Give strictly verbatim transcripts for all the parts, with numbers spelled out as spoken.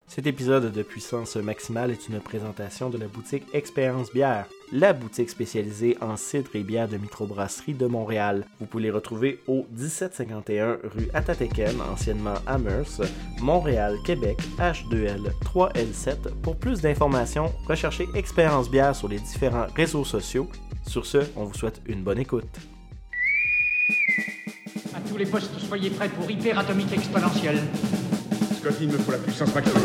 Cet épisode de Puissance Maximale est une présentation de la boutique Expérience Bière, la boutique spécialisée en cidre et bière de microbrasserie de Montréal. Vous pouvez les retrouver au dix-sept cinquante et un rue Atateken, anciennement Amherst, Montréal, Québec, H deux L trois L sept. Pour plus d'informations, recherchez Expérience Bière sur les différents réseaux sociaux. Sur ce, on vous souhaite une bonne écoute. À tous les postes, soyez prêts pour hyperatomique exponentielle. Scott, il me faut la puissance maximale.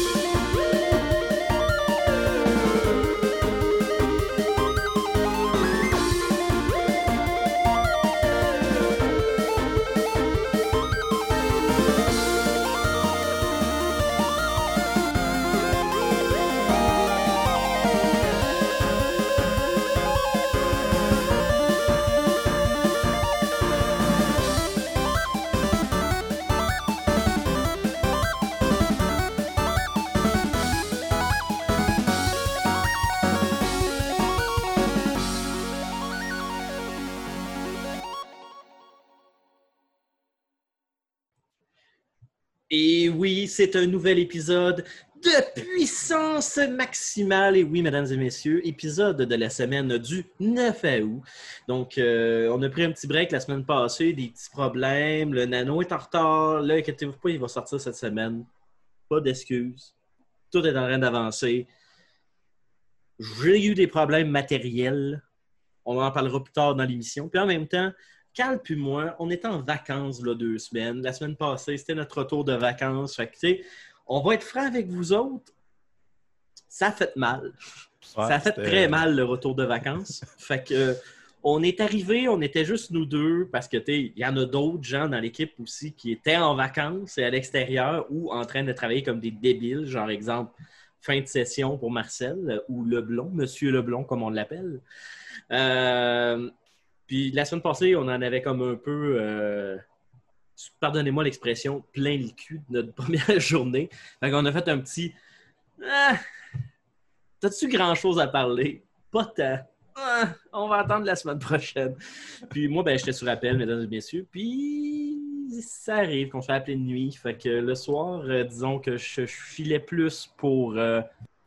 Et oui, c'est un nouvel épisode de Puissance Maximale. Et oui, mesdames et messieurs, épisode de la semaine du neuf août. Donc, euh, on a pris un petit break la semaine passée, des petits problèmes. Le nano est en retard. Là, inquiétez-vous pas, il va sortir cette semaine. Pas d'excuses. Tout est en train d'avancer. J'ai eu des problèmes matériels. On en parlera plus tard dans l'émission. Puis en même temps, Cal puis moi, on était en vacances là, deux semaines. La semaine passée, c'était notre retour de vacances. Fait que, tu sais, on va être franc avec vous autres. Ça a fait mal. Ouais, ça a fait c'était... très mal le retour de vacances. Fait que euh, on est arrivés, on était juste nous deux parce que, tu sais, il y en a d'autres gens dans l'équipe aussi qui étaient en vacances et à l'extérieur ou en train de travailler comme des débiles. Genre, exemple, fin de session pour Marcel ou Leblond, Monsieur Leblond, comme on l'appelle. Euh... Puis la semaine passée, on en avait comme un peu, euh, pardonnez-moi l'expression, plein le cul de notre première journée. Fait qu'on a fait un petit ah, « T'as-tu grand-chose à parler? » Pas tant. Ah, on va attendre la semaine prochaine. Puis moi, ben j'étais sur appel, mesdames et messieurs. Puis ça arrive qu'on se fait appeler de nuit. Fait que le soir, euh, disons que je, je filais plus pour euh,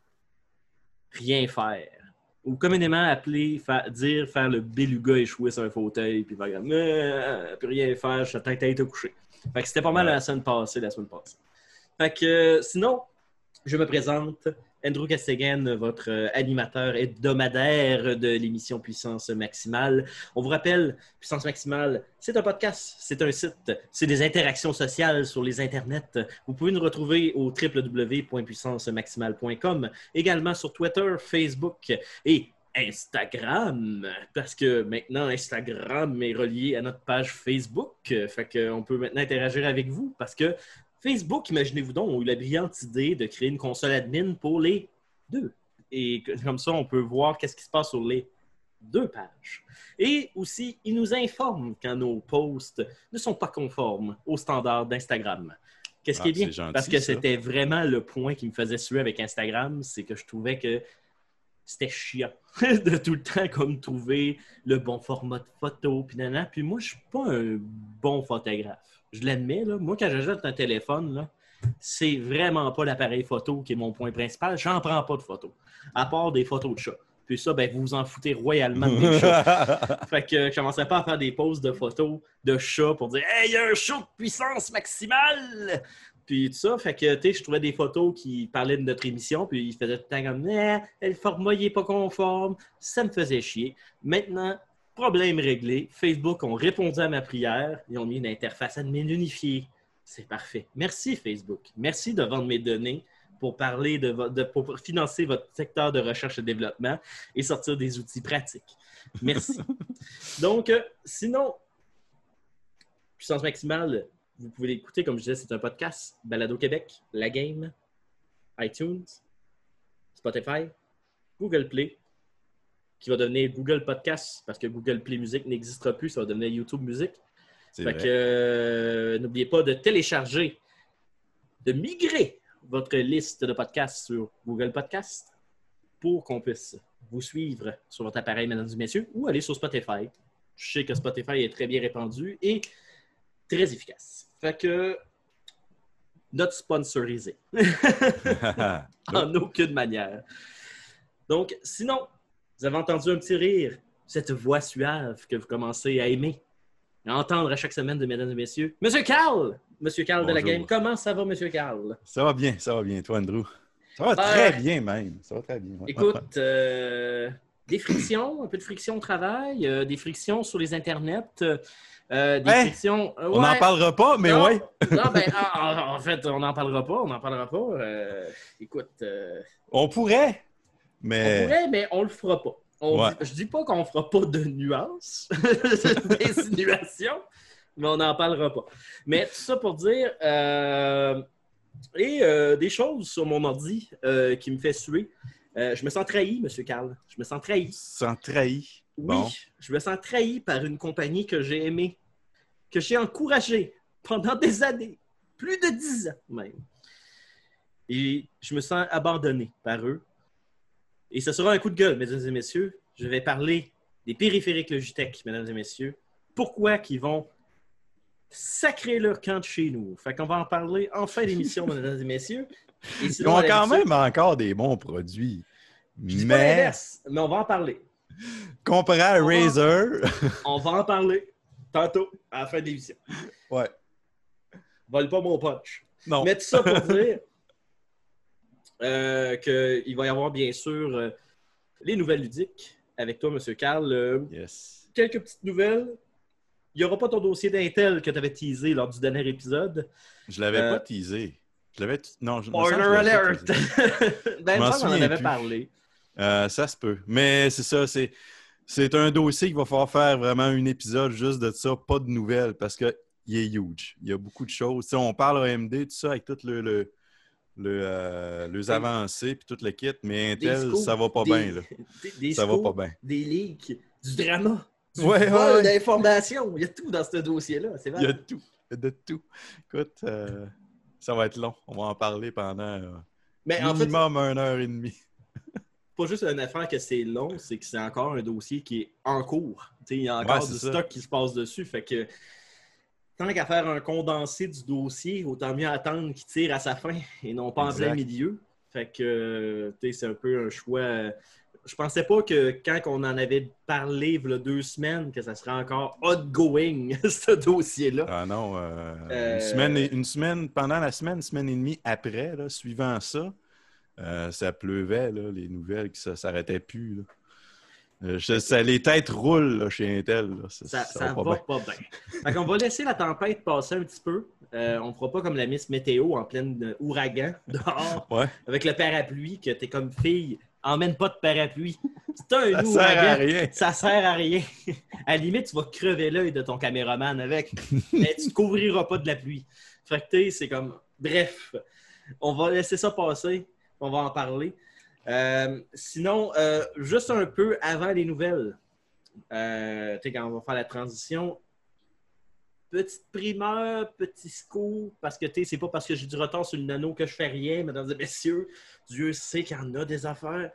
rien faire. Ou communément appelé, fa- dire faire le beluga échoué sur un fauteuil, puis faire comme euh, plus rien faire, je suis tête à être couché. Fait que c'était pas mal la semaine passée, la semaine passée. Fait que euh, sinon, je me présente, Andrew Castegan, votre euh, animateur hebdomadaire de l'émission Puissance Maximale. On vous rappelle, Puissance Maximale, c'est un podcast, c'est un site, c'est des interactions sociales sur les internets. Vous pouvez nous retrouver au w w w point puissance maximale point com, également sur Twitter, Facebook et Instagram, parce que maintenant Instagram est relié à notre page Facebook. Fait qu'on peut maintenant interagir avec vous parce que Facebook, imaginez-vous donc, ont eu la brillante idée de créer une console admin pour les deux. Et comme ça, on peut voir qu'est-ce qui se passe sur les deux pages. Et aussi, ils nous informent quand nos posts ne sont pas conformes aux standards d'Instagram. Qu'est-ce ah, qui est bien? C'est gentil, parce que ça. C'était vraiment le point qui me faisait suer avec Instagram, c'est que je trouvais que c'était chiant de tout le temps comme trouver le bon format de photo. Puis, nanana. Puis moi, je suis pas un bon photographe. Je l'admets, là. Moi, quand j'achète un téléphone, là, c'est vraiment pas l'appareil photo qui est mon point principal. J'en prends pas de photos, à part des photos de chats. Puis ça, ben, vous vous en foutez royalement de mes chats. Fait que je commençais pas à faire des poses de photos de chats pour dire « Hey, il y a un chat de puissance maximale! » Puis tout ça, fait que, tu sais, je trouvais des photos qui parlaient de notre émission, puis ils faisaient tout le temps comme eh, « le format, il est pas conforme. » Ça me faisait chier. Maintenant, problème réglé. Facebook ont répondu à ma prière. Ils ont mis une interface admin unifiée. C'est parfait. Merci, Facebook. Merci de vendre mes données pour parler de, vo- de pour financer votre secteur de recherche et développement et sortir des outils pratiques. Merci. Donc, euh, sinon, Puissance Maximale, vous pouvez l'écouter, comme je disais, c'est un podcast. Balado Québec, La Game, iTunes, Spotify, Google Play, qui va devenir Google Podcast, parce que Google Play Music n'existera plus, ça va devenir YouTube Music. C'est fait vrai. que euh, n'oubliez pas de télécharger, de migrer votre liste de podcasts sur Google Podcast pour qu'on puisse vous suivre sur votre appareil, mesdames et messieurs, ou aller sur Spotify. Je sais que Spotify est très bien répandu et très efficace. Fait que not sponsorisé. En aucune manière. Donc, sinon, vous avez entendu un petit rire, cette voix suave que vous commencez à aimer, à entendre à chaque semaine de mesdames et messieurs. Monsieur Carl! Monsieur Carl Bonjour. De la Game, comment ça va, Monsieur Carl? Ça va bien, ça va bien. Toi, Andrew? Ça va euh, très bien, même. Ça va très bien. Ouais. Écoute, euh, des frictions, un peu de friction au travail, euh, des frictions sur les internets, euh, des hey, frictions... Euh, on n'en ouais. parlera pas, mais non, oui. Non, ben, en, en fait, on n'en parlera pas, on n'en parlera pas. Euh, écoute... Euh, on pourrait, mais... On pourrait, mais on le fera pas. On ouais. dit, je dis pas qu'on fera pas de nuances, d'insinuations, mais on n'en parlera pas. Mais tout ça pour dire... Euh, et euh, des choses sur mon ordi euh, qui me fait suer. Euh, je me sens trahi, M. Carl. Je me sens trahi. Tu te sens trahi? Oui, bon. Je me sens trahi par une compagnie que j'ai aimée, que j'ai encouragée pendant des années, plus de dix ans même. Et je me sens abandonné par eux. Et ce sera un coup de gueule, mesdames et messieurs. Je vais parler des périphériques Logitech, mesdames et messieurs. Pourquoi qu'ils vont sacrer leur camp de chez nous? Fait qu'on va en parler en fin d'émission, mesdames et messieurs. Et ils ont quand même encore des bons produits. Je dis mais... pas l'inverse, mais on va en parler. Comparé à on Razer... Va... on va en parler tantôt, à la fin de l'émission. Ouais. Vole pas mon punch. Non. Mais tout ça pour dire euh, qu'il va y avoir, bien sûr, euh, les nouvelles ludiques avec toi, M. Carl. Euh, yes. Quelques petites nouvelles. Il n'y aura pas ton dossier d'Intel que tu avais teasé lors du dernier épisode. Je l'avais euh, pas teasé. Je l'avais... T... Non, je... Spoiler alert! Ben, je ça, on en avait plus. parlé. Euh, ça se peut. Mais c'est ça, c'est... c'est un dossier qu'il va falloir faire vraiment un épisode juste de ça, pas de nouvelles, parce qu'il est huge. Il y a beaucoup de choses. T'sais, on parle A M D, tout ça, avec tout le... le... Le, euh, les avancées puis tout le kit, mais Intel, scoops, ça va pas bien. Là. Des, des ça scoops, va pas bien. Des leaks, du drama, du ouais, vol ouais. d'informations. Il y a tout dans ce dossier-là. C'est Il y a tout. Il y a de tout. Écoute, euh, ça va être long. On va en parler pendant euh, mais minimum en fait, une heure et demie. Pas juste une affaire que c'est long, c'est que c'est encore un dossier qui est en cours. T'sais, il y a encore ouais, du ça. stock qui se passe dessus. Fait que tant qu'à faire un condensé du dossier, autant mieux attendre qu'il tire à sa fin et non pas exact. En plein milieu. Fait que c'est un peu un choix. Je pensais pas que quand on en avait parlé il y a deux semaines, que ça serait encore outgoing, ce dossier-là. Ah non. Euh, euh... Une, semaine et, une semaine, pendant la semaine, une semaine et demie après, là, suivant ça, euh, ça pleuvait, là, les nouvelles, qui ne s'arrêtaient plus. Là. Je, ça, les têtes roulent là, chez Intel. Là. Ça, ça, ça, ça va, va pas bien. Fait qu'on va laisser la tempête passer un petit peu. Euh, on ne fera pas comme la Miss Météo en plein ouragan dehors ouais. avec le parapluie que t'es comme fille. Emmène pas de parapluie. C'est un ça ouragan. Sert à rien. Ça sert à rien. À la limite, tu vas crever l'œil de ton caméraman avec. Mais tu ne couvriras pas de la pluie. Fait que c'est comme... Bref, on va laisser ça passer. On va en parler. Euh, sinon, euh, juste un peu avant les nouvelles, euh, tu sais, quand on va faire la transition, petite primeur, petit scoop, parce que tu sais, c'est pas parce que j'ai du retard sur le nano que je fais rien, mesdames et messieurs. Dieu sait qu'il y en a des affaires.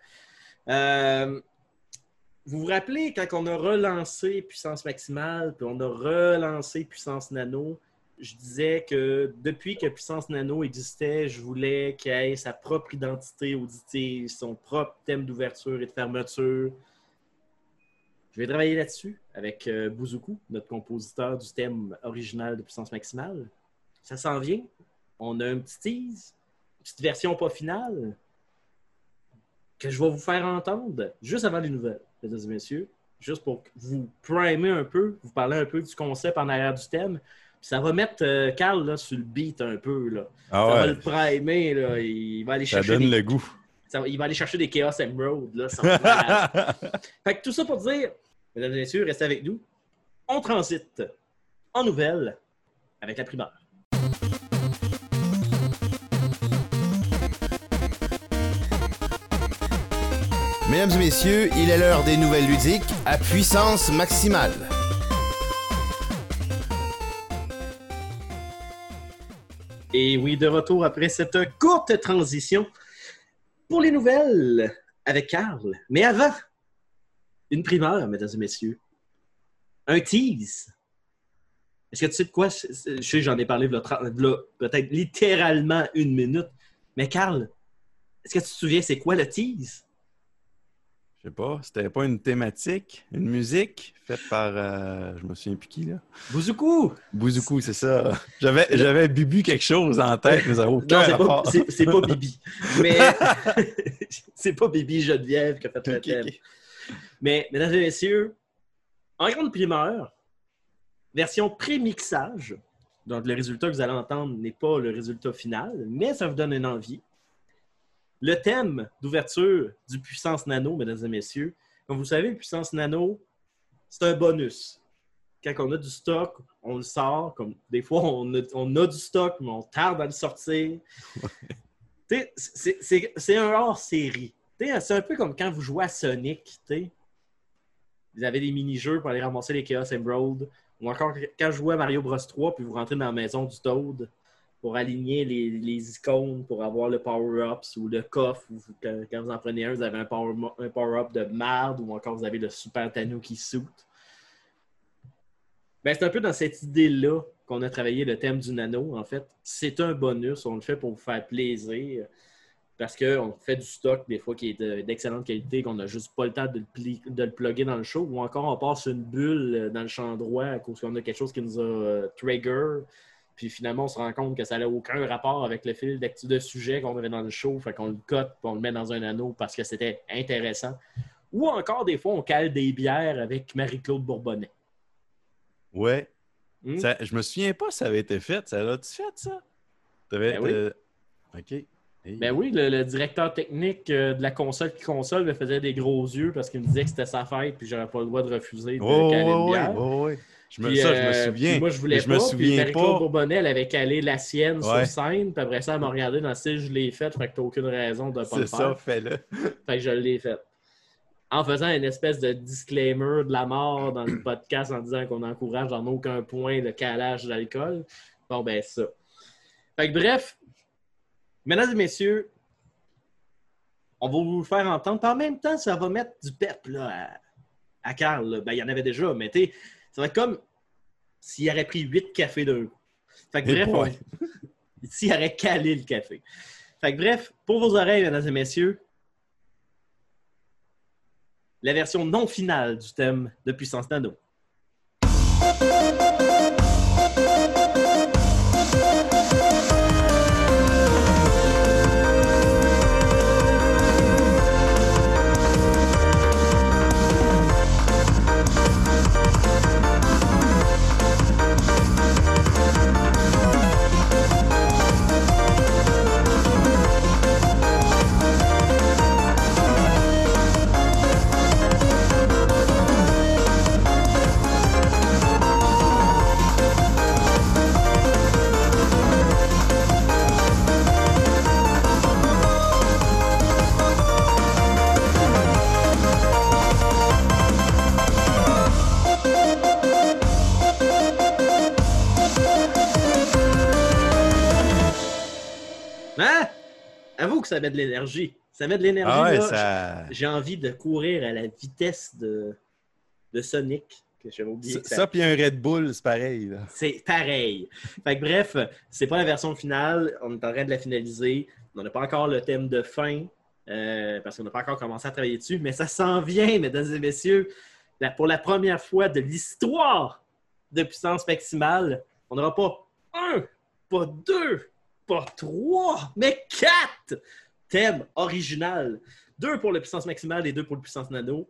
Euh, vous vous rappelez quand on a relancé Puissance Maximale, puis on a relancé Puissance Nano, je disais que depuis que Puissance Nano existait, je voulais qu'il ait sa propre identité auditive, son propre thème d'ouverture et de fermeture. Je vais travailler là-dessus avec euh, Bouzoukou, notre compositeur du thème original de Puissance Maximale. Ça s'en vient. On a un petit tease, une petite version pas finale que je vais vous faire entendre juste avant les nouvelles, mesdames et messieurs, juste pour vous primer un peu, vous parler un peu du concept en arrière du thème. Puis ça va mettre euh, Carl là, sur le beat un peu. Là. Ah ça ouais. va le primer. Là. Il va aller chercher. Ça donne des... le goût. Ça, il va aller chercher des Chaos Emerald. Là, ça va fait que tout ça pour dire, mesdames et messieurs, restez avec nous. On transite en nouvelles avec la primeur. Mesdames et messieurs, il est l'heure des nouvelles ludiques à puissance maximale. Et oui, de retour après cette courte transition pour les nouvelles avec Carl. Mais avant, une primeur, mesdames et messieurs. Un tease. Est-ce que tu sais de quoi? Je sais, j'en ai parlé de peut-être littéralement une minute. Mais Carl, est-ce que tu te souviens, c'est quoi le tease? Je sais pas, c'était pas une thématique, une musique faite par, euh, je me souviens plus qui, là. Bouzoukou! Bouzoukou, c'est ça. J'avais, j'avais Bubu quelque chose en tête, mais ça n'a aucun Non, c'est rapport. pas, c'est, c'est pas Bibi. Mais c'est pas Bibi Geneviève qui a fait le Ok, thème. ok. Mais, mesdames et messieurs, en grande primeur, version pré-mixage, donc le résultat que vous allez entendre n'est pas le résultat final, mais ça vous donne une envie. Le thème d'ouverture du Puissance Nano, mesdames et messieurs, comme vous savez, le Puissance Nano, c'est un bonus. Quand on a du stock, on le sort. Comme des fois, on a, on a du stock, mais on tarde à le sortir. Ouais. C'est, c'est, c'est un hors-série. T'sais, c'est un peu comme quand vous jouez à Sonic. T'sais. Vous avez des mini-jeux pour aller ramasser les Chaos Emerald. Ou encore quand je jouais à Mario Bros trois, puis vous rentrez dans la maison du Toad pour aligner les, les icônes, pour avoir le power-up ou le coffre. Ou quand, quand vous en prenez un, vous avez un, power, un power-up de marde, ou encore vous avez le Super Tanuki Suit. Ben, c'est un peu dans cette idée-là qu'on a travaillé le thème du nano, en fait. C'est un bonus, on le fait pour vous faire plaisir, parce qu'on fait du stock, des fois, qui est de, d'excellente qualité, qu'on n'a juste pas le temps de le, pli, de le plugger dans le show, ou encore on passe une bulle dans le champ droit à cause qu'on a quelque chose qui nous a euh, trigger. Puis finalement, on se rend compte que ça n'a aucun rapport avec le fil de sujet qu'on avait dans le show. Fait qu'on le cote et on le met dans un anneau parce que c'était intéressant. Ou encore, des fois, on cale des bières avec Marie-Claude Bourbonnais. Ouais. Hmm? Ça, je me souviens pas si ça avait été fait. Ça l'a-tu fait, ça? T'avais, Ben oui. euh... OK. Hey. Ben oui, le, le directeur technique euh, de la console qui console me faisait des gros yeux parce qu'il me disait que c'était sa fête et que j'aurais pas le droit de refuser de oh, caler ouais, une bière. Ouais, ouais, ouais. Je me, Puis, ça, je me euh, souviens. Puis moi, je voulais mais pas. Je me Puis souviens Marie-Claude pas. Bourbonnais, elle avait calé la sienne Ouais. sur scène. Puis après ça, elle m'a regardé dans le style, je l'ai faite. Fait que t'as aucune raison de pas C'est le ça, faire. fais-le. Fait que je l'ai faite. En faisant une espèce de disclaimer de la mort dans le podcast en disant qu'on encourage en aucun point le calage d'alcool. Bon, ben ça. Fait que bref, mesdames et messieurs, on va vous le faire entendre. Puis en même temps, ça va mettre du pep là, à, à Carl. Là. Ben, il y en avait déjà, mais tu sais, ça va être comme s'il aurait pris huit cafés d'un coup. Fait que Et bref, on... s'il aurait calé le café. Fait que bref, pour vos oreilles, mesdames et messieurs, la version non finale du thème de Puissance Nano. Hein? Avoue que ça met de l'énergie. Ça met de l'énergie. Ah ouais, là. ça... J'ai envie de courir à la vitesse de, de Sonic, que j'avais oublié. Ça, que ça... ça puis un Red Bull, c'est pareil. Là. C'est pareil. Fait que bref, c'est pas la version finale. On est en train de la finaliser. On n'a pas encore le thème de fin, euh, parce qu'on n'a pas encore commencé à travailler dessus, mais ça s'en vient, mesdames et messieurs. La, pour la première fois de l'histoire de Puissance Maximale, on n'aura pas un, pas deux, pas trois, mais quatre thèmes originaux. Deux pour le Puissance Maximale et deux pour le Puissance Nano.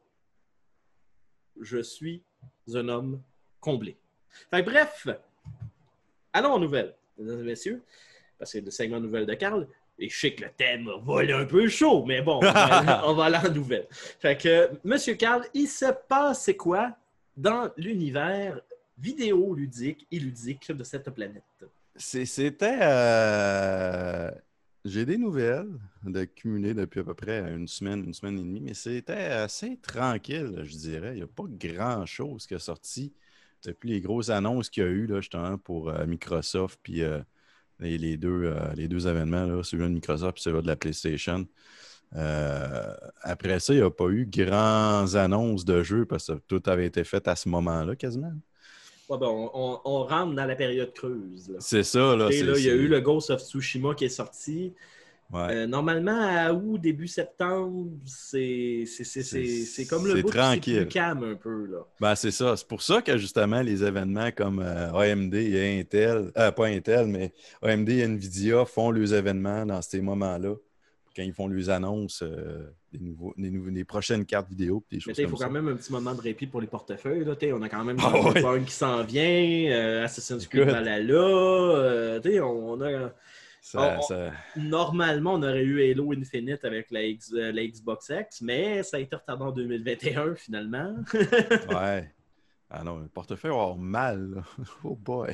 Je suis un homme comblé. Fait que bref, allons aux nouvelles, mesdames et messieurs, parce que c'est le segment nouvelles de Carl. Et je sais que le thème va aller un peu chaud, mais bon, on va, on va aller en nouvelles. Fait que, Monsieur Carl, il se passe quoi dans l'univers vidéoludique et ludique de cette planète? C'est, c'était... Euh... J'ai des nouvelles de cumuler depuis à peu près une semaine, une semaine et demie, mais c'était assez tranquille, je dirais. Il n'y a pas grand-chose qui est sorti depuis les grosses annonces qu'il y a eu, là, justement, pour euh, Microsoft, puis euh, les, les, deux, euh, les deux événements, là, celui de Microsoft et celui de la PlayStation. Euh, après ça, il n'y a pas eu grandes annonces de jeux parce que tout avait été fait à ce moment-là, quasiment. Ouais, ben, on, on, on rentre dans la période creuse. Là. C'est ça, là. Et c'est, là, il y a c'est... eu le Ghost of Tsushima qui est sorti. Ouais. Euh, normalement, à août, début septembre, c'est, c'est, c'est, c'est, c'est comme le c'est bout, c'est tranquille. plus calme un peu. Là. Ben, c'est ça. C'est pour ça que justement, les événements comme euh, A M D et Intel, euh, pas Intel, mais A M D et Nvidia font leurs événements dans ces moments-là. Quand ils font leurs annonces euh, des, nouveaux, des, nouveaux, des prochaines cartes vidéo, des choses il comme faut ça. quand même un petit moment de répit pour les portefeuilles. Là. On a quand même Ah, ouais. Cyberpunk qui s'en vient, euh, Assassin's Creed Valhalla. Euh, on, on a... Ça, on, ça... Normalement, on aurait eu Halo Infinite avec la, X, euh, la Xbox X, mais ça a été retardé en deux mille vingt et un finalement. Ouais. Ah non, le portefeuille va avoir mal. Là. Oh boy.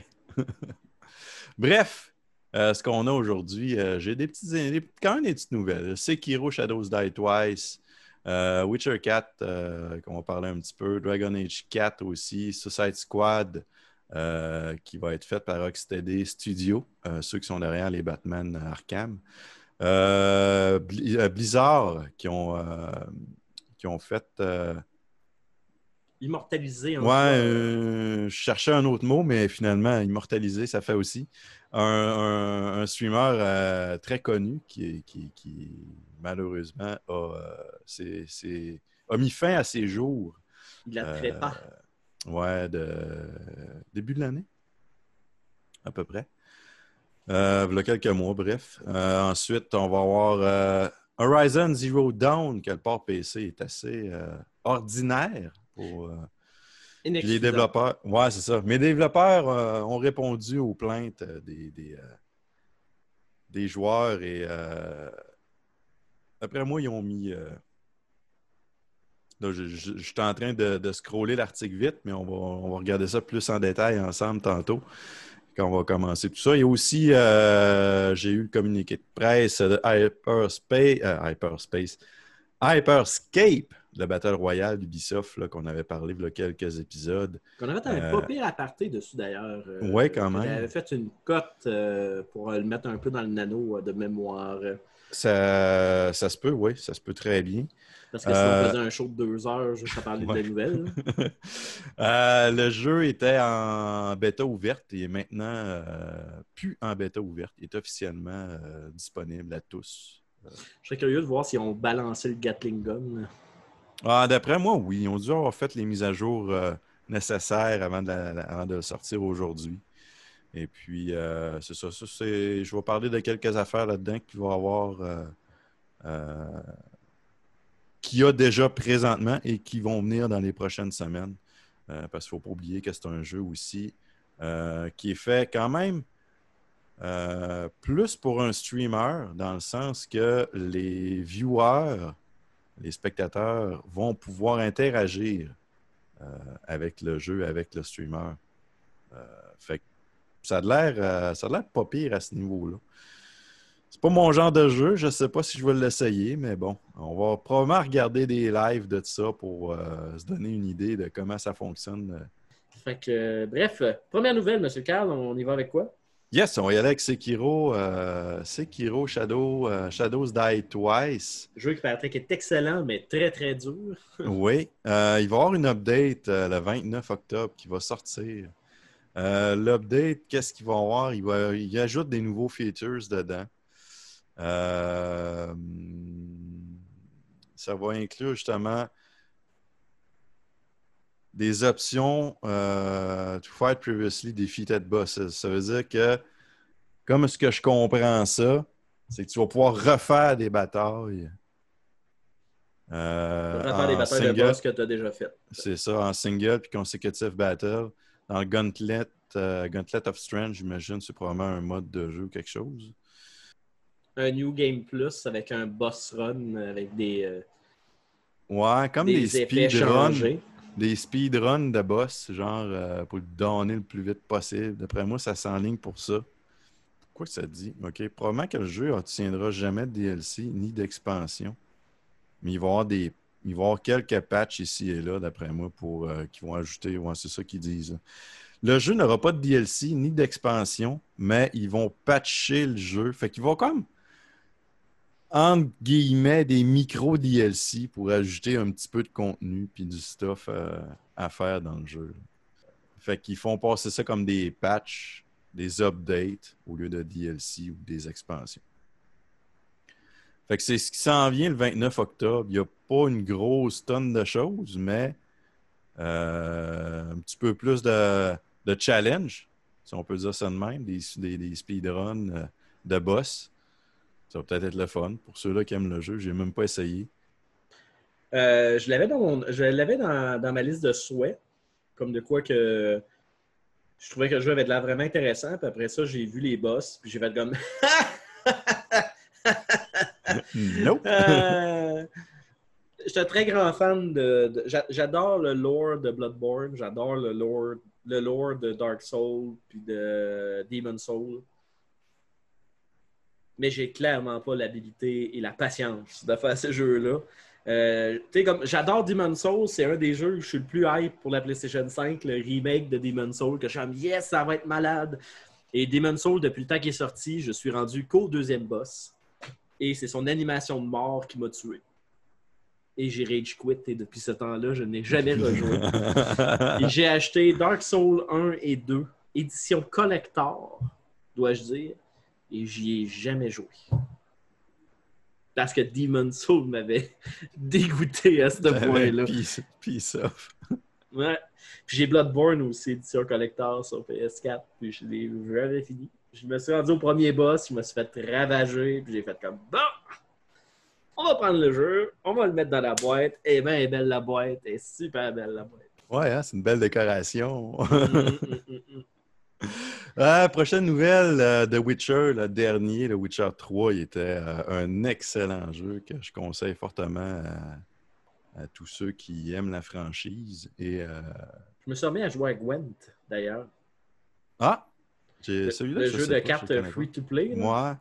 Bref, euh, ce qu'on a aujourd'hui, euh, j'ai des petites, des, quand même des petites nouvelles. Sekiro Shadows Die Twice, euh, Witcher quatre, euh, qu'on va parler un petit peu, Dragon Age quatre aussi, Suicide Squad, Euh, qui va être faite par Rocksteady Studio, euh, ceux qui sont derrière les Batman Arkham. Euh, Blizzard, qui ont, euh, qui ont fait... Euh... Immortalisé. En ouais, euh, je cherchais un autre mot, mais finalement, immortalisé, ça fait aussi. Un, un, un streamer euh, très connu qui, qui, qui malheureusement, a, euh, c'est, c'est, a mis fin à ses jours. Il a très pas. Ouais, de début de l'année, à peu près. Euh, il y a quelques mois, bref. Euh, ensuite, on va avoir euh, Horizon Zero Dawn, que le port P C est assez euh, ordinaire pour. Euh... Puis les développeurs. Ouais, c'est ça. Mes développeurs euh, ont répondu aux plaintes des, des, euh, des joueurs et euh... après moi, ils ont mis. Euh... Là, je, je, je suis en train de, de scroller l'article vite, mais on va, on va regarder ça plus en détail ensemble tantôt, quand on va commencer tout ça. Et aussi, euh, j'ai eu le communiqué de presse de Hyperspace, euh, Hyperspace, Hyperscape, le Battle Royale d'Ubisoft, là, qu'on avait parlé il y a quelques épisodes. Qu'on avait fait un euh, pas pire aparté dessus, d'ailleurs. Euh, oui, quand même. J'avais fait une cote euh, pour le mettre un peu dans le nano euh, de mémoire. Ça, ça se peut, oui, ça se peut très bien. Parce que sinon, euh... on faisait un show de deux heures juste à parler ouais. de la nouvelle. euh, le jeu était en bêta ouverte et est maintenant euh, plus en bêta ouverte. Il est officiellement euh, disponible à tous. Je serais curieux de voir si on balançait le Gatling Gun. Ah, d'après moi, oui. Ils ont dû avoir fait les mises à jour euh, nécessaires avant de, la, avant de le sortir aujourd'hui. Et puis, euh, c'est ça. ça c'est... Je vais parler de quelques affaires là-dedans qu'il va y avoir... Euh, euh, qu'il y a déjà présentement et qui vont venir dans les prochaines semaines. Euh, parce qu'il ne faut pas oublier que c'est un jeu aussi euh, qui est fait quand même euh, plus pour un streamer, dans le sens que les viewers, les spectateurs vont pouvoir interagir euh, avec le jeu, avec le streamer. Euh, fait que ça a l'air, euh, ça a l'air pas pire à ce niveau-là. C'est pas mon genre de jeu. Je sais pas si je vais l'essayer, mais bon, on va probablement regarder des lives de ça pour euh, se donner une idée de comment ça fonctionne. Fait que, euh, bref, première nouvelle, M. Carl, on y va avec quoi? Yes, on va y aller avec Sekiro, euh, Sekiro Shadow, euh, Shadows Die Twice. Jeu qui paraîtrait qu'il est excellent, mais très, très dur. Oui, euh, il va y avoir une update euh, le vingt-neuf octobre qui va sortir. Euh, l'update, qu'est-ce qu'il va y avoir? Il, va, il ajoute des nouveaux features dedans. Euh, ça va inclure justement des options euh, to fight previously defeated bosses. Ça veut dire que, comme ce que je comprends ça, c'est que tu vas pouvoir refaire des batailles. Euh, refaire des batailles single, de boss que tu as déjà faites. C'est ça, en single puis consecutive battle. Dans le Gauntlet, euh, Gauntlet of Strength, j'imagine, c'est probablement un mode de jeu ou quelque chose. Un New Game Plus avec un boss run avec des. Euh, ouais, comme des, des speedruns. Des speedruns de boss, genre euh, pour le donner le plus vite possible. D'après moi, ça s'enligne pour ça. Pourquoi ça dit? OK. Probablement que le jeu n'obtiendra jamais de D L C ni d'expansion. Mais il va y avoir des. Il va y avoir quelques patchs ici et là, d'après moi, pour euh, qui vont ajouter. Ouais, c'est ça qu'ils disent. Le jeu n'aura pas de D L C ni d'expansion, mais ils vont patcher le jeu. Fait qu'ils vont comme. Entre guillemets, des micro-D L C pour ajouter un petit peu de contenu puis du stuff euh, à faire dans le jeu. Fait qu'ils font passer ça comme des patchs, des updates, au lieu de D L C ou des expansions. Fait que c'est ce qui s'en vient le vingt-neuf octobre. Il n'y a pas une grosse tonne de choses, mais euh, un petit peu plus de, de challenge, si on peut dire ça de même, des, des, des speedruns euh, de boss. Ça va peut-être être le fun pour ceux-là qui aiment le jeu. Je n'ai même pas essayé. Euh, je l'avais dans mon, je l'avais dans, dans ma liste de souhaits, comme de quoi que je trouvais que le jeu avait de l'air vraiment intéressant. Puis après ça, j'ai vu les boss, puis j'ai fait comme... Nope! euh, je suis un très grand fan de... de j'a- j'adore le lore de Bloodborne, j'adore le lore, le lore de Dark Souls, puis de Demon's Souls. Mais j'ai clairement pas l'habilité et la patience de faire ce jeu-là. Euh, comme, j'adore Demon's Souls, c'est un des jeux où je suis le plus hype pour la PlayStation cinq, le remake de Demon's Souls, que je suis comme yes, ça va être malade. Et Demon's Souls, depuis le temps qu'il est sorti, je suis rendu qu'au deuxième boss. Et c'est son animation de mort qui m'a tué. Et j'ai rage quit, et depuis ce temps-là, je n'ai jamais rejoué. Et j'ai acheté Dark Souls un et deux, édition collector, dois-je dire, et j'y ai jamais joué. Parce que Demon's Souls m'avait dégoûté à ce point-là. Peace, peace off. Ouais. Puis j'ai Bloodborne aussi, édition collector sur P S quatre. Puis je l'ai jamais fini. Je me suis rendu au premier boss, je me suis fait ravager. Puis j'ai fait comme bon, on va prendre le jeu, on va le mettre dans la boîte. Et bien, elle est belle la boîte, elle est super belle la boîte. Ouais, hein, c'est une belle décoration. Mm, mm, mm, mm. Euh, prochaine nouvelle, euh, The Witcher, le dernier, The Witcher trois, il était euh, un excellent jeu que je conseille fortement à, à tous ceux qui aiment la franchise. Et, euh... Je me suis remis à jouer à Gwent, d'ailleurs. Ah! J'ai, Le, celui-là, le je jeu sais de pas, cartes je le connais free-to-play. pas. Moi,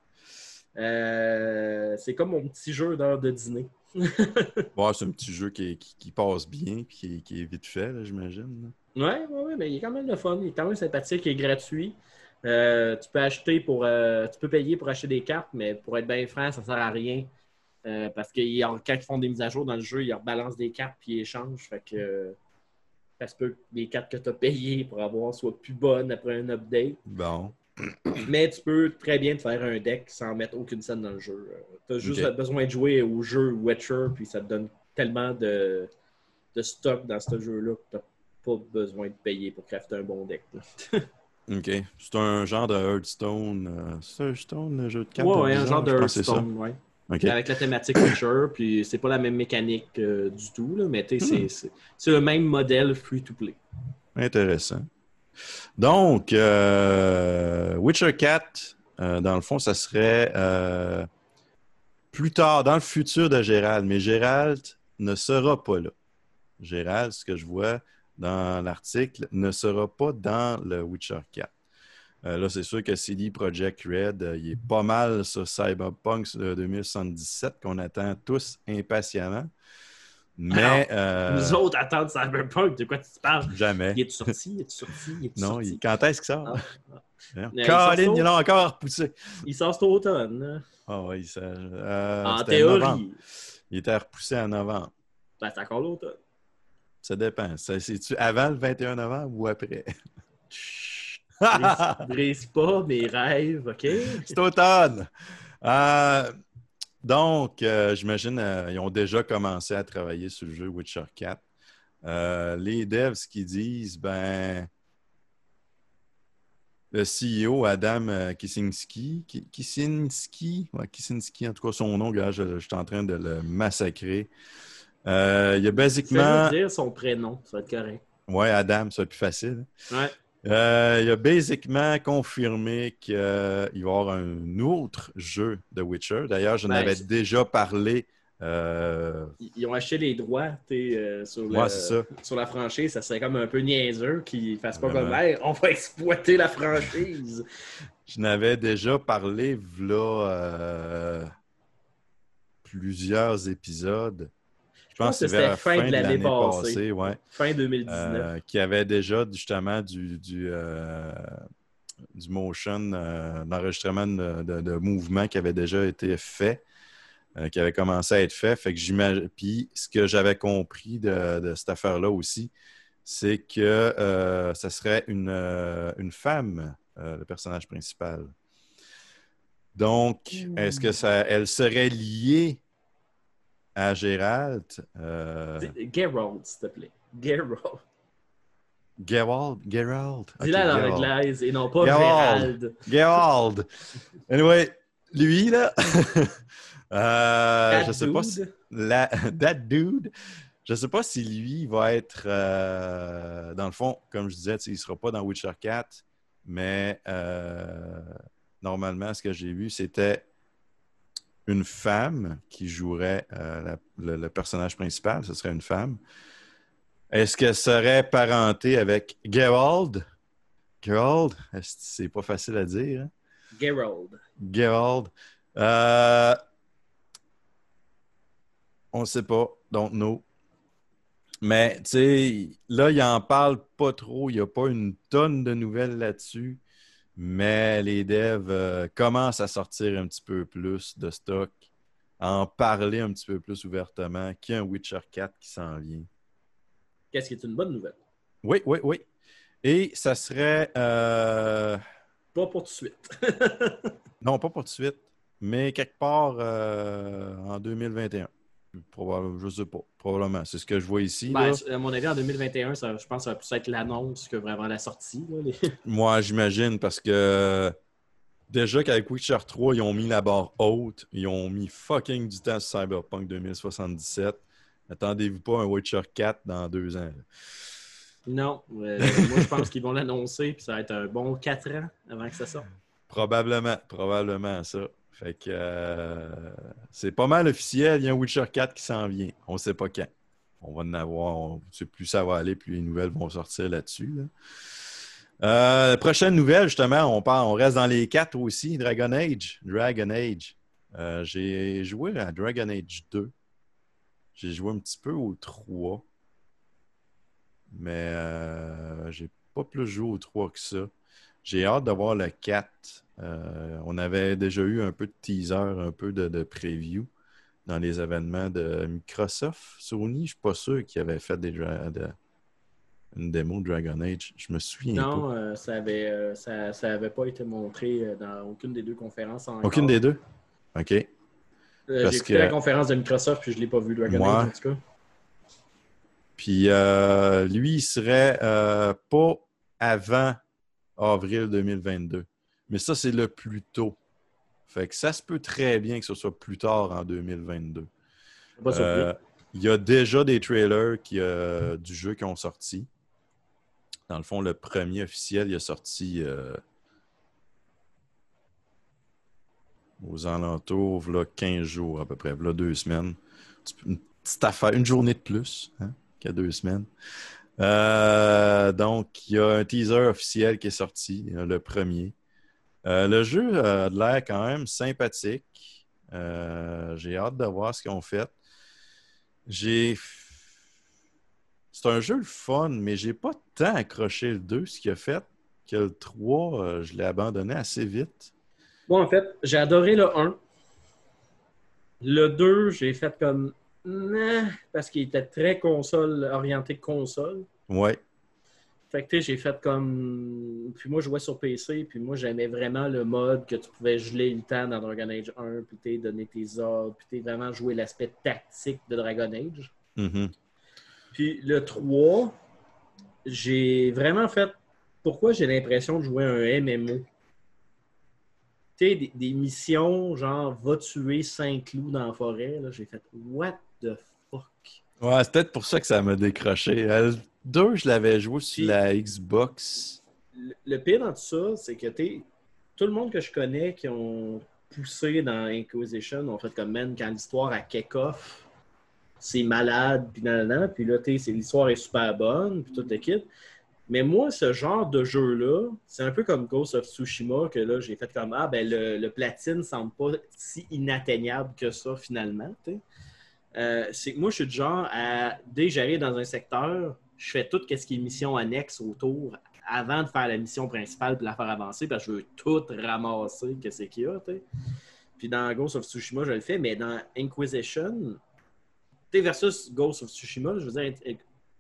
Euh, c'est comme mon petit jeu d'heure de dîner. bon, c'est un petit jeu qui, qui, qui passe bien et qui, qui est vite fait, là, j'imagine. Ouais, ouais, ouais, mais il est quand même le fun. Il est quand même sympathique, il est gratuit. Euh, tu peux acheter pour euh, tu peux payer pour acheter des cartes, mais pour être bien franc, ça ne sert à rien. Euh, parce que quand ils font des mises à jour dans le jeu, ils rebalancent des cartes puis ils échangent. Fait que euh, ça se peut que les cartes que tu as payées pour avoir soient plus bonnes après un update. Bon. Mais tu peux très bien te faire un deck sans mettre aucune scène dans le jeu. Tu as juste Okay. besoin de jouer au jeu Witcher, puis ça te donne tellement de, de stock dans ce jeu-là que tu n'as pas besoin de payer pour crafter un bon deck. OK. C'est un genre de Hearthstone. Euh, c'est un Hearthstone, le jeu de cartes? Ouais, de ouais, un Blizzard, genre de je pense que c'est ça. Hearthstone, ouais. OK. Avec la thématique Witcher, puis c'est pas la même mécanique euh, du tout, là, mais tu sais, c'est, c'est, c'est le même modèle free-to-play. Intéressant. Donc, euh, Witcher quatre, euh, dans le fond, ça serait euh, plus tard, dans le futur de Gérald. Mais Gérald ne sera pas là. Gérald, ce que je vois dans l'article, ne sera pas dans le Witcher quatre. Euh, là, c'est sûr que C D Projekt Red, euh, il est pas mal sur Cyberpunk euh, deux mille soixante-dix-sept qu'on attend tous impatiemment. Mais... Euh, Nous autres attendent Cyberpunk, de quoi tu parles? jamais. Il est sorti? Il est sorti? Il est Non, sorti? il- quand est-ce qu'il sort? Ah, Hein? Mais il Colin, sort il l'a encore repoussé. Il sort cet automne. Là. Ah oui, ça. Euh, en c'était novembre. théorie. Il était repoussé en novembre. Ben, c'est encore l'automne. Ça dépend. Ça, c'est-tu avant le vingt et un novembre ou après? Chut. Brise, brise pas mes rêves, OK? C'est automne! Euh, donc, euh, j'imagine euh, ils ont déjà commencé à travailler sur le jeu Witcher quatre. Euh, les devs, ce qu'ils disent, ben. Le C E O, Adam euh, Kicinski, Ki- Kicinski, ouais, Kicinski, en tout cas son nom, gars, je, je suis en train de le massacrer. Euh, il y a basiquement. Fais-lui dire son prénom, ça va être correct. Ouais, Adam, ça va être plus facile. Ouais. Euh, il a basiquement confirmé qu'il va y avoir un autre jeu de Witcher. D'ailleurs, je Ben, n'avais c'est- déjà parlé. Euh... Ils ils ont acheté les droits t'sais, euh, sur, le- Ouais, c'est ça. sur la franchise. Ça serait comme un peu niaiseux qu'ils ne fassent pas Vraiment. comme hey, on va exploiter la franchise. Je n'avais déjà parlé, v'là euh, plusieurs épisodes. Je pense que que c'était vers la c'était fin de l'année passée, ouais. Fin deux mille dix-neuf. Euh, qui avait déjà justement du, du, euh, du motion, euh, d'enregistrement de, de, de mouvement qui avait déjà été fait, euh, qui avait commencé à être fait. Fait que j'imagine. Puis ce que j'avais compris de, de cette affaire-là aussi, c'est que euh, ça serait une, euh, une femme, euh, le personnage principal. Donc, mmh. est-ce que ça, elle serait liée à Geralt? Euh... Geralt, s'il te plaît. Geralt. Geralt? Geralt? Dis-la okay, dans l'anglaise et non pas Geralt. Geralt. Anyway, lui, là, euh, je sais dude. pas si... La... That dude... Je ne sais pas si lui va être, euh, dans le fond, comme je disais, il ne sera pas dans Witcher quatre, mais euh, normalement, ce que j'ai vu, c'était une femme qui jouerait euh, la, le, le personnage principal. Ce serait une femme. Est-ce qu'elle serait parentée avec Geralt? Geralt? C'est pas facile à dire. Hein? Geralt. Geralt. Euh, on ne sait pas. Don't know. Mais, tu sais, là, il n'en parle pas trop. Il n'y a pas une tonne de nouvelles là-dessus. Mais les devs euh, commencent à sortir un petit peu plus de stock, à en parler un petit peu plus ouvertement, qu'il y a un Witcher quatre qui s'en vient. Qu'est-ce qui est une bonne nouvelle? Oui, oui, oui. Et ça serait... Euh... Pas pour tout de suite. Non, pas pour tout de suite. Mais quelque part euh, en deux mille vingt et un. Probablement, je ne sais pas. Probablement. C'est ce que je vois ici. Ben, là. À mon avis, en deux mille vingt et un, ça, je pense que ça va plus être l'annonce que vraiment la sortie. Là, les... Moi, j'imagine, parce que déjà qu'avec Witcher trois, ils ont mis la barre haute. Ils ont mis fucking du temps sur Cyberpunk deux mille soixante-dix-sept. Attendez-vous pas un Witcher quatre dans deux ans. Là. Non. Euh, moi, je pense qu'ils vont l'annoncer puis ça va être un bon quatre ans avant que ça sorte. Probablement. Probablement ça. Fait que euh, c'est pas mal officiel. Il y a un Witcher quatre qui s'en vient. On ne sait pas quand. On va en avoir. On, plus ça va aller, plus les nouvelles vont sortir là-dessus. Là. Euh, prochaine nouvelle, justement, on, part, on reste dans les quatre aussi. Dragon Age. Dragon Age. Euh, j'ai joué à Dragon Age deux. J'ai joué un petit peu au trois. Mais euh, j'ai pas plus joué au trois que ça. J'ai hâte de voir le quatre. Euh, on avait déjà eu un peu de teaser, un peu de, de preview dans les événements de Microsoft. Sony, je ne suis pas sûr qu'ils avaient fait des, de, une démo de Dragon Age. Je me souviens non, pas. Non, euh, ça n'avait euh, ça, ça avait pas été montré dans aucune des deux conférences encore. Aucune des deux? OK. Euh, j'ai écouté que... la conférence de Microsoft puis je ne l'ai pas vu, Dragon Moi... Age, en tout cas. Puis euh, lui, il serait euh, pas avant avril deux mille vingt-deux. Mais ça, c'est le plus tôt. Fait que ça se peut très bien que ce soit plus tard en deux mille vingt-deux. Pas euh, il y a déjà des trailers qui, euh, du jeu qui ont sorti. Dans le fond, le premier officiel, il a sorti euh, aux alentours, voilà quinze jours à peu près, voilà deux semaines. Une petite affaire, une journée de plus hein, qu'à deux semaines. Euh, donc, il y a un teaser officiel qui est sorti, le premier. Euh, le jeu a de l'air quand même sympathique. Euh, j'ai hâte de voir ce qu'ils ont fait. J'ai... C'est un jeu le fun, mais j'ai pas tant accroché le deux, ce qui a fait que le trois, euh, je l'ai abandonné assez vite. Bon, en fait, j'ai adoré le un. Le deux, j'ai fait comme... Nah, parce qu'il était très console, orienté console. Ouais. Fait que tu sais, j'ai fait comme... Puis moi, je jouais sur P C, puis moi, j'aimais vraiment le mode que tu pouvais geler le temps dans Dragon Age un, puis tu donner tes ordres, puis tu vraiment jouer l'aspect tactique de Dragon Age. Mm-hmm. Puis le trois, j'ai vraiment fait... Pourquoi j'ai l'impression de jouer un M M O? Tu sais, des, des missions, genre, va tuer cinq loups dans la forêt, là, j'ai fait « What the fuck? » Ouais, c'est peut-être pour ça que ça m'a décroché. Le deux, je l'avais joué sur Puis, la Xbox. Le, le pire dans tout ça, c'est que t'es, tout le monde que je connais qui ont poussé dans Inquisition ont fait comme « Man, quand l'histoire a kick-off, c'est malade, puis nanana, puis là, tu sais, l'histoire est super bonne, puis toute l'équipe. » Mais moi, ce genre de jeu-là, c'est un peu comme Ghost of Tsushima, que là, j'ai fait comme « Ah, ben le, le platine semble pas si inatteignable que ça, finalement. » euh, c'est que moi, je suis du genre à... Dès que j'arrive dans un secteur, je fais tout ce qui est mission annexe autour avant de faire la mission principale et de la faire avancer, parce que je veux tout ramasser, qu'est-ce qu'il y a. T'sais. Puis dans Ghost of Tsushima, je le fais, mais dans Inquisition, versus Ghost of Tsushima, je veux dire...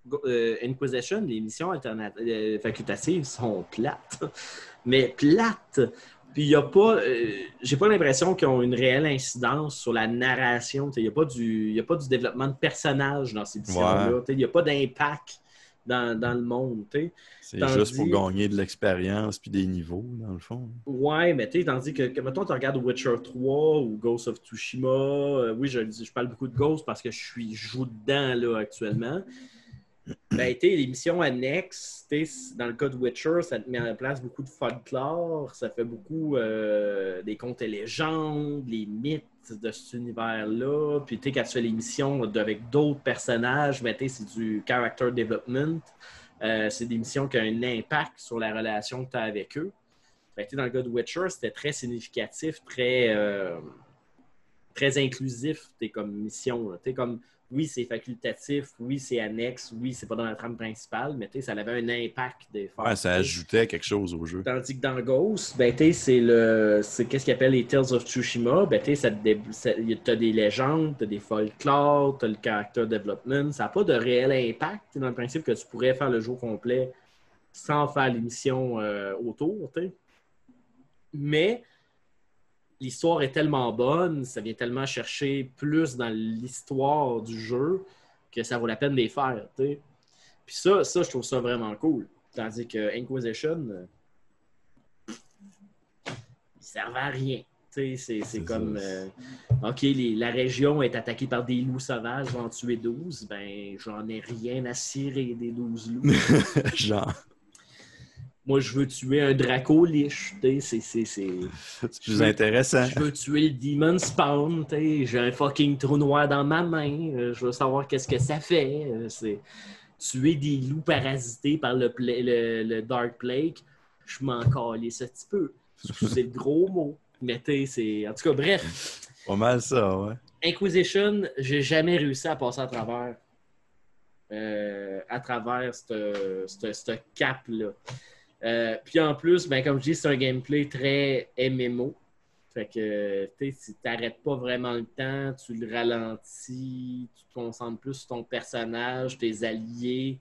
euh, Inquisition, les missions alternatives, euh, facultatives sont plates. Mais plates! Puis il n'y a pas... Euh, j'ai pas l'impression qu'ils ont une réelle incidence sur la narration. Il n'y a, pas du- y a pas du développement de personnages dans ces missions-là. Il n'y a pas d'impact dans, dans le monde. T'sais. C'est Tandis... juste pour gagner de l'expérience puis des niveaux, dans le fond. Ouais, mais tu sais, tandis que, que mettons, tu regardes Witcher trois ou Ghost of Tsushima. Euh, oui, je, je parle beaucoup de Ghost parce que je suis je joue dedans là, actuellement. Ben, tu sais, les missions annexes, tu sais, dans le cas de Witcher, ça te met en place beaucoup de folklore, ça fait beaucoup euh, des contes et légendes, les mythes de cet univers-là. Puis, tu sais, quand tu fais les missions avec d'autres personnages, ben, tu sais, c'est du character development. Euh, c'est des missions qui ont un impact sur la relation que tu as avec eux. Ben, tu sais, dans le cas de Witcher, c'était très significatif, très, euh, très inclusif, tu sais, comme mission. Tu sais, comme oui, c'est facultatif, oui, c'est annexe, oui, c'est pas dans la trame principale, mais ça avait un impact des fois. Ouais, ça ajoutait quelque chose au jeu. Tandis que dans Ghost, ben, c'est le. C'est qu'est-ce qu'ils appellent les Tales of Tsushima. Ben, tu as des légendes, tu as des folklore, tu as le character development. Ça n'a pas de réel impact dans le principe que tu pourrais faire le jeu complet sans faire l'émission euh, autour. T'sais. Mais l'histoire est tellement bonne, ça vient tellement chercher plus dans l'histoire du jeu que ça vaut la peine de les faire. T'sais. Puis ça, ça, je trouve ça vraiment cool. Tandis que Inquisition, euh, il ne servait à rien. C'est, c'est, c'est comme, euh, OK, les, la région est attaquée par des loups sauvages, j'en tuer douze. Ben, j'en ai rien à cirer des douze loups. Genre. Moi, je veux tuer un Draco liche, c'est, c'est, c'est... C'est plus intéressant. Je veux tuer le Demon Spawn, t'sais. J'ai un fucking trou noir dans ma main, euh, je veux savoir qu'est-ce que ça fait. Euh, c'est tuer des loups parasités par le, pla- le, le Dark Plague, je m'en calisse un petit peu. C'est le gros mot, mais t'sais, c'est... En tout cas, bref. Pas mal ça, ouais. Inquisition, j'ai jamais réussi à passer à travers. Euh, à travers ce cap-là. Euh, puis en plus, ben, comme je dis, c'est un gameplay très M M O. Fait que si tu n'arrêtes pas vraiment le temps, tu le ralentis, tu te concentres plus sur ton personnage, tes alliés.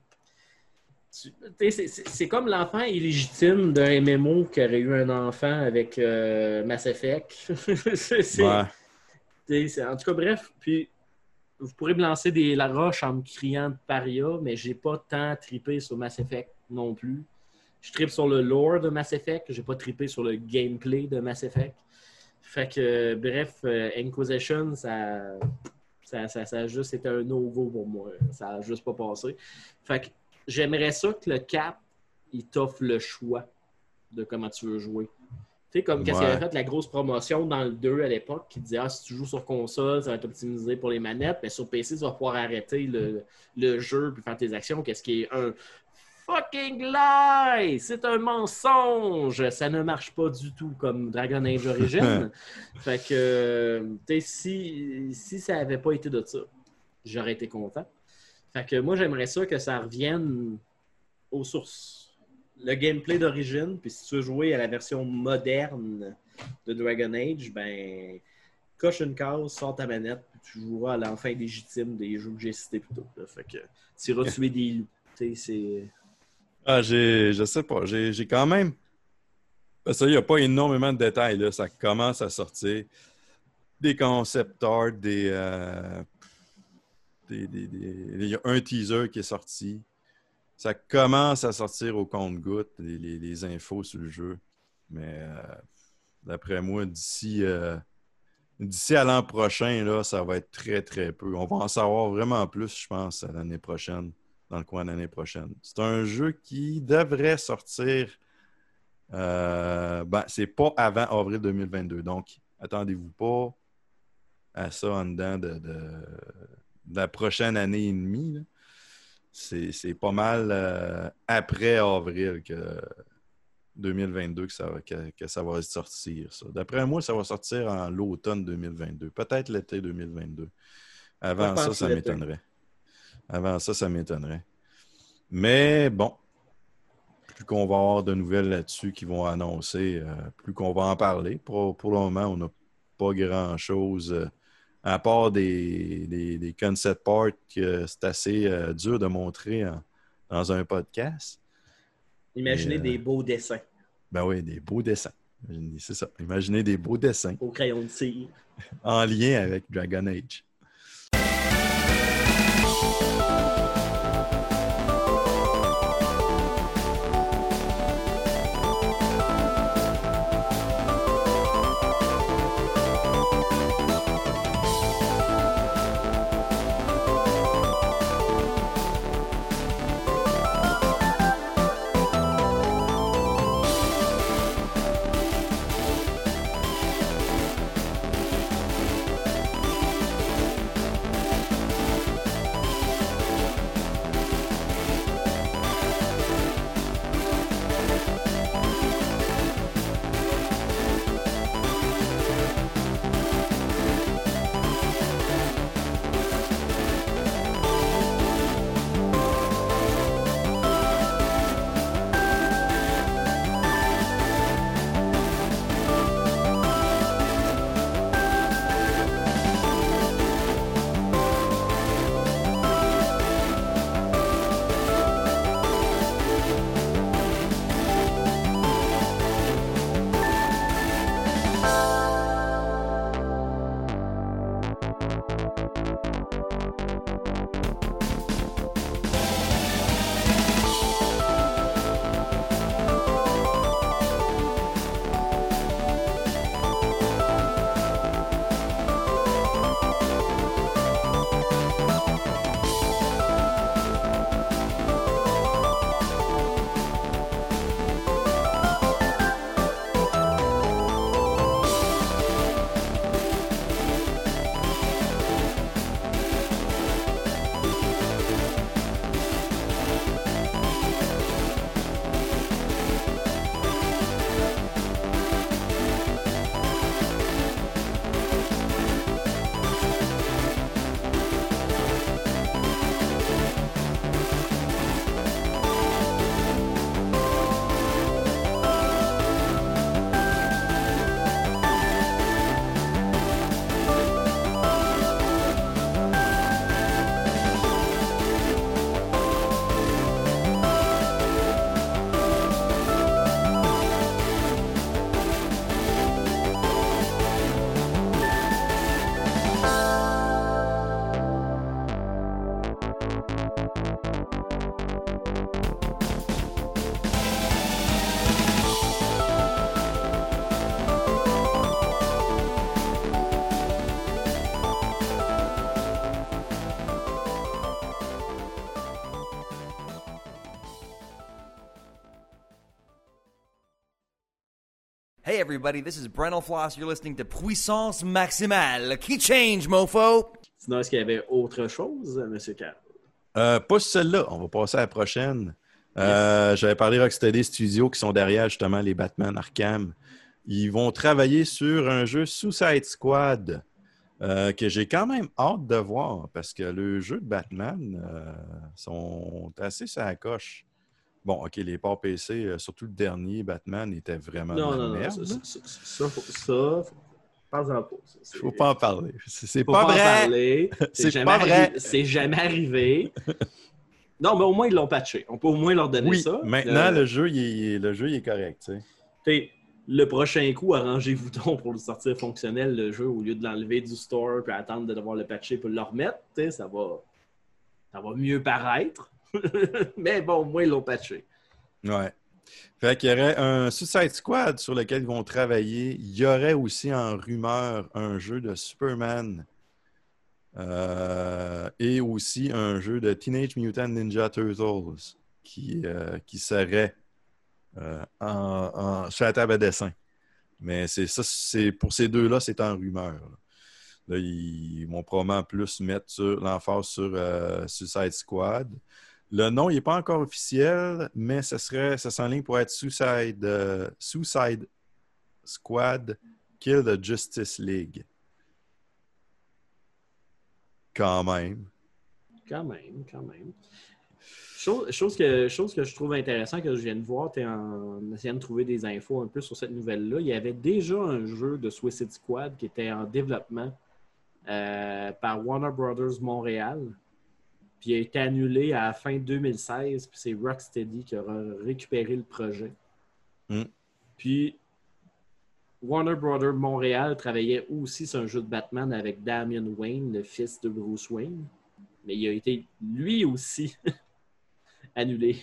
Tu, c'est, c'est, c'est comme l'enfant illégitime d'un M M O qui aurait eu un enfant avec euh, Mass Effect. c'est, c'est, ouais. c'est, en tout cas, bref. Puis vous pourrez me lancer des la roche en me criant de paria, mais j'ai pas tant trippé sur Mass Effect non plus. Je trippe sur le lore de Mass Effect, j'ai pas trippé sur le gameplay de Mass Effect. Fait que, euh, bref, euh, Inquisition, ça, ça, ça, ça a juste été un no-go pour moi. Ça a juste pas passé. Fait que j'aimerais ça que le Cap, il t'offre le choix de comment tu veux jouer. Tu sais, comme ouais. Quand il avait fait la grosse promotion dans le deux à l'époque, qui disait ah, si tu joues sur console, ça va être optimisé pour les manettes, mais sur P C, tu vas pouvoir arrêter le, le jeu et faire tes actions, qu'est-ce qui est un fucking lie! C'est un mensonge! Ça ne marche pas du tout comme Dragon Age Origins. Fait que, tu sais, si, si ça n'avait pas été de ça, j'aurais été content. Fait que moi, j'aimerais ça que ça revienne aux sources. Le gameplay d'origine, puis si tu veux jouer à la version moderne de Dragon Age, ben, coche une case, sors ta manette, puis tu joueras à l'enfant légitime des jeux que j'ai cités plus tôt. Là. Fait que tu iras tuer des loups. Tu sais, c'est... Ah, j'ai, je sais pas, j'ai, j'ai quand même... Parce qu'il n'y a pas énormément de détails, là. Ça commence à sortir. Des concept art, des, euh... des, des, des... Il y a un teaser qui est sorti. Ça commence à sortir au compte-gouttes, les, les, les infos sur le jeu. Mais euh, d'après moi, d'ici, euh, d'ici à l'an prochain, là, ça va être très, très peu. On va en savoir vraiment plus, je pense, à l'année prochaine. Dans le coin de l'année prochaine. C'est un jeu qui devrait sortir. Euh, ben, c'est pas avant avril deux mille vingt-deux. Donc, attendez-vous pas à ça en dedans de, de, de la prochaine année et demie. Là. C'est, c'est pas mal euh, après avril que deux mille vingt-deux que ça, que, que ça va sortir. Ça. D'après moi, ça va sortir en l'automne deux mille vingt-deux. Peut-être l'été deux mille vingt-deux. Avant ça, ça l'été. m'étonnerait. Avant ça, ça m'étonnerait. Mais bon, plus qu'on va avoir de nouvelles là-dessus qui vont annoncer, euh, plus qu'on va en parler. Pour, pour le moment, on n'a pas grand-chose à part des, des, des concept parts que c'est assez euh, dur de montrer en- dans un podcast. Imaginez Et, euh, des beaux dessins Ben oui, des beaux dessins. C'est ça. Imaginez des beaux dessins au crayon de cire. en lien avec Dragon Age. Hey everybody, this is Brennel Floss. You're listening to Puissance Maximale. Key change, mofo! Sinon, est-ce qu'il y avait autre chose, M. Carl? Euh, pas celle-là. On va passer à la prochaine. Euh, Yes. J'avais parlé Rocksteady Studios qui sont derrière justement les Batman Arkham. Ils vont travailler sur un jeu Suicide Squad euh, que j'ai quand même hâte de voir parce que le jeu de Batman euh, sont assez sur la coche. Bon, OK, les ports P C, euh, surtout le dernier Batman, était vraiment Non, de la non, non. merde. Ça, ça, ça, faut- ça faut- parle-en pas. Ça, c'est- Faut pas en parler. C'est c'est faut pas, pas en vrai. parler. C'est jamais pas vrai. arri- C'est jamais arrivé. Non, mais au moins, ils l'ont patché. On peut au moins leur donner Oui, ça. maintenant, Euh, le, jeu, il est, le jeu, il est correct. Tu sais. t'sais, le prochain coup, arrangez-vous donc pour le sortir fonctionnel, le jeu, au lieu de l'enlever du store puis attendre de devoir le patcher pour le remettre. t'sais, Ça va, ça va mieux paraître. Mais bon, au moins, ils l'ont patché. Ouais. Fait qu'il y aurait un Suicide Squad sur lequel ils vont travailler. Il y aurait aussi en rumeur un jeu de Superman euh, et aussi un jeu de Teenage Mutant Ninja Turtles qui, euh, qui serait euh, en, en- sur la table à dessin. Mais c'est ça, c'est pour ces deux-là, c'est en rumeur. Là, Là, ils vont probablement plus mettre sur, l'emphase sur euh, Suicide Squad. Le nom, il n'est pas encore officiel, mais ce serait, ça s'enligne pour être Suicide, euh, Suicide Squad Kill the Justice League. Quand même. Quand même, quand même. Chose, chose, que, chose que je trouve intéressant, que je viens de voir t'es en essayant de trouver des infos un peu sur cette nouvelle-là, il y avait déjà un jeu de Suicide Squad qui était en développement euh, par Warner Brothers Montréal. Puis il a été annulé à la fin deux mille seize. Puis c'est Rocksteady qui a récupéré le projet. Mm. Puis Warner Brothers Montréal travaillait aussi sur un jeu de Batman avec Damian Wayne, le fils de Bruce Wayne. Mais il a été lui aussi annulé.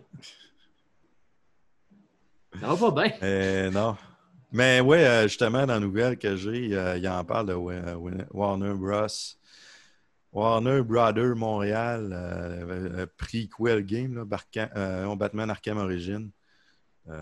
Ça va pas bien. Euh, non. Mais oui, euh, justement, dans la nouvelle que j'ai, euh, il en parle de euh, Warner Bros. Warner Brothers Montréal, euh, le prequel game, là, Barca- euh, Batman Arkham Origins. Euh,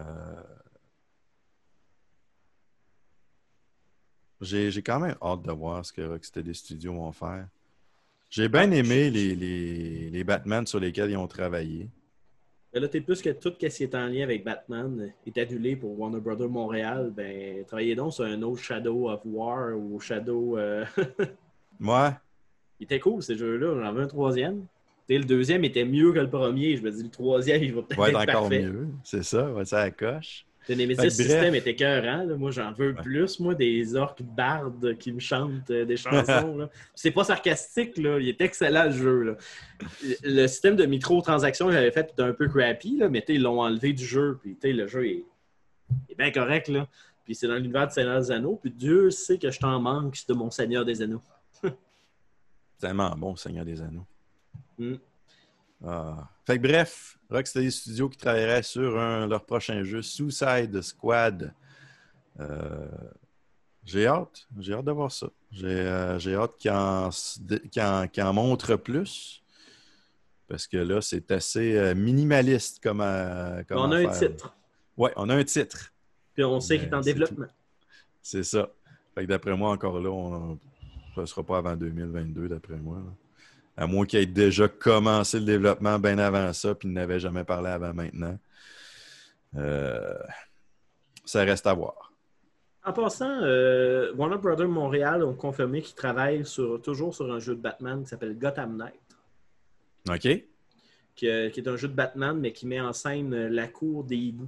j'ai, j'ai quand même hâte de voir ce que Rocksteady Studios vont faire. J'ai bien Ah, aimé je- les, les, les Batman sur lesquels ils ont travaillé. Mais là, t'es plus que tout ce qui est en lien avec Batman est annulé pour Warner Brothers Montréal. Ben, travaillez donc sur un autre Shadow of War ou Shadow. Euh... Moi, Il était cool, ces jeux-là. J'en veux un troisième. T'sais, le deuxième était mieux que le premier. Je me dis, le troisième, il va peut-être va être être encore parfait. mieux. C'est ça, ouais, ça coche. Le Nemesis Fait que bref. System était écœurant. Là. Moi, j'en veux Ouais. plus. Moi, des orques bardes qui me chantent euh, des chansons. Là. C'est pas sarcastique. Là. Il est excellent, le jeu. Là. Le système de microtransactions que j'avais fait était un peu crappy, là, mais ils l'ont enlevé du jeu. Puis, le jeu est, est bien correct. Là. Puis c'est dans l'univers de Seigneur des Anneaux. Puis Dieu sait que je t'en manque de mon Seigneur des Anneaux. C'est tellement bon, Seigneur des Anneaux. Mm. Ah. Fait que bref, Rocksteady Studios qui travaillerait sur un, leur prochain jeu, Suicide Squad. Euh, j'ai hâte. J'ai hâte de voir ça. J'ai, euh, j'ai hâte qu'ils en, qu'ils en, qu'ils en montrent plus. Parce que là, c'est assez euh, minimaliste comme, euh, comme On a un affaire. titre. Oui, on a un titre. Puis on sait Mais qu'il est en c'est développement. C'est ça. Fait que d'après moi, encore là, on, ça ne sera pas avant deux mille vingt-deux, d'après moi. Là. À moins qu'il ait déjà commencé le développement bien avant ça, puis il n'avait jamais parlé avant maintenant. Euh, ça reste à voir. En passant, euh, Warner Brothers Montréal ont confirmé qu'ils travaillent sur, toujours sur un jeu de Batman qui s'appelle Gotham Knight, OK? qui, qui est un jeu de Batman, mais qui met en scène la cour des hiboux.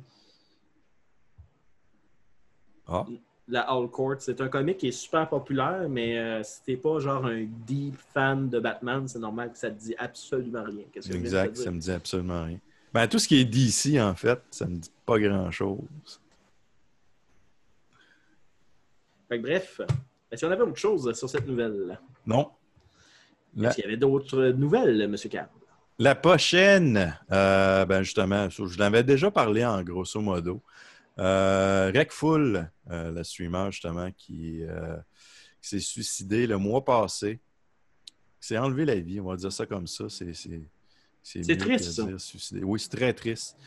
Ah, La Hall Court. C'est un comic qui est super populaire, mais euh, si t'es pas genre un deep fan de Batman, c'est normal que ça te dit absolument rien. Qu'est-ce que je viens de te exact. dire? Ça me dit absolument rien. Ben, tout ce qui est D C, en fait, ça me dit pas grand-chose. Fait que bref, est-ce qu'on avait autre chose sur cette nouvelle? Non. La, Est-ce qu'il y avait d'autres nouvelles, M. Carl? la prochaine, euh, ben justement, je l'avais déjà parlé en grosso modo. Euh, Recful, euh, le streamer justement qui, euh, qui s'est suicidé le mois passé, qui s'est enlevé la vie, on va dire ça comme ça. C'est, c'est, c'est, C'est mieux triste, que ça. dire suicider. Oui, c'est très triste.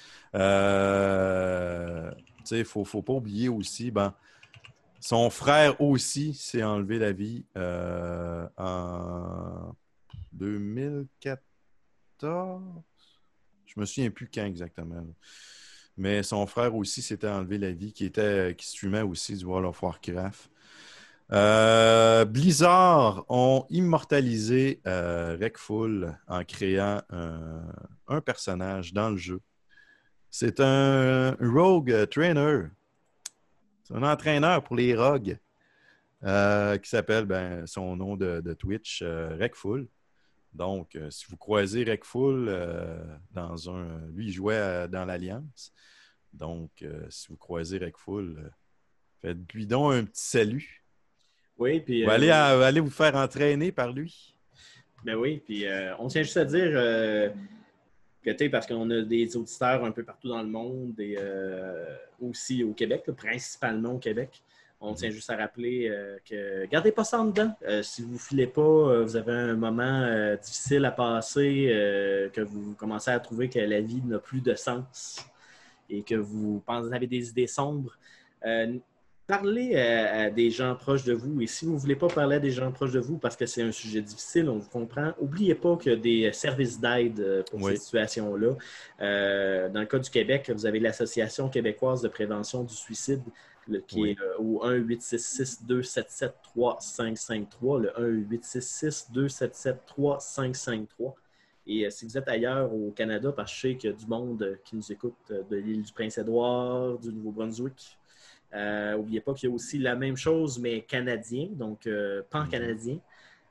Euh, tu sais, il ne faut, faut pas oublier aussi, ben, son frère aussi s'est enlevé la vie euh, en deux mille quatorze. Je me souviens plus quand exactement. Là. Mais son frère aussi s'était enlevé la vie, qui était qui streamait aussi du World of Warcraft. Euh, Blizzard ont immortalisé euh, Recful en créant un, un personnage dans le jeu. C'est un rogue trainer. C'est un entraîneur pour les rogues euh, qui s'appelle, ben, son nom de, de Twitch, euh, Recful. Donc, euh, si vous croisez Recful euh, dans un... Lui, il jouait euh, dans l'Alliance. Donc, euh, si vous croisez Recful, euh, faites-lui donc un petit salut. Oui, puis... Ou euh, allez, à- allez vous faire entraîner par lui. Ben oui, puis euh, on tient juste à dire euh, que, tu sais, parce qu'on a des auditeurs un peu partout dans le monde et euh, aussi au Québec, là, principalement au Québec. On tient juste à rappeler euh, que gardez pas ça en dedans. Euh, si vous ne filez pas, euh, vous avez un moment euh, difficile à passer, euh, que vous commencez à trouver que la vie n'a plus de sens et que vous pensez, vous avez des idées sombres, euh, parlez à, à des gens proches de vous. Et si vous ne voulez pas parler à des gens proches de vous parce que c'est un sujet difficile, on vous comprend, n'oubliez pas qu'il y a des services d'aide pour Oui. ces situations-là. Euh, dans le cas du Québec, vous avez l'Association québécoise de prévention du suicide le, qui Oui. est euh, au un huit six six deux sept sept trois cinq cinq trois, le un huit six six deux sept sept trois cinq cinq trois. Et euh, si vous êtes ailleurs au Canada, parce que je sais qu'il y a du monde euh, qui nous écoute euh, de l'île du Prince-Édouard, du Nouveau-Brunswick, n'oubliez pas qu'il y a aussi la même chose, mais canadien, donc euh, pan-canadien.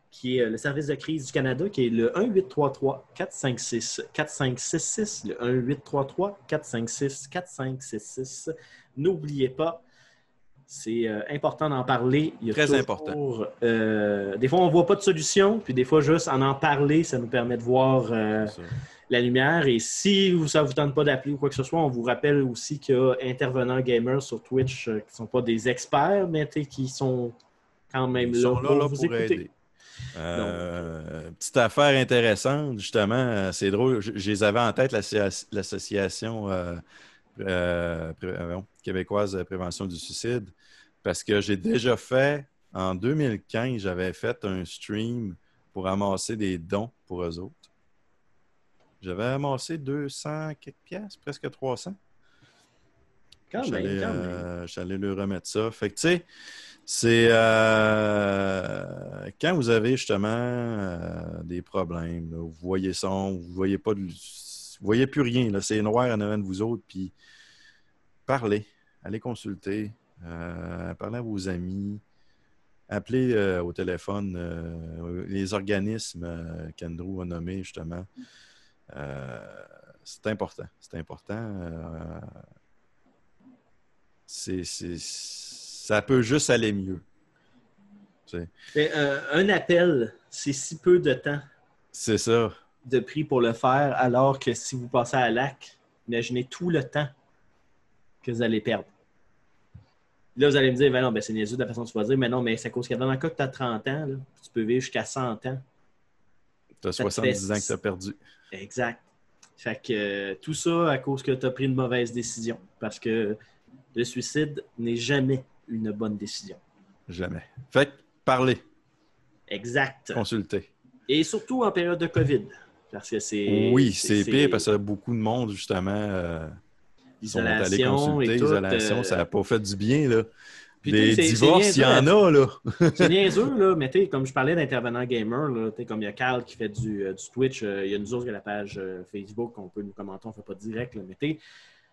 qui est le service de crise du Canada, qui est le un huit trois trois quatre cinq six quatre cinq six six, le un huit trois trois quatre cinq six quatre cinq six six. N'oubliez pas, c'est euh, important d'en parler. Il y a Très toujours, important. Euh, des fois, on ne voit pas de solution, puis des fois, juste en en parler, ça nous permet de voir euh, la lumière. Et si ça ne vous tente pas d'appeler ou quoi que ce soit, on vous rappelle aussi qu'il y a intervenants gamers sur Twitch euh, qui ne sont pas des experts, mais qui sont quand même Ils là, sont là, pour là vous pour écouter. aider. Euh, petite affaire intéressante, justement, euh, c'est drôle, je, je les avais en tête, l'association euh, euh, pré, euh, québécoise de prévention du suicide, parce que j'ai déjà fait, en deux mille quinze, j'avais fait un stream pour amasser des dons pour eux autres. J'avais amassé deux cents quelques piastres, presque trois cents. Quand même, J'allais, quand même. euh, j'allais lui remettre ça. Fait que, tu sais, c'est euh, quand vous avez justement euh, des problèmes, là, vous voyez ça, vous voyez pas de, vous voyez plus rien, là, c'est noir en avant de vous autres, puis parlez, allez consulter, euh, parlez à vos amis, appelez euh, au téléphone euh, les organismes euh, qu'Andrew a nommés justement. Euh, c'est important, c'est important. Euh, c'est, c'est, ça peut juste aller mieux. Mais, euh, un appel, c'est si peu de temps C'est ça. de prix pour le faire, alors que si vous passez à l'acte, imaginez tout le temps que vous allez perdre. Là, vous allez me dire, ben non, ben c'est niaiseux de la façon dont tu vas dire, mais non, mais c'est à cause que dans le cas que tu as trente ans, là, tu peux vivre jusqu'à cent ans. Tu as soixante-dix fait... ans que tu as perdu. Exact. Fait que euh, tout ça à cause que tu as pris une mauvaise décision. Parce que le suicide n'est jamais une bonne décision. Jamais. Fait que parlez. Exact. Consultez. Et surtout en période de COVID. Parce que c'est... Oui, c'est, c'est pire parce que beaucoup de monde, justement, euh, sont allés consulter. L'isolation, euh... ça n'a pas fait du bien, là. Puis, des divorces, il y en a, là. C'est niaiseux, là, mais tu sais, comme je parlais d'intervenants gamers, là, comme il y a Carl qui fait du, euh, du Twitch, euh, il y a nous autres qui a la page euh, Facebook, on peut nous commenter, on ne fait pas direct, là, mais tu sais,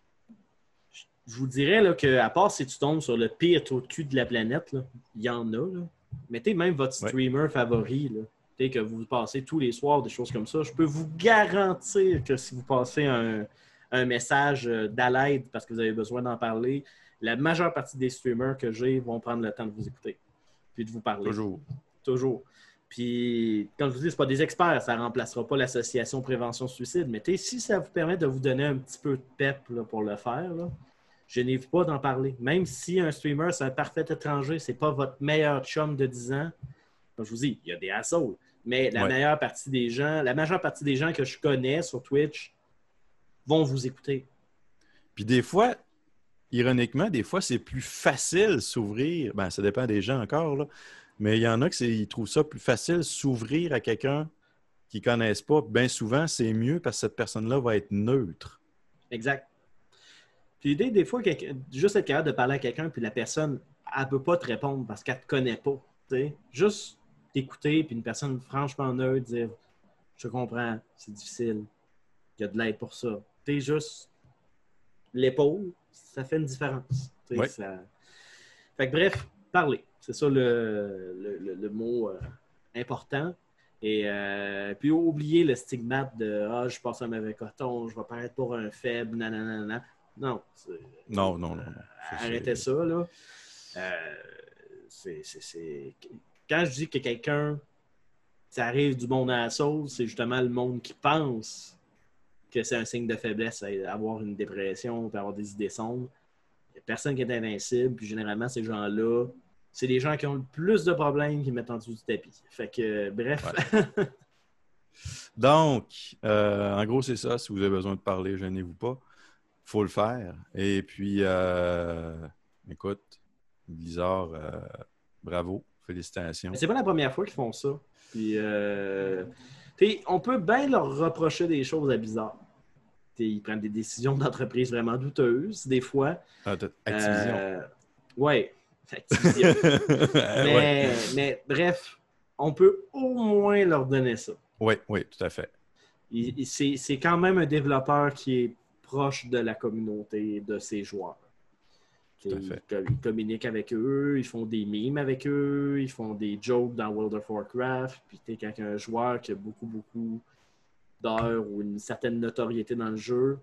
je vous dirais là, qu'à part si tu tombes sur le pire trou de cul de la planète, il y en a, là. Mais tu sais, même votre streamer ouais. favori, là, tu sais, que vous passez tous les soirs, des choses comme ça, je peux vous garantir que si vous passez un, un message d'aide parce que vous avez besoin d'en parler, la majeure partie des streamers que j'ai vont prendre le temps de vous écouter puis de vous parler. Toujours. Toujours. Puis, comme je vous dis, ce pas des experts, ça ne remplacera pas l'association Prévention Suicide, mais si ça vous permet de vous donner un petit peu de pep là, pour le faire, là, je n'hésite pas d'en parler. Même si un streamer, c'est un parfait étranger, c'est pas votre meilleur chum de dix ans, comme je vous dis, il y a des assauts, mais la ouais. meilleure partie des gens, la majeure partie des gens que je connais sur Twitch vont vous écouter. Puis des fois, ironiquement, des fois, c'est plus facile s'ouvrir. Ben, ça dépend des gens encore, là. Mais il y en a qui trouvent ça plus facile s'ouvrir à quelqu'un qu'ils ne connaissent pas. Bien souvent, c'est mieux parce que cette personne-là va être neutre. Exact. Puis l'idée, des fois, juste être capable de parler à quelqu'un, puis la personne, elle ne peut pas te répondre parce qu'elle ne te connaît pas. T'sais. Juste t'écouter, puis une personne franchement neutre, dire « Je comprends, c'est difficile, il y a de l'aide pour ça. » Tu es juste l'épaule. Ça fait une différence. Oui. Ça... Fait que bref, parler. C'est ça le, le, le, le mot euh, important. Et euh, puis oublier le stigmate de « Ah, je passe un mauvais coton, je vais paraître pour un faible, nanana. » Non. Non, non, non. non. Arrêtez ça, là. Euh, c'est, c'est, c'est... Quand je dis que quelqu'un, ça arrive du monde à la sauce, c'est justement le monde qui pense que c'est un signe de faiblesse, avoir une dépression, avoir des idées sombres. Il n'y a personne qui est invincible, puis généralement, ces gens-là, c'est les gens qui ont le plus de problèmes qui mettent en dessous du tapis. Fait que, bref. Ouais. Donc, euh, en gros, c'est ça. Si vous avez besoin de parler, gênez-vous pas. Il faut le faire. Et puis, euh, écoute, Blizzard, euh, bravo, félicitations. Mais c'est pas la première fois qu'ils font ça. Puis, euh, on peut bien leur reprocher des choses à Blizzard. T'sais, ils prennent des décisions d'entreprise vraiment douteuses, des fois. Ah, Activision. Euh, oui, Activision. mais, ouais. mais bref, on peut au moins leur donner ça. Oui, oui, tout à fait. Il, il, c'est, c'est quand même un développeur qui est proche de la communauté de ses joueurs. Tout à Ils, fait. ils communiquent avec eux, ils font des memes avec eux, ils font des jokes dans World of Warcraft. Puis tu sais, quand il y a un joueur qui a beaucoup, beaucoup d'heures ou une certaine notoriété dans le jeu,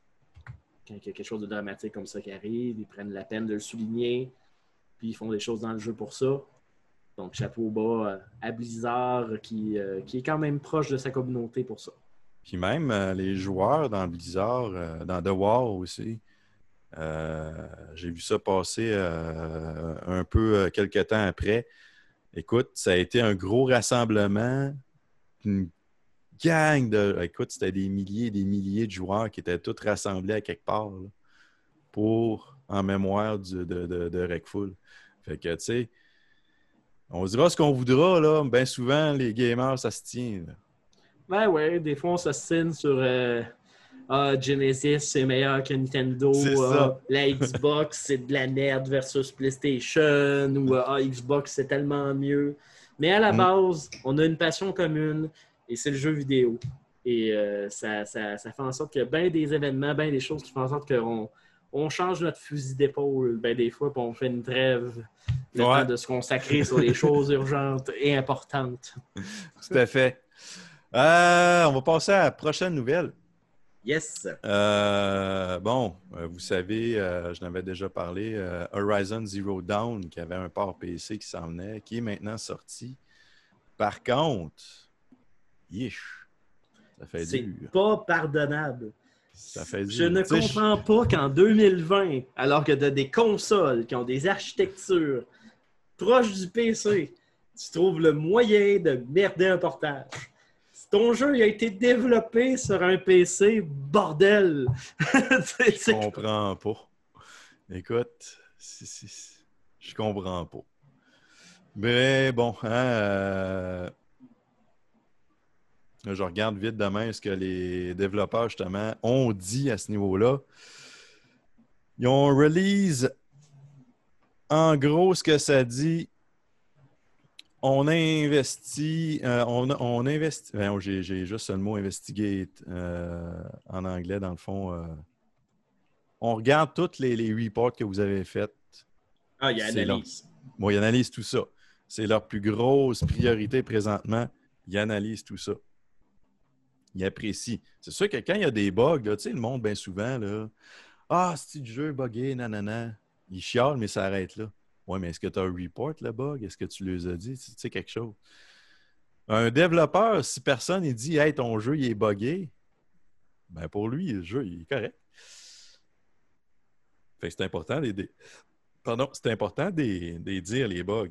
quand il y a quelque chose de dramatique comme ça qui arrive, ils prennent la peine de le souligner, puis ils font des choses dans le jeu pour ça. Donc, chapeau bas à Blizzard, qui, euh, qui est quand même proche de sa communauté pour ça. Puis même euh, les joueurs dans Blizzard, euh, dans The War aussi, euh, j'ai vu ça passer euh, un peu euh, quelques temps après. Écoute, ça a été un gros rassemblement, une gang de... Écoute, c'était des milliers et des milliers de joueurs qui étaient tous rassemblés à quelque part là, pour, en mémoire du, de, de, de Wreckful. Fait que, tu sais, on dira ce qu'on voudra, là. Bien souvent, les gamers, ça se tient. Là. Ben ouais, des fois, on s'ostine sur euh, ah, Genesis, c'est meilleur que Nintendo. C'est ah, ça. La Xbox, c'est de la merde versus PlayStation. Ou ah, Xbox, c'est tellement mieux. Mais à la Mm. base, on a une passion commune et c'est le jeu vidéo. Et euh, ça, ça, ça fait en sorte qu'il y a bien des événements, bien des choses qui font en sorte qu'on on change notre fusil d'épaule ben des fois, puis on fait une trêve le Ouais. temps de se consacrer sur les choses urgentes et importantes. Tout à fait. Euh, on va passer à la prochaine nouvelle. Yes! Euh, bon, euh, vous savez, euh, je n'avais déjà parlé, euh, Horizon Zero Dawn, qui avait un port P C qui s'en venait, qui est maintenant sorti. Par contre, yish, ça fait C'est dur. pas pardonnable. Ça fait Je dur. ne Tu sais, comprends pas qu'en deux mille vingt, alors que tu as des consoles qui ont des architectures proches du P C, tu trouves le moyen de merder un portage. Si ton jeu il a été développé sur un P C, bordel! C'est- Je c'est- comprends pas. Écoute, c'est- c'est- je comprends pas. Mais bon, hein, euh, je regarde vite demain ce que les développeurs, justement, ont dit à ce niveau-là. Ils ont release, en gros, ce que ça dit. On a investi, euh, on, a- on investit, ben, j'ai, j'ai juste le mot investigate euh, en anglais, dans le fond. euh. On regarde tous les, les reports que vous avez faits. Ah, il y a C'est analyse. Bon, ils analysent tout ça. C'est leur plus grosse priorité présentement. Ils analysent tout ça. Ils apprécient. C'est sûr que quand il y a des bugs, là, tu sais, le monde, bien souvent, là, ah, c'est du jeu buggé, nanana. Ils chialent, mais ça arrête là. Ouais, mais est-ce que tu as un report, le bug? Est-ce que tu les as dit? Tu sais, quelque chose. Un développeur, si personne il dit, hey, ton jeu, il est buggé, ben pour lui, le jeu, il est correct. Fait que c'est important d'aider. Pardon, c'est important de dire les bugs.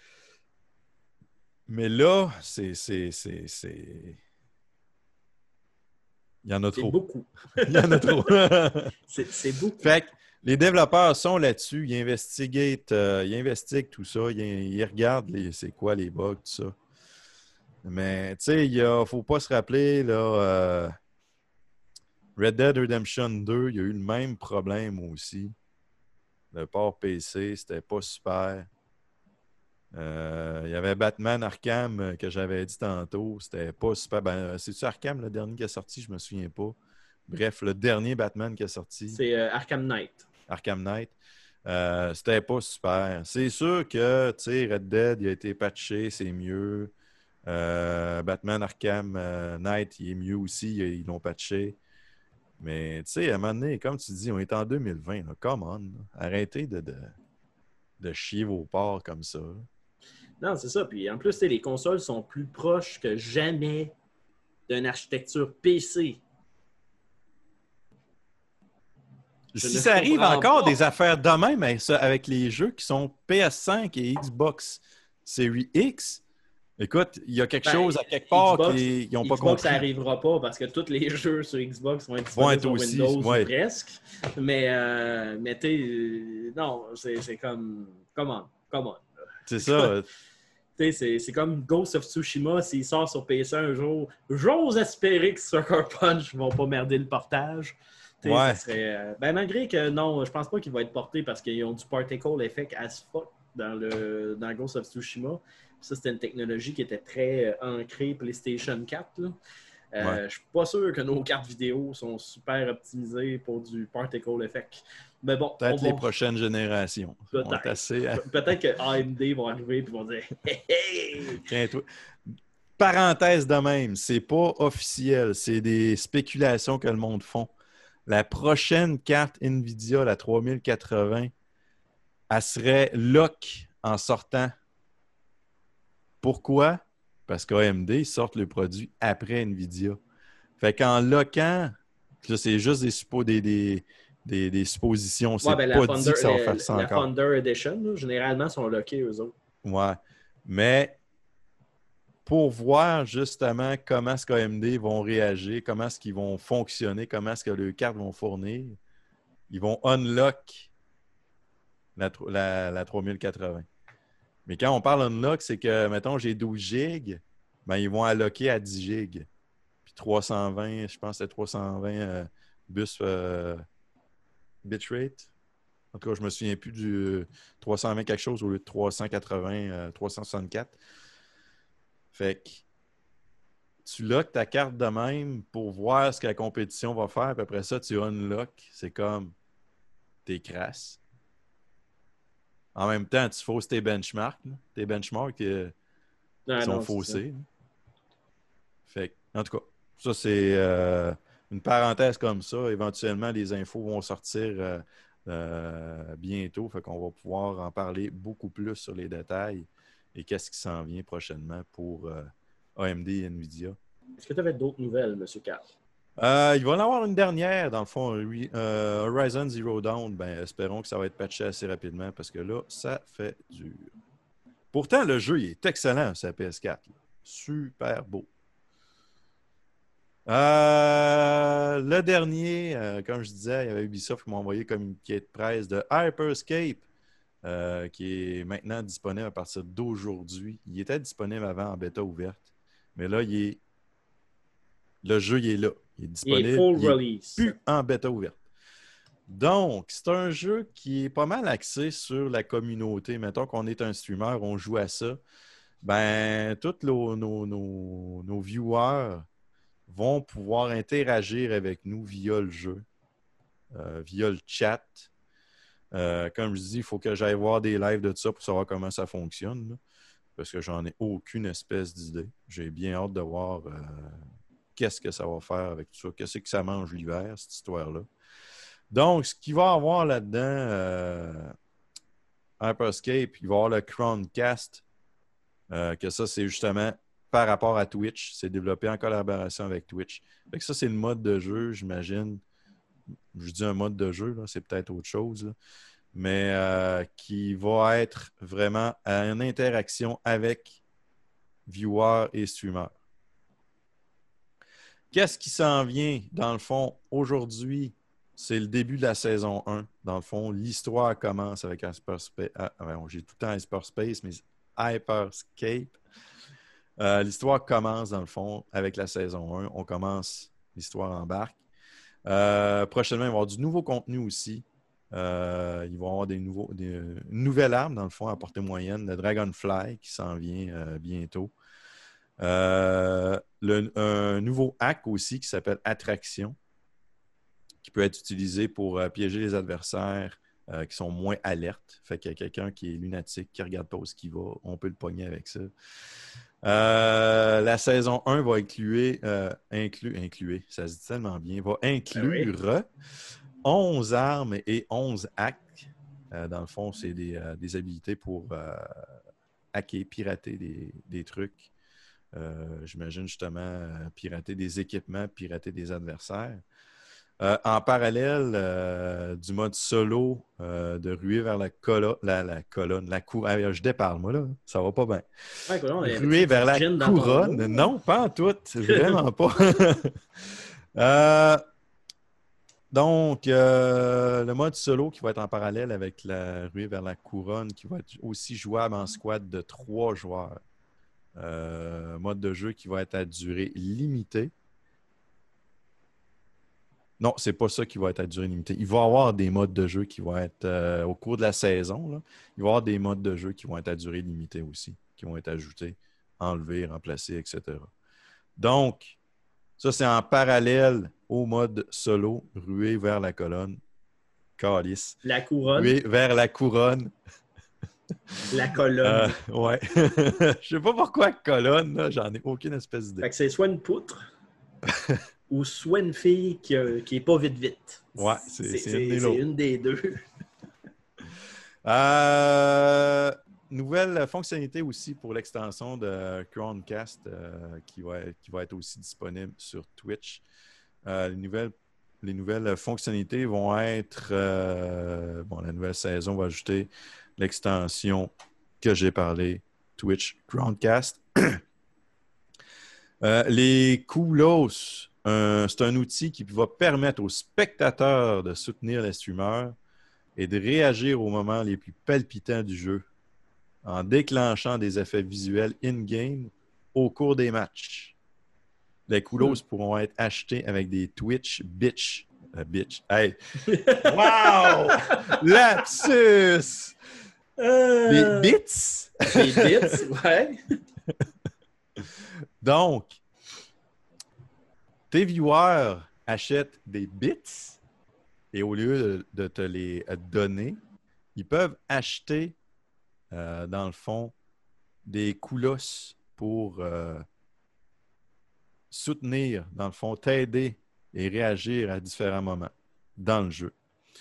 Mais là, c'est, c'est, c'est, c'est... Il y en a C'est trop. beaucoup. Il y en a trop. C'est c'est beaucoup. Fait que les développeurs sont là-dessus. Ils investiguent, euh, ils investiguent tout ça. Ils, ils regardent les, c'est quoi les bugs, tout ça. Mais, tu sais, il ne faut pas se rappeler, là, euh, Red Dead Redemption deux, il y a eu le même problème aussi. Le port P C, c'était pas super. Euh, il y avait Batman Arkham euh, que j'avais dit tantôt. C'était pas super. Ben, c'est-tu Arkham le dernier qui est sorti? Je me souviens pas. Bref, le dernier Batman qui est sorti. C'est euh, Arkham Knight. Arkham Knight. Euh, c'était pas super. C'est sûr que, tu sais, Red Dead, il a été patché, c'est mieux. Euh, Batman Arkham euh, Knight, il est mieux aussi, ils l'ont patché. Mais, tu sais, à un moment donné, comme tu dis, on est en deux mille vingt, là, come on. Là. Arrêtez de, de, de chier vos ports comme ça. Là. Non, c'est ça. Puis en plus, tu sais, les consoles sont plus proches que jamais d'une architecture P C. Je Si ne ça arrive comprends encore pas. des affaires de même avec, ça, avec les jeux qui sont P S cinq et Xbox Series X, écoute, il y a quelque Ben, chose à quelque part Xbox- qu'ils n'ont pas Xbox, compris. ça n'arrivera pas parce que tous les jeux sur Xbox vont être Vont disponibles être sur aussi, Windows ouais. ou presque. Mais, euh, mais tu sais, euh, non, c'est c'est comme... Come on, come on. C'est ça. Tu sais, c'est c'est comme Ghost of Tsushima, s'il sort sur P C un jour, j'ose espérer que Sucker Punch ne vont pas merder le portage. Tu sais, Ouais. ça serait, euh, ben, malgré que non, je pense pas qu'il va être porté parce qu'ils ont du particle effect as fuck dans, le, dans Ghost of Tsushima. Ça, c'était une technologie qui était très euh, ancrée PlayStation quatre. Là. Euh, Ouais. Je ne suis pas sûr que nos cartes vidéo sont super optimisées pour du particle effect. Mais bon, Peut-être on les va... prochaines générations. On est Peut-être. assez... à- Pe- Peut-être que A M D vont arriver et vont dire hey, hey! Crains-toi. Parenthèse de même, c'est pas officiel, c'est des spéculations que le monde font. La prochaine carte NVIDIA, la trois mille quatre-vingts, elle serait lock en sortant. Pourquoi? Parce qu'A M D sortent le produit après NVIDIA. Fait qu'en loquant, là, c'est juste des, suppo- des, des, des, des suppositions. C'est Ouais, ben, la, pas Thunder, dit que ça va la, faire ça la encore. Thunder Edition, là, généralement, sont lockés eux autres. Ouais. Mais pour voir justement comment est-ce qu'A M D vont réagir, comment est-ce qu'ils vont fonctionner, comment est-ce que leurs cartes vont fournir, ils vont unlock la, tro- la, la trois mille quatre-vingts. Mais quand on parle unlock, c'est que, mettons, j'ai douze gigs, ben, ils vont alloquer à dix gigs. Puis trois cent vingt, je pense que c'est trois cent vingt euh, bus euh, bitrate. En tout cas, je me souviens plus du euh, trois cent vingt quelque chose au lieu de trois cent quatre-vingts, euh, trois cent soixante-quatre. Fait que tu lock ta carte de même pour voir ce que la compétition va faire, puis après ça, tu unlock. C'est comme t'es crasse. En même temps, tu fausses tes benchmarks. Là. Tes benchmarks euh, Ah, sont non, c'est faussés. Là. Fait que, en tout cas, ça, c'est euh, une parenthèse comme ça. Éventuellement, les infos vont sortir euh, euh, bientôt. Fait qu'on va pouvoir en parler beaucoup plus sur les détails et qu'est-ce qui s'en vient prochainement pour euh, A M D et NVIDIA. Est-ce que tu avais d'autres nouvelles, M. Carl? Euh, il va en avoir une dernière, dans le fond, euh, Horizon Zero Dawn. Ben, espérons que ça va être patché assez rapidement parce que là, ça fait dur. Pourtant, le jeu il est excellent sur la P S quatre. Super beau. Euh, le dernier, euh, comme je disais, il y avait Ubisoft qui m'a envoyé comme une communiqué de presse de Hyperscape, euh, qui est maintenant disponible à partir d'aujourd'hui. Il était disponible avant en bêta ouverte, mais là, il est... le jeu il est là. Il est disponible. Il est full il est release. plus en bêta ouverte. Donc, c'est un jeu qui est pas mal axé sur la communauté. Mettons qu'on est un streamer, on joue à ça. Ben, tous nos, nos, nos, nos viewers vont pouvoir interagir avec nous via le jeu, euh, via le chat. Euh, comme je dis, il faut que j'aille voir des lives de ça pour savoir comment ça fonctionne, là, parce que j'en ai aucune espèce d'idée. J'ai bien hâte de voir euh, qu'est-ce que ça va faire avec tout ça, qu'est-ce que ça mange l'hiver, cette histoire-là. Donc, ce qu'il va y avoir là-dedans, euh, Hyperscape, il va y avoir le Chromecast, euh, que ça, c'est justement par rapport à Twitch. C'est développé en collaboration avec Twitch. Fait que ça, c'est le mode de jeu, j'imagine. Je dis un mode de jeu, là, c'est peut-être autre chose, là. Mais euh, qui va être vraiment en interaction avec viewers et streamers. Qu'est-ce qui s'en vient, dans le fond, aujourd'hui? C'est le début de la saison un. Dans le fond, l'histoire commence avec Hyperspace. Ah, j'ai tout le temps Hyperspace, mais Hyperscape. Euh, l'histoire commence, dans le fond, avec la saison un. On commence, l'histoire embarque. Euh, prochainement, il va y avoir du nouveau contenu aussi. Euh, il va y avoir des nouveaux, des, une nouvelle arme, dans le fond, à portée moyenne, le Dragonfly, qui s'en vient euh, bientôt. Euh, le, un nouveau hack aussi qui s'appelle Attraction, qui peut être utilisé pour euh, piéger les adversaires euh, qui sont moins alertes. Fait qu'il y a quelqu'un qui est lunatique, qui ne regarde pas où il va, on peut le pogner avec ça. Euh, la saison un va inclure, euh, inclure, inclure, ça se dit tellement bien, va inclure ben oui. onze armes et onze hacks. Euh, dans le fond, c'est des, euh, des habilités pour euh, hacker, pirater des, des trucs. Euh, j'imagine justement euh, pirater des équipements, pirater des adversaires. Euh, en parallèle euh, du mode solo, euh, de ruer vers la, colo- la, la colonne, la couronne. Je déparle, moi, là. Ça va pas bien. Ouais, colon, ruer vers la couronne. Non, pas en tout. Vraiment pas. euh, donc, euh, le mode solo qui va être en parallèle avec la ruée vers la couronne, qui va être aussi jouable en squad de trois joueurs. Euh, mode de jeu qui va être à durée limitée. Non, c'est pas ça qui va être à durée limitée. Il va y avoir des modes de jeu qui vont être euh, au cours de la saison. Là, il va y avoir des modes de jeu qui vont être à durée limitée aussi, qui vont être ajoutés, enlevés, remplacés, et cetera. Donc, Ça, c'est en parallèle au mode solo, ruée vers la colonne. Calice. La couronne. Ruée vers la couronne. La colonne. Euh, ouais. Je sais pas pourquoi colonne, là, j'en ai aucune espèce d'idée. Fait que c'est soit une poutre ou soit une fille qui, a, qui est pas vite vite. Ouais, c'est, c'est, c'est, c'est, une, des c'est une des deux. euh, nouvelle fonctionnalité aussi pour l'extension de Chromecast euh, qui, va, qui va être aussi disponible sur Twitch. Euh, les, nouvelles, les nouvelles fonctionnalités vont être... Euh, bon, la nouvelle saison va ajouter l'extension que j'ai parlé, Twitch Chromecast. euh, les Koulos, euh, c'est un outil qui va permettre aux spectateurs de soutenir les streamers et de réagir aux moments les plus palpitants du jeu en déclenchant des effets visuels in-game au cours des matchs. Les Koulos hmm. pourront être achetés avec des Twitch bitch. Euh, bitch. Hey! Wow! Lapsus! Euh... Des bits? Des bits, ouais. Donc, tes viewers achètent des bits et au lieu de, de te les donner, ils peuvent acheter, euh, dans le fond, des Koulos pour euh, soutenir, dans le fond, t'aider et réagir à différents moments dans le jeu.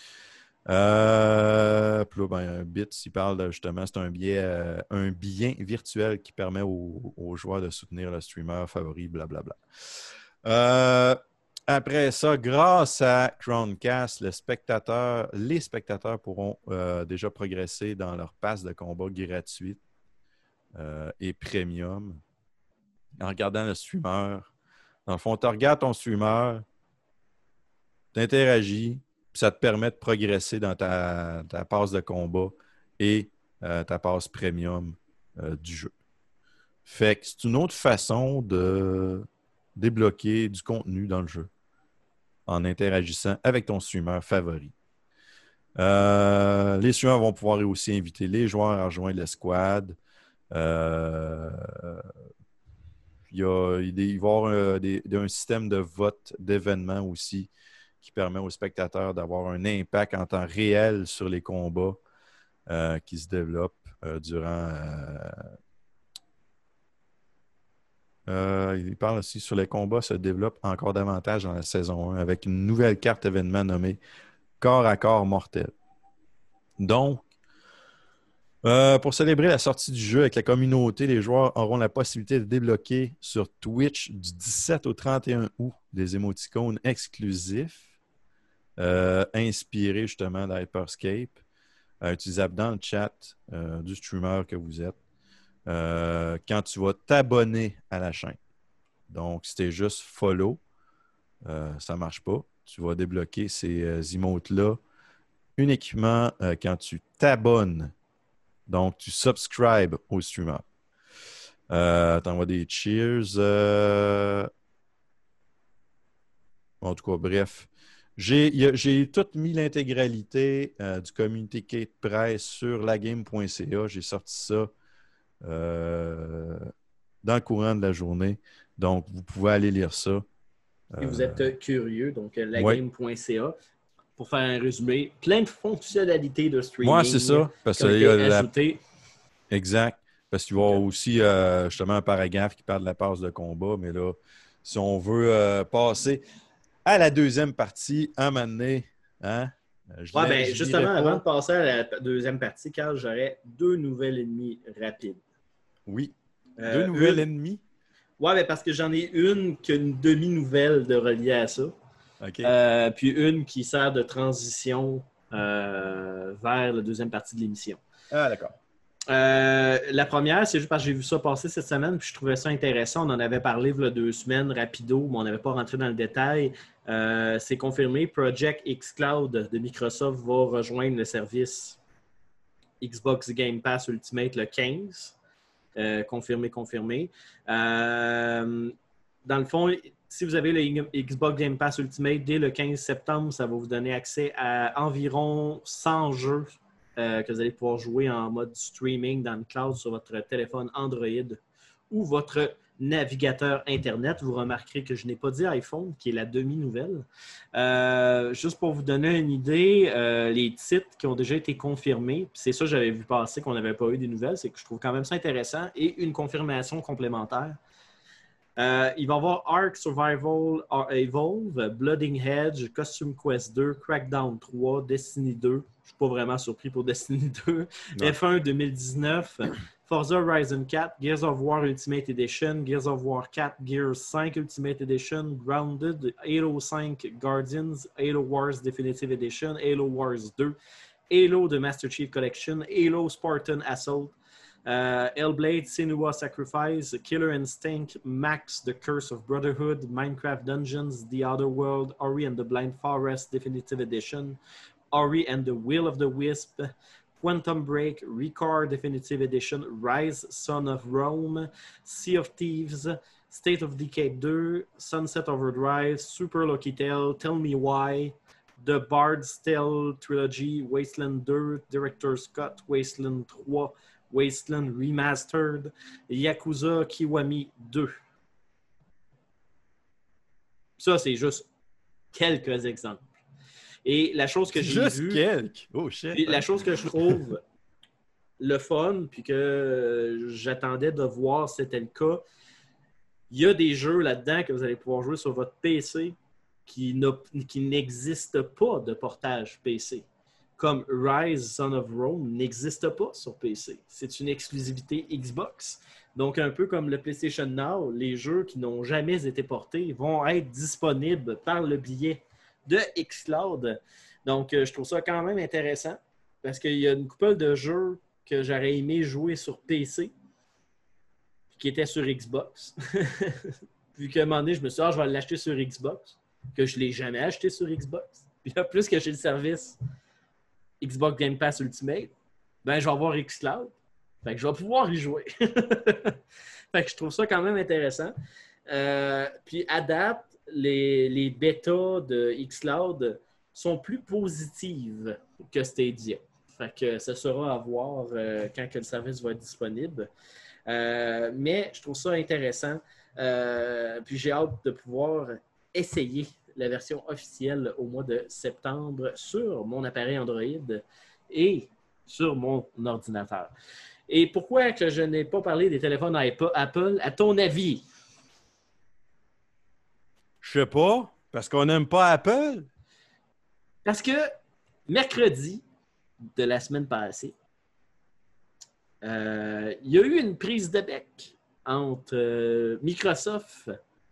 Euh, puis là, ben, un bit, il parle de, justement, c'est un billet, euh, un bien virtuel qui permet aux, aux joueurs de soutenir le streamer favori, blablabla. Euh, après ça, grâce à Chromecast, le spectateur, les spectateurs pourront euh, déjà progresser dans leur passe de combat gratuite euh, et premium en regardant le streamer. Dans le fond, tu regardes ton streamer, tu interagis, puis ça te permet de progresser dans ta, ta passe de combat et euh, ta passe premium euh, du jeu. Fait que c'est une autre façon de débloquer du contenu dans le jeu en interagissant avec ton streamer favori. Euh, les streamers vont pouvoir aussi inviter les joueurs à rejoindre le squad. Euh, il, y a, il va y avoir un, des, un système de vote d'événements aussi qui permet aux spectateurs d'avoir un impact en temps réel sur les combats euh, qui se développent euh, durant... Euh, euh, il parle aussi sur les combats se développent encore davantage dans la saison un avec une nouvelle carte événement nommée Corps à corps mortel. Donc, euh, pour célébrer la sortie du jeu avec la communauté, les joueurs auront la possibilité de débloquer sur Twitch du dix-sept au trente et un août des émoticônes exclusifs Euh, inspiré justement d'Hyperscape, euh, utilisable dans le chat euh, du streamer que vous êtes euh, quand tu vas t'abonner à la chaîne. Donc, si tu es juste follow, euh, ça ne marche pas. Tu vas débloquer ces euh, emotes-là uniquement euh, quand tu t'abonnes. Donc, tu subscribes au streamer. Euh, tu envoies des cheers. Euh... En tout cas, bref. J'ai, j'ai tout mis l'intégralité euh, du communiqué de presse sur lagame point c a. J'ai sorti ça euh, dans le courant de la journée. Donc, vous pouvez aller lire ça. Et vous êtes euh, curieux, donc lagame point c a. Ouais. Pour faire un résumé, plein de fonctionnalités de streaming. Moi, c'est ça. Parce qu'il y a la... ajouté. Exact. Parce qu'il va y avoir aussi euh, justement un paragraphe qui parle de la passe de combat. Mais là, si on veut euh, passer à la deuxième partie, un moment donné, hein? Je ouais, ben, justement, avant de passer à la deuxième partie, Carl, j'aurais deux nouvelles ennemies rapides. Oui. Euh, deux nouvelles une... ennemies? Oui, ben, parce que j'en ai une qui a une demi-nouvelle de reliée à ça. OK. Euh, puis une qui sert de transition euh, vers la deuxième partie de l'émission. Ah, d'accord. Euh, la première, c'est juste parce que j'ai vu ça passer cette semaine puis je trouvais ça intéressant. On en avait parlé il y a deux semaines, rapido, mais on n'avait pas rentré dans le détail. Euh, c'est confirmé, Project xCloud de Microsoft va rejoindre le service Xbox Game Pass Ultimate le quinze. Euh, confirmé, confirmé. Euh, dans le fond, si vous avez le Xbox Game Pass Ultimate dès le quinze septembre, ça va vous donner accès à environ cent jeux Euh, que vous allez pouvoir jouer en mode streaming dans le cloud sur votre téléphone Android ou votre navigateur Internet. Vous remarquerez que je n'ai pas dit iPhone, qui est la demi-nouvelle. Euh, juste pour vous donner une idée, euh, les titres qui ont déjà été confirmés, puis c'est ça que j'avais vu passer qu'on n'avait pas eu des nouvelles, c'est que je trouve quand même ça intéressant, et une confirmation complémentaire. Euh, il va y avoir Ark Survival Evolve, Blooding Edge, Costume Quest deux, Crackdown trois, Destiny deux. Je ne suis pas vraiment surpris pour Destiny deux. Non. F un deux mille dix-neuf, Forza Horizon quatre, Gears of War Ultimate Edition, Gears of War quatre, Gears cinq Ultimate Edition, Grounded, Halo cinq Guardians, Halo Wars Definitive Edition, Halo Wars deux, Halo The Master Chief Collection, Halo Spartan Assault, Uh, Hellblade, Senua Sacrifice, Killer Instinct, Max, The Curse of Brotherhood, Minecraft Dungeons, The Other World, Ori and the Blind Forest Definitive Edition, Ori and the Will of the Wisp, Quantum Break, Recar Definitive Edition, Rise, Son of Rome, Sea of Thieves, State of Decay two, Sunset Overdrive, Super Lucky Tale, Tell Me Why, The Bard's Tale Trilogy, Wasteland two, Director Scott, Wasteland three, Wasteland Remastered, Yakuza Kiwami deux. Ça, c'est juste quelques exemples. Et la chose que j'ai Juste vue... quelques? Oh shit! La chose que je trouve le fun, puis que j'attendais de voir si c'était le cas, il y a des jeux là-dedans que vous allez pouvoir jouer sur votre P C qui, qui n'existent pas de portage P C. Comme Rise, Son of Rome, n'existe pas sur P C. C'est une exclusivité Xbox. Donc, un peu comme le PlayStation Now, les jeux qui n'ont jamais été portés vont être disponibles par le biais de xCloud. Donc, je trouve ça quand même intéressant parce qu'il y a une couple de jeux que j'aurais aimé jouer sur P C qui étaient sur Xbox. Puis qu'à un moment donné, je me suis dit, ah, je vais l'acheter sur Xbox, que je ne l'ai jamais acheté sur Xbox. Puis là, plus que j'ai le service Xbox Game Pass Ultimate, ben je vais avoir xCloud. Fait que je vais pouvoir y jouer. Fait que je trouve ça quand même intéressant. Euh, puis à date, les, les bêtas de xCloud sont plus positives que Stadia. Fait que ça sera à voir euh, quand que le service va être disponible. Euh, mais je trouve ça intéressant. Euh, puis j'ai hâte de pouvoir essayer la version officielle au mois de septembre sur mon appareil Android et sur mon ordinateur. Et pourquoi que je n'ai pas parlé des téléphones Apple, à ton avis? Je sais pas, parce qu'on n'aime pas Apple. Parce que mercredi de la semaine passée, euh, il y a eu une prise de bec entre euh, Microsoft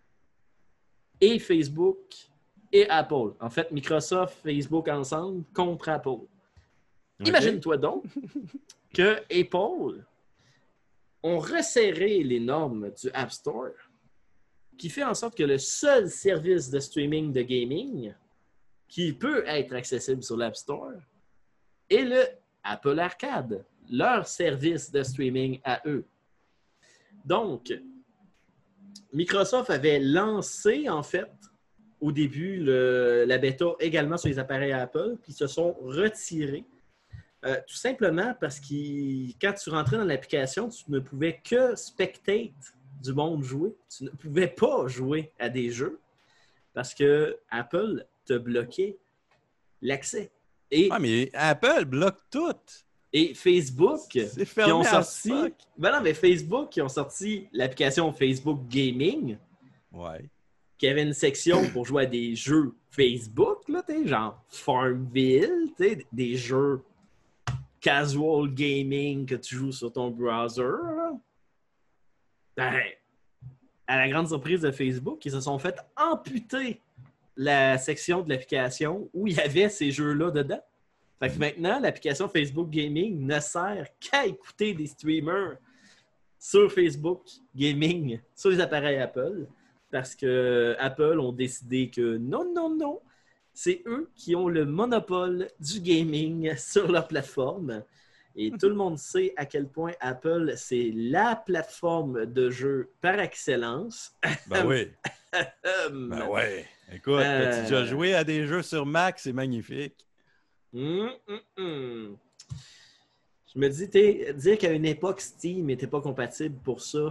et Facebook et Apple. En fait, Microsoft, Facebook ensemble contre Apple. Okay. Imagine-toi donc que Apple ont resserré les normes du App Store qui fait en sorte que le seul service de streaming de gaming qui peut être accessible sur l'App Store est le Apple Arcade, leur service de streaming à eux. Donc, Microsoft avait lancé, en fait, au début, le, la bêta également sur les appareils Apple, puis ils se sont retirés. Euh, tout simplement parce que quand tu rentrais dans l'application, tu ne pouvais que spectate du monde jouer. Tu ne pouvais pas jouer à des jeux parce que Apple te bloquait l'accès. Et, ah, mais Apple bloque tout. Et Facebook, c'est fermé qui ont sorti. Ben non, mais Facebook, qui ont sorti l'application Facebook Gaming. Ouais. Qui avait une section pour jouer à des jeux Facebook, là, genre Farmville, des jeux casual gaming que tu joues sur ton browser. Là. Ben, à la grande surprise de Facebook, ils se sont fait amputer la section de l'application où il y avait ces jeux-là dedans. Fait que maintenant, l'application Facebook Gaming ne sert qu'à écouter des streamers sur Facebook Gaming, sur les appareils Apple. Parce que Apple ont décidé que non, non, non, c'est eux qui ont le monopole du gaming sur leur plateforme. Et tout le monde sait à quel point Apple, c'est la plateforme de jeu par excellence. Ben oui. Ben ouais. Écoute, euh... as-tu déjà joué à des jeux sur Mac? C'est magnifique. Hum, hum, hum. Je me dis, dire qu'à une époque, Steam n'était pas compatible pour ça.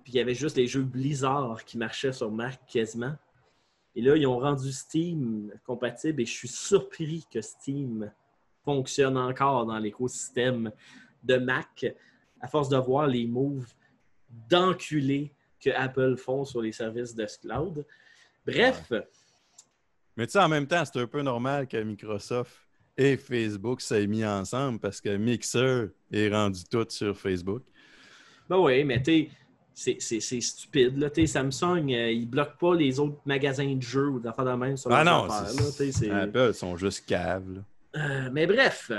puis il y avait juste les jeux Blizzard qui marchaient sur Mac quasiment. Et là, ils ont rendu Steam compatible et je suis surpris que Steam fonctionne encore dans l'écosystème de Mac à force de voir les moves d'enculés que Apple font sur les services de cloud. Bref. Ouais. Mais tu sais, en même temps, c'est un peu normal que Microsoft et Facebook s'aient mis ensemble parce que Mixer est rendu tout sur Facebook. Ben oui, mais tu sais, c'est, c'est stupide. Là. Samsung, euh, ils ne bloquent pas les autres magasins de jeux ou d'affaires de même sur Ah leurs non, affaires. c'est, Là, c'est... Apple sont juste caves. Là. Euh, mais bref,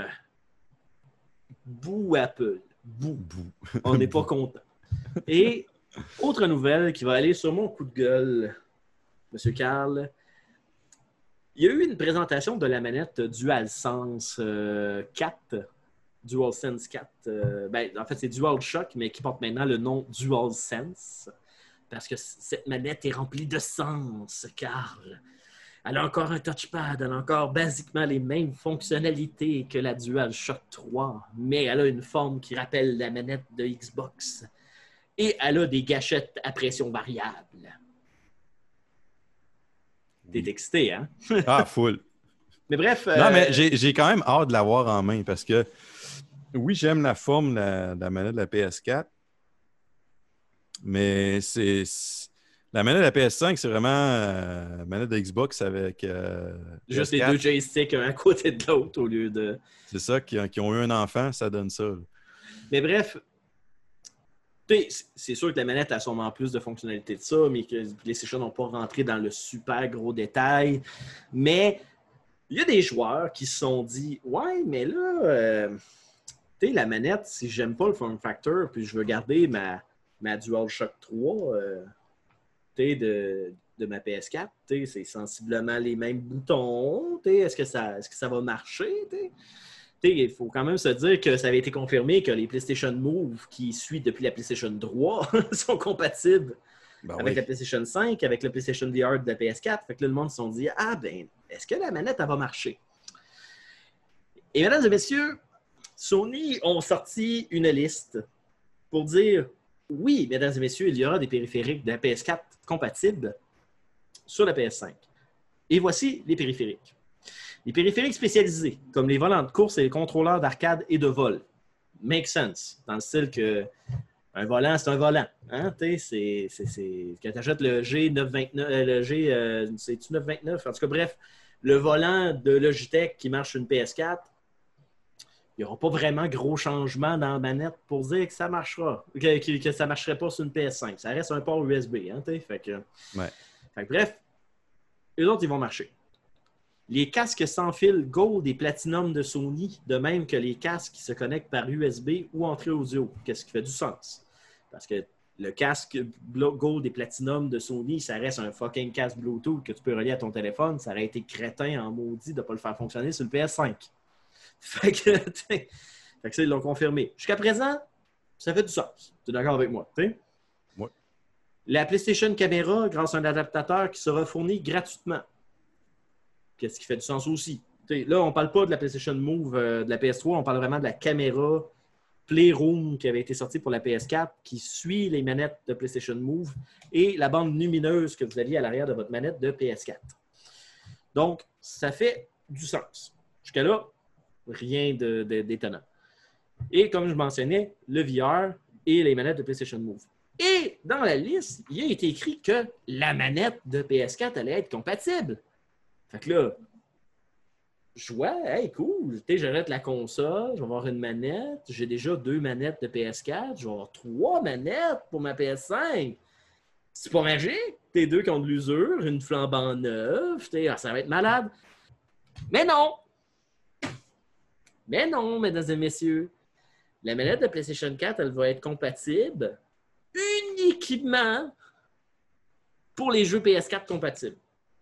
bouh Apple, bouh. Bouh. On n'est pas content. Et autre nouvelle qui va aller sur mon coup de gueule, M. Carl. Il y a eu une présentation de la manette DualSense euh, quatre, DualSense quatre. Euh, ben, en fait, c'est DualShock, mais qui porte maintenant le nom DualSense. Parce que cette manette est remplie de sens, Carl. Elle a encore un touchpad, elle a encore basiquement les mêmes fonctionnalités que la DualShock trois, mais elle a une forme qui rappelle la manette de Xbox. Et elle a des gâchettes à pression variable. T'es excité, hein? Ah, full. Mais bref... Euh... Non, mais j'ai, j'ai quand même hâte de l'avoir en main parce que, oui, j'aime la forme de la, de la manette de la P S quatre, mais c'est... c'est... La manette de la P S cinq, c'est vraiment euh, la manette de Xbox avec... Euh, Juste P S quatre. les deux joysticks un à côté de l'autre au lieu de... C'est ça, qui, qui ont eu un enfant, ça donne ça. Là. Mais bref... C'est sûr que la manette a sûrement plus de fonctionnalités de ça, mais que les PlayStation n'ont pas rentré dans le super gros détail. Mais il y a des joueurs qui se sont dit « Ouais, mais là, euh, tu sais, la manette, si j'aime pas le form factor, puis je veux garder ma, ma DualShock trois euh, de, de ma P S quatre, c'est sensiblement les mêmes boutons. Est-ce que, ça, est-ce que ça va marcher? » Il faut quand même se dire que ça avait été confirmé que les PlayStation Move qui suivent depuis la PlayStation trois sont compatibles ben avec oui. la PlayStation cinq, avec le PlayStation V R de la P S quatre. Fait que là, le monde se sont dit « Ah ben, est-ce que la manette, elle va marcher? » Et mesdames et messieurs, Sony ont sorti une liste pour dire « Oui, mesdames et messieurs, il y aura des périphériques de la P S quatre compatibles sur la P S cinq. » Et voici les périphériques. Les périphériques spécialisés, comme les volants de course et les contrôleurs d'arcade et de vol. Make sense, dans le style que un volant, c'est un volant. Hein? C'est, c'est, c'est... Quand tu achètes le G neuf cent vingt-neuf, euh, le G, euh, c'est-tu neuf cent vingt-neuf? En tout cas, bref, le volant de Logitech qui marche sur une P S quatre, il n'y aura pas vraiment gros changement dans la manette pour dire que ça marchera, que, que ça ne marcherait pas sur une P S cinq. Ça reste un port U S B. Hein, fait que, ouais. fait que, bref, les autres, ils vont marcher. Les casques sans fil Gold et Platinum de Sony, de même que les casques qui se connectent par U S B ou entrée audio, qu'est-ce qui fait du sens. Parce que le casque Gold et Platinum de Sony, ça reste un fucking casque Bluetooth que tu peux relier à ton téléphone. Ça aurait été crétin en maudit de ne pas le faire fonctionner sur le P S cinq. Fait que, fait que ça, ils l'ont confirmé. Jusqu'à présent, ça fait du sens. Tu es d'accord avec moi? T'sais? Oui. La PlayStation Camera, grâce à un adaptateur qui sera fourni gratuitement. Qu'est-ce qui fait du sens aussi. T'sais, là, on ne parle pas de la PlayStation Move euh, de la P S trois, on parle vraiment de la caméra Playroom qui avait été sortie pour la P S quatre, qui suit les manettes de PlayStation Move et la bande lumineuse que vous aviez à l'arrière de votre manette de P S quatre. Donc, ça fait du sens. Jusqu'à là, rien de, de, d'étonnant. Et comme je mentionnais, le V R et les manettes de PlayStation Move. Et dans la liste, il a été écrit que la manette de P S quatre allait être compatible. Fait que là, je vois, hey, cool, tu sais, j'arrête la console, je vais avoir une manette, j'ai déjà deux manettes de P S quatre, je vais avoir trois manettes pour ma P S cinq. C'est pas magique? T'es deux qui ont de l'usure, une flambant neuve, ah, ça va être malade. Mais non! Mais non, mesdames et messieurs, la manette de PlayStation quatre, elle va être compatible uniquement pour les jeux P S quatre compatibles.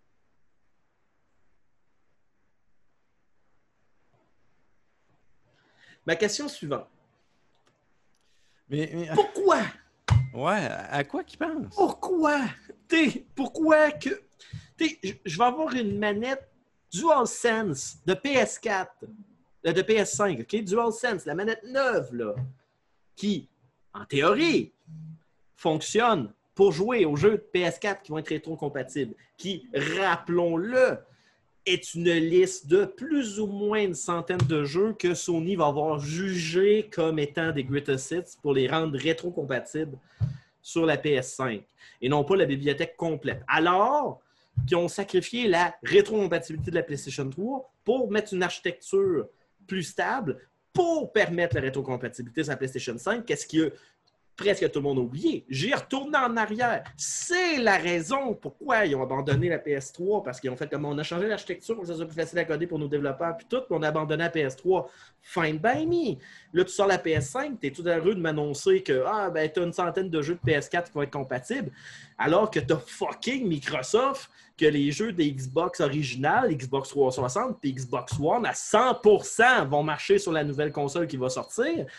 Ma question suivante. Mais, mais... Pourquoi? Ouais, à quoi qu'ils pensent? Pourquoi? T'sais, pourquoi que... T'sais, je vais avoir une manette DualSense de P S quatre, de P S cinq, OK? DualSense, la manette neuve, là, qui, en théorie, fonctionne pour jouer aux jeux de P S quatre qui vont être rétro-compatibles, qui, rappelons-le, est une liste de plus ou moins une centaine de jeux que Sony va avoir jugé comme étant des greatest hits pour les rendre rétro-compatibles sur la P S cinq et non pas la bibliothèque complète. Alors qu'ils ont sacrifié la rétro-compatibilité de la PlayStation trois pour mettre une architecture plus stable pour permettre la rétro-compatibilité sur la PlayStation cinq, qu'est-ce que presque tout le monde a oublié. J'ai retourné en arrière. C'est la raison pourquoi ils ont abandonné la P S trois, parce qu'ils ont fait comme on a changé l'architecture pour que ça soit plus facile à coder pour nos développeurs, puis tout, puis on a abandonné la P S trois. Fine by me. Là, tu sors la P S cinq, tu es tout heureux de m'annoncer que ah, ben, tu as une centaine de jeux de P S quatre qui vont être compatibles, alors que tu as fucking Microsoft, que les jeux des Xbox originales, Xbox trois cent soixante et Xbox One, à cent pour cent vont marcher sur la nouvelle console qui va sortir.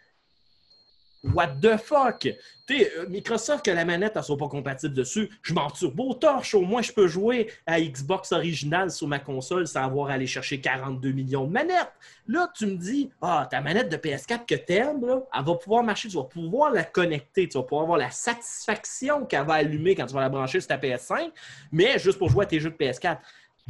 What the fuck? T'sais, Microsoft, que la manette ne soit pas compatible dessus, je m'en turbo-torche. Au moins, je peux jouer à Xbox original sur ma console sans avoir à aller chercher quarante-deux millions de manettes. Là, tu me dis, ah, ta manette de P S quatre que t'aimes, là, elle va pouvoir marcher, tu vas pouvoir la connecter, tu vas pouvoir avoir la satisfaction qu'elle va allumer quand tu vas la brancher sur ta P S cinq, mais juste pour jouer à tes jeux de P S quatre.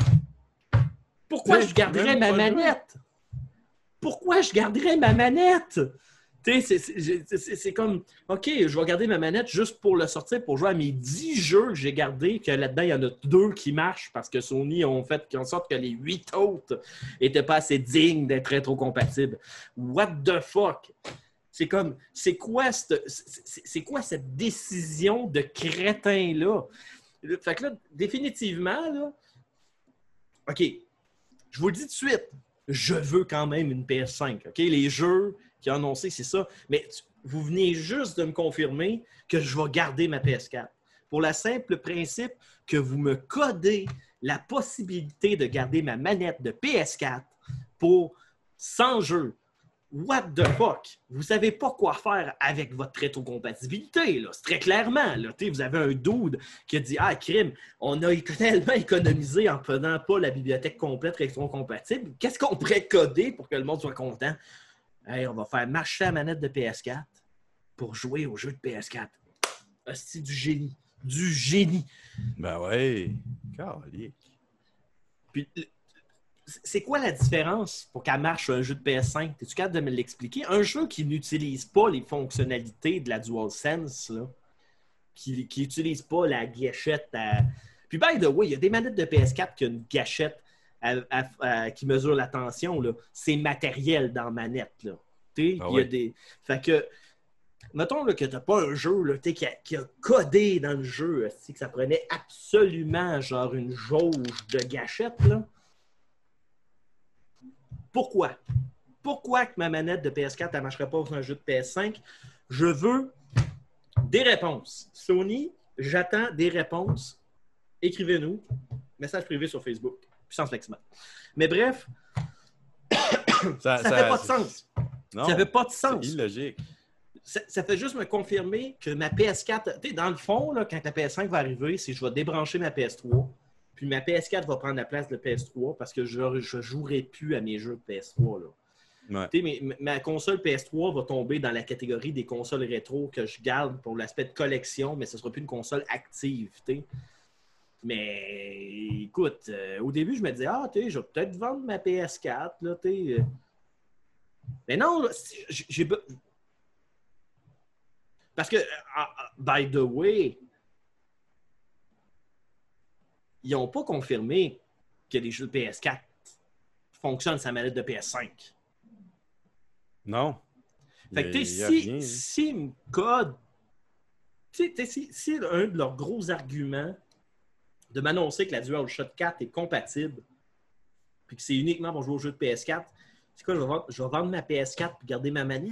Pourquoi je garderais ma manette? Pourquoi je garderais ma manette? C'est, c'est, c'est, c'est comme, OK, je vais garder ma manette juste pour le sortir, pour jouer à mes dix jeux que j'ai gardés, que là-dedans, il y en a deux qui marchent parce que Sony ont fait en sorte que les huit autres n'étaient pas assez dignes d'être rétro-compatibles. What the fuck? C'est comme, c'est quoi cette, c'est, c'est quoi cette décision de crétin-là? Fait que là, définitivement, là, OK, je vous le dis tout de suite, je veux quand même une P S cinq. OK? Les jeux qui ont annoncé, c'est ça. Mais tu, vous venez juste de me confirmer que je vais garder ma P S quatre. Pour le simple principe que vous me codez la possibilité de garder ma manette de P S quatre pour cent jeux. What the fuck? Vous ne savez pas quoi faire avec votre rétrocompatibilité, là. C'est très clairement. Là. Vous avez un dude qui a dit « Ah, crime, on a tellement économisé en prenant pas la bibliothèque complète rétrocompatible. Qu'est-ce qu'on pourrait coder pour que le monde soit content? » Hey, on va faire marcher la manette de P S quatre pour jouer aux jeux de P S quatre. C'est du génie. Du génie. Ben ouais. Calique. Puis, c'est quoi la différence pour qu'elle marche sur un jeu de P S cinq? Es-tu capable de me l'expliquer? Un jeu qui n'utilise pas les fonctionnalités de la DualSense, là, qui n'utilise pas la gâchette à... Puis, by the way, il y a des manettes de P S quatre qui ont une gâchette À, à, à, qui mesure la tension, là. C'est matériel dans la manette. Là. Ah il ouais. y a des... Fait que, mettons là, que tu n'as pas un jeu là, qui, a, qui a codé dans le jeu, que ça prenait absolument genre une jauge de gâchette. Là. Pourquoi? Pourquoi que ma manette de P S quatre ne marcherait pas sur un jeu de P S cinq? Je veux des réponses. Sony, j'attends des réponses. Écrivez-nous. Message privé sur Facebook. Puissance maximale. Mais bref, ça ne fait pas de sens. Non, ça ne fait pas de sens. C'est illogique. Ça, ça fait juste me confirmer que ma P S quatre, tu sais, dans le fond, là, quand la P S cinq va arriver, c'est que je vais débrancher ma P S trois, puis ma P S quatre va prendre la place de la P S trois parce que je ne jouerai plus à mes jeux de P S trois. Là. Ouais. Mais, ma console P S trois va tomber dans la catégorie des consoles rétro que je garde pour l'aspect de collection, mais ce ne sera plus une console active. T'sais. Mais écoute, euh, au début, je me disais, ah, tu sais, je vais peut-être vendre ma P S quatre. Là, t'sais. Mais non, là, j'ai. Parce que, uh, by the way, ils n'ont pas confirmé que les jeux de P S quatre fonctionnent sur la manette de P S cinq. Non. Fait que, tu sais, si, si me code, tu sais, si, si un de leurs gros arguments de m'annoncer que la DualShock quatre est compatible, puis que c'est uniquement pour jouer aux jeux de P S quatre, c'est quoi, je vais vendre, je vais vendre ma P S quatre pour garder ma manette?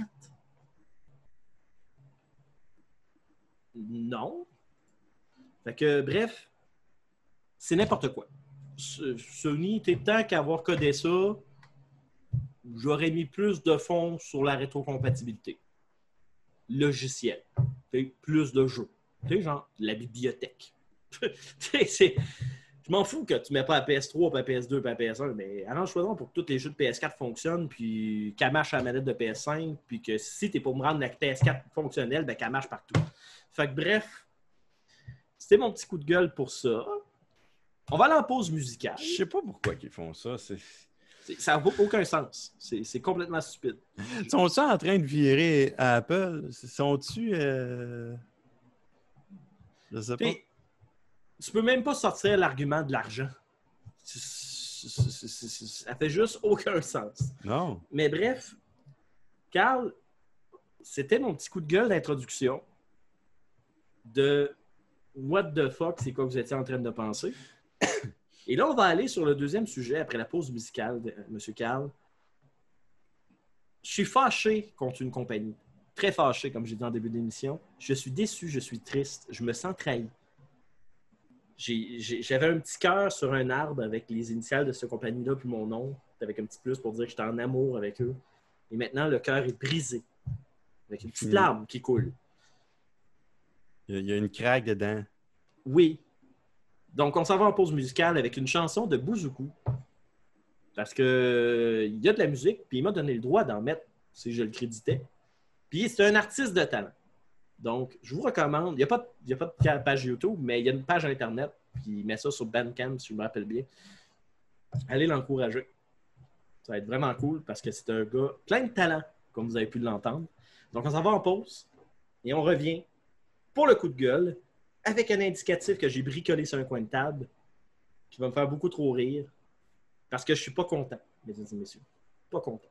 Non. Fait que, bref, c'est n'importe quoi. Sony, t'es tant qu'à avoir codé ça, j'aurais mis plus de fonds sur la rétrocompatibilité. Logiciel. T'sais, plus de jeux. Tu sais, genre, la bibliothèque. c'est... Je m'en fous que tu ne mets pas la P S trois, pas la P S deux, pas la P S un, mais arrange-toi donc pour que tous les jeux de P S quatre fonctionnent, puis qu'elle marche à la manette de P S cinq, puis que si tu n'es pas me rendre la P S quatre fonctionnelle, ben qu'elle marche partout. Fait que bref, c'était mon petit coup de gueule pour ça. On va aller en pause musicale. Je sais pas pourquoi ils font ça. C'est... C'est- Ça n'a aucun sens. C'est, c'est complètement stupide. Sont-ils en train de virer à Apple? Sont-ils... Euh... Je sais pas. Puis, tu peux même pas sortir l'argument de l'argent. C'est- c'est- c'est- c'est- Ça fait juste aucun sens. Non. Mais bref, Carl, c'était mon petit coup de gueule d'introduction de what the fuck, c'est quoi que vous étiez en train de penser. Et là, on va aller sur le deuxième sujet après la pause musicale de M. Carl. Je suis fâché contre une compagnie. Très fâché, comme j'ai dit en début d'émission. Je suis déçu, je suis triste, je me sens trahi. J'ai- j'ai- J'avais un petit cœur sur un arbre avec les initiales de cette compagnie-là puis mon nom, avec un petit plus pour dire que j'étais en amour avec eux. Et maintenant, le cœur est brisé, avec une petite Mm. larme qui coule. Il y a- il y a une craque dedans. Oui. Donc, on s'en va en pause musicale avec une chanson de Bouzoukou. Parce que il y a de la musique, puis il m'a donné le droit d'en mettre si je le créditais. Puis c'est un artiste de talent. Donc, je vous recommande. Il n'y a, pas de- il y a pas de page YouTube, mais il y a une page Internet, puis il met ça sur Bandcamp, si je me rappelle bien. Allez l'encourager. Ça va être vraiment cool parce que c'est un gars plein de talent, comme vous avez pu l'entendre. Donc, on s'en va en pause et on revient pour le coup de gueule avec un indicatif que j'ai bricolé sur un coin de table qui va me faire beaucoup trop rire parce que je suis pas content, mesdames et messieurs. Pas content.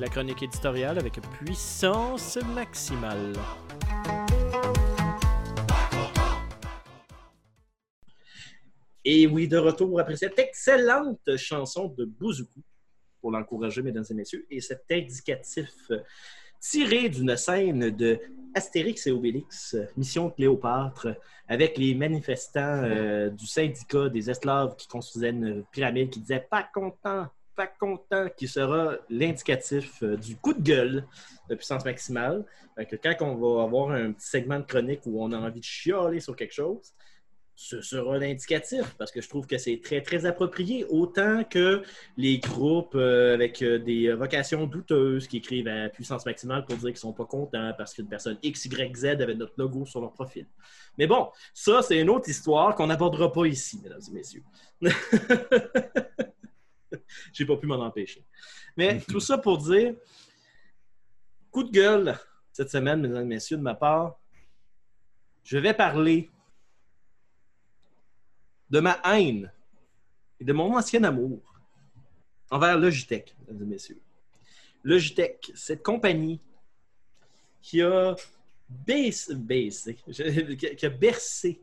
la chronique éditoriale avec puissance maximale. Et oui, de retour après cette excellente chanson de Bouzoukou, pour l'encourager, mesdames et messieurs, et cet indicatif tiré d'une scène de Astérix et Obélix, Mission Cléopâtre, avec les manifestants euh, du syndicat des esclaves qui construisaient une pyramide qui disait « Pas content, pas content », qui sera l'indicatif euh, du coup de gueule de puissance maximale. Fait que quand on va avoir un petit segment de chronique où on a envie de chialer sur quelque chose, ce sera l'indicatif, parce que je trouve que c'est très, très approprié, autant que les groupes euh, avec euh, des vocations douteuses qui écrivent à puissance maximale pour dire qu'ils sont pas contents parce qu'une personne X Y Z avait notre logo sur leur profil. Mais bon, ça, c'est une autre histoire qu'on n'abordera pas ici, mesdames et messieurs. J'ai pas pu m'en empêcher. Mais tout ça pour dire, coup de gueule cette semaine, mesdames et messieurs, de ma part, je vais parler de ma haine et de mon ancien amour envers Logitech, mesdames et messieurs. Logitech, cette compagnie qui a baissé, baissé qui a bercé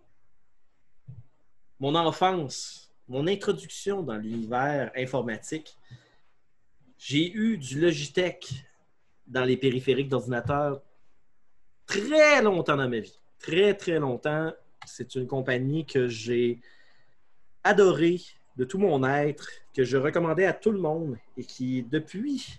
mon enfance, mon introduction dans l'univers informatique. J'ai eu du Logitech dans les périphériques d'ordinateur très longtemps dans ma vie. Très, très longtemps. C'est une compagnie que j'ai adoré de tout mon être, que je recommandais à tout le monde et qui, depuis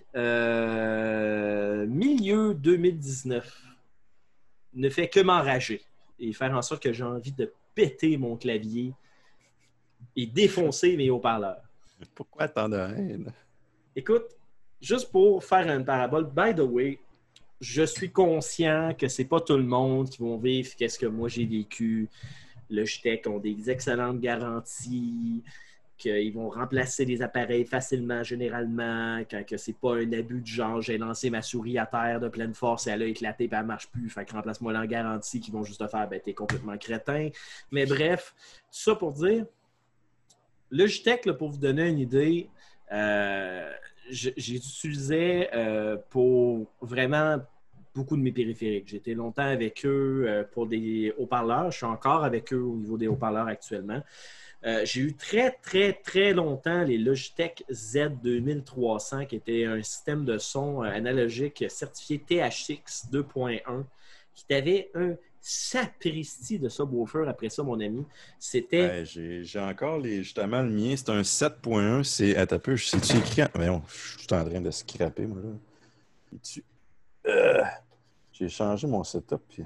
euh, milieu deux mille dix-neuf, ne fait que m'enrager et faire en sorte que j'ai envie de péter mon clavier et défoncer mes haut-parleurs. Pourquoi tant de haine? Écoute, juste pour faire une parabole, by the way, je suis conscient que c'est pas tout le monde qui va vivre qu'est-ce que moi j'ai vécu. Logitech ont des excellentes garanties, qu'ils vont remplacer les appareils facilement, généralement, quand que c'est pas un abus de genre, j'ai lancé ma souris à terre de pleine force et elle a éclaté et elle marche plus, fait que remplace-moi là en garantie, qui vont juste te faire, ben t'es complètement crétin. Mais bref, tout ça pour dire, Logitech, là, pour vous donner une idée, euh, j'ai utilisé euh, pour vraiment beaucoup de mes périphériques. J'ai été longtemps avec eux euh, pour des haut-parleurs. Je suis encore avec eux au niveau des haut-parleurs actuellement. Euh, j'ai eu très, très, très longtemps les Logitech Z deux mille trois cents, qui était un système de son euh, analogique certifié T H X deux point un, qui t'avait un sapristi de subwoofer après ça, mon ami. C'était... Ouais, j'ai, j'ai encore les, justement le mien, c'est un sept point un. C'est... Attends un peu, c'est-tu écrit? Mais non, je suis en train de scraper, moi, là. Es-tu... Euh, j'ai changé mon setup. Puis...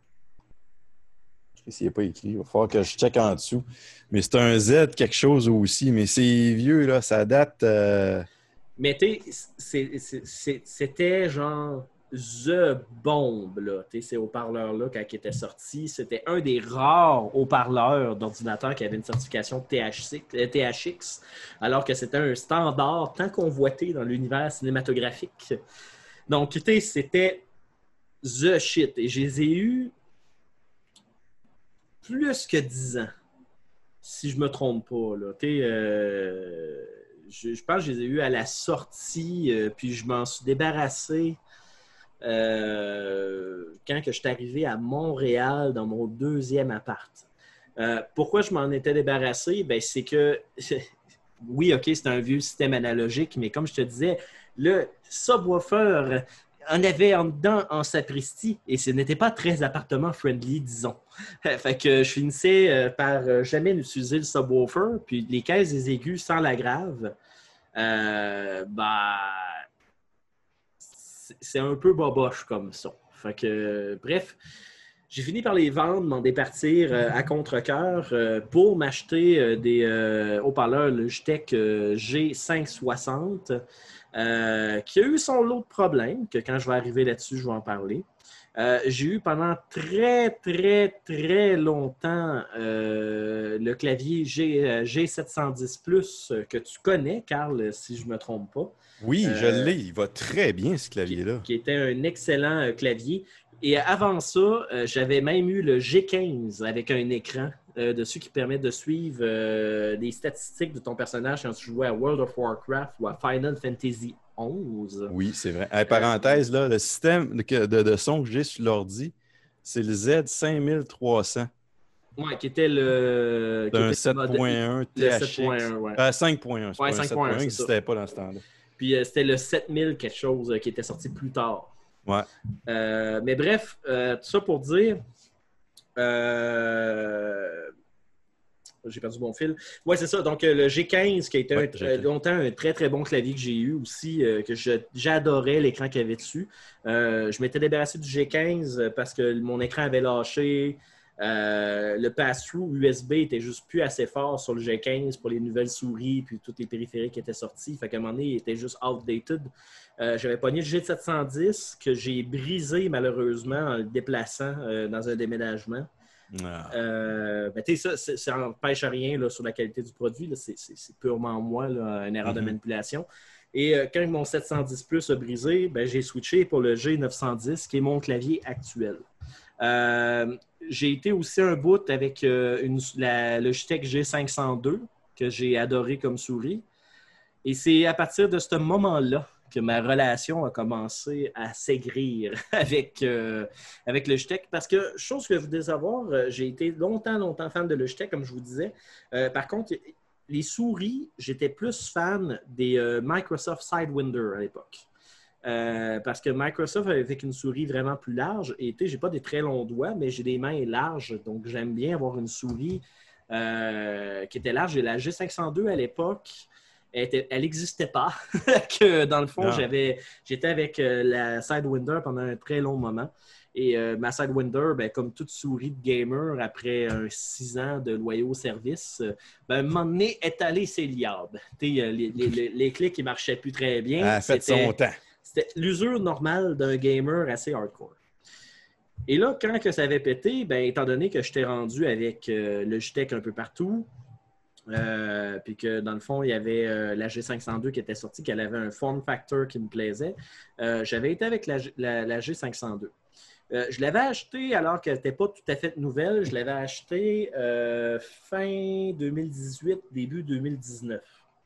Je sais s'il n'est pas écrit. Il va falloir que je check en dessous. Mais c'est un Z quelque chose aussi. Mais c'est vieux, là. Ça date... Euh... Mais tu sais, c'était genre The Bombe, là. Tu sais, ces haut-parleurs-là, quand ils étaient sortis, c'était un des rares haut-parleurs d'ordinateur qui avait une certification T H X, alors que c'était un standard tant convoité dans l'univers cinématographique. Donc, tu sais, c'était the shit. Et je les ai eus plus que dix ans, si je me trompe pas. Là. Tu sais, euh, je, je pense que je les ai eus à la sortie, euh, puis je m'en suis débarrassé euh, quand que je suis arrivé à Montréal dans mon deuxième appart. Euh, pourquoi je m'en étais débarrassé? Ben, c'est que, oui, OK, c'est un vieux système analogique, mais comme je te disais, le subwoofer en avait en dedans en sapristi et ce n'était pas très appartement-friendly, disons. Fait que je finissais par jamais utiliser le subwoofer, puis les caisses des aigus sans la grave, euh, bah, c'est un peu boboche comme ça. Fait que, bref, j'ai fini par les vendre, m'en départir euh, à contre-cœur euh, pour m'acheter euh, des euh, haut-parleurs Logitech euh, G cinq cent soixante. Euh, qui a eu son lot de problèmes, que quand je vais arriver là-dessus, je vais en parler. Euh, j'ai eu pendant très, très, très longtemps euh, le clavier G, G sept cent dix plus que tu connais, Carl, si je ne me trompe pas. Oui, euh, je l'ai. Il va très bien, ce clavier-là. Qui, qui était un excellent euh, clavier. Et avant ça, euh, j'avais même eu le G quinze avec un écran euh, dessus qui permet de suivre euh, des statistiques de ton personnage quand tu jouais à World of Warcraft ou à Final Fantasy onze. Oui, c'est vrai. Hey, parenthèse, là, le système de, de, de son que j'ai sur l'ordi, c'est le Z cinq mille trois cents. Ouais, qui était le. C'est un sept point un T H X. sept point un, ouais. Euh, cinq point un, c'est ouais, pas un sept point un qui n'existait pas dans ce temps-là. Puis euh, c'était le sept mille quelque chose euh, qui était sorti plus tard. Ouais. Euh, mais bref, euh, tout ça pour dire. Euh... J'ai perdu mon fil. Oui, c'est ça. Donc, euh, le G quinze, qui a été ouais, un, euh, longtemps un très, très bon clavier que j'ai eu aussi, euh, que je, j'adorais l'écran qu'il y avait dessus. Euh, je m'étais débarrassé du G quinze parce que mon écran avait lâché. Euh, le pass-through U S B était juste plus assez fort sur le G quinze pour les nouvelles souris puis tous les périphériques qui étaient sortis. Fait qu'à un moment donné, il était juste outdated. Euh, j'avais pogné le G sept cent dix que j'ai brisé malheureusement en le déplaçant euh, dans un déménagement. Ah. Euh, ben, ça, ça, ça n'empêche rien là, sur la qualité du produit. Là. C'est, c'est, c'est purement moi, là, une erreur mm-hmm. de manipulation. Et euh, quand mon sept cent dix plus a brisé, ben, j'ai switché pour le G neuf cent dix, qui est mon clavier actuel. Euh, j'ai été aussi un bout avec euh, une, la Logitech G cinq cent deux, que j'ai adoré comme souris. Et c'est à partir de ce moment-là que ma relation a commencé à s'aigrir avec, euh, avec Logitech. Parce que, chose que vous devez savoir, euh, j'ai été longtemps, longtemps fan de Logitech, comme je vous disais. Euh, par contre, les souris, j'étais plus fan des euh, Microsoft Sidewinder à l'époque. Euh, parce que Microsoft avait fait une souris vraiment plus large. Et tu sais, j'ai pas des très longs doigts, mais j'ai des mains larges. Donc, j'aime bien avoir une souris euh, qui était large. Et la G cinq cent deux à l'époque, elle n'existait pas. que dans le fond, j'avais, j'étais avec euh, la Sidewinder pendant un très long moment. Et euh, ma Sidewinder, ben, comme toute souris de gamer, après un six ans de loyaux services, ben, à un moment donné, est allé ses liabres. Les, les, les, les clics ne marchaient plus très bien. Elle a fait son temps. C'était l'usure normale d'un gamer assez hardcore. Et là, quand que ça avait pété, ben, étant donné que j'étais rendu avec euh, Logitech un peu partout, Euh, puis que dans le fond, il y avait euh, la G cinq cent deux qui était sortie, qu'elle avait un form factor qui me plaisait. Euh, j'avais été avec la, la, la G cinq cent deux. Euh, je l'avais acheté alors qu'elle n'était pas tout à fait nouvelle. Je l'avais acheté euh, fin deux mille dix-huit, début deux mille dix-neuf.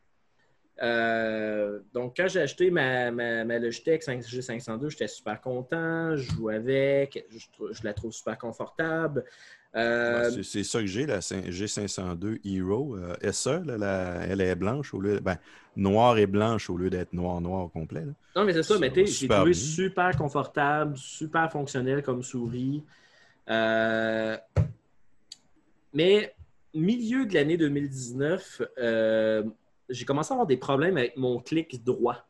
Euh, donc, quand j'ai acheté ma, ma, ma Logitech G cinq cent deux, j'étais super content. Je jouais avec. Je, je la trouve super confortable. Euh, c'est, c'est ça que j'ai, la G cinq cent deux Hero. Euh, S E, là, la, elle est blanche au lieu ben, noire et blanche au lieu d'être noir-noir au complet. Là. Non, mais c'est ça, ça mais tu sais, j'ai trouvé bien. super confortable, super fonctionnel comme souris. Euh, mais milieu de l'année deux mille dix-neuf, euh, j'ai commencé à avoir des problèmes avec mon clic droit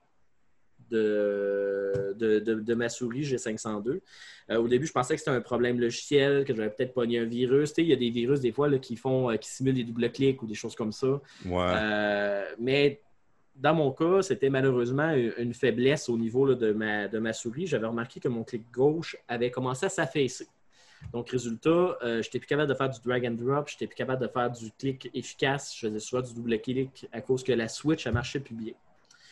de, de, de, de ma souris G cinq cent deux. Euh, au début, je pensais que c'était un problème logiciel, que j'avais peut-être pogné un virus. Tu sais, il y a des virus des fois là, qui font, euh, qui simulent des double-clics ou des choses comme ça. Ouais. Euh, mais dans mon cas, c'était malheureusement une faiblesse au niveau là, de, ma, de ma souris. J'avais remarqué que mon clic gauche avait commencé à s'affaisser. Donc, résultat, euh, je n'étais plus capable de faire du drag and drop, je n'étais plus capable de faire du clic efficace. Je faisais souvent du double-clic à cause que la switch, elle marchait plus bien.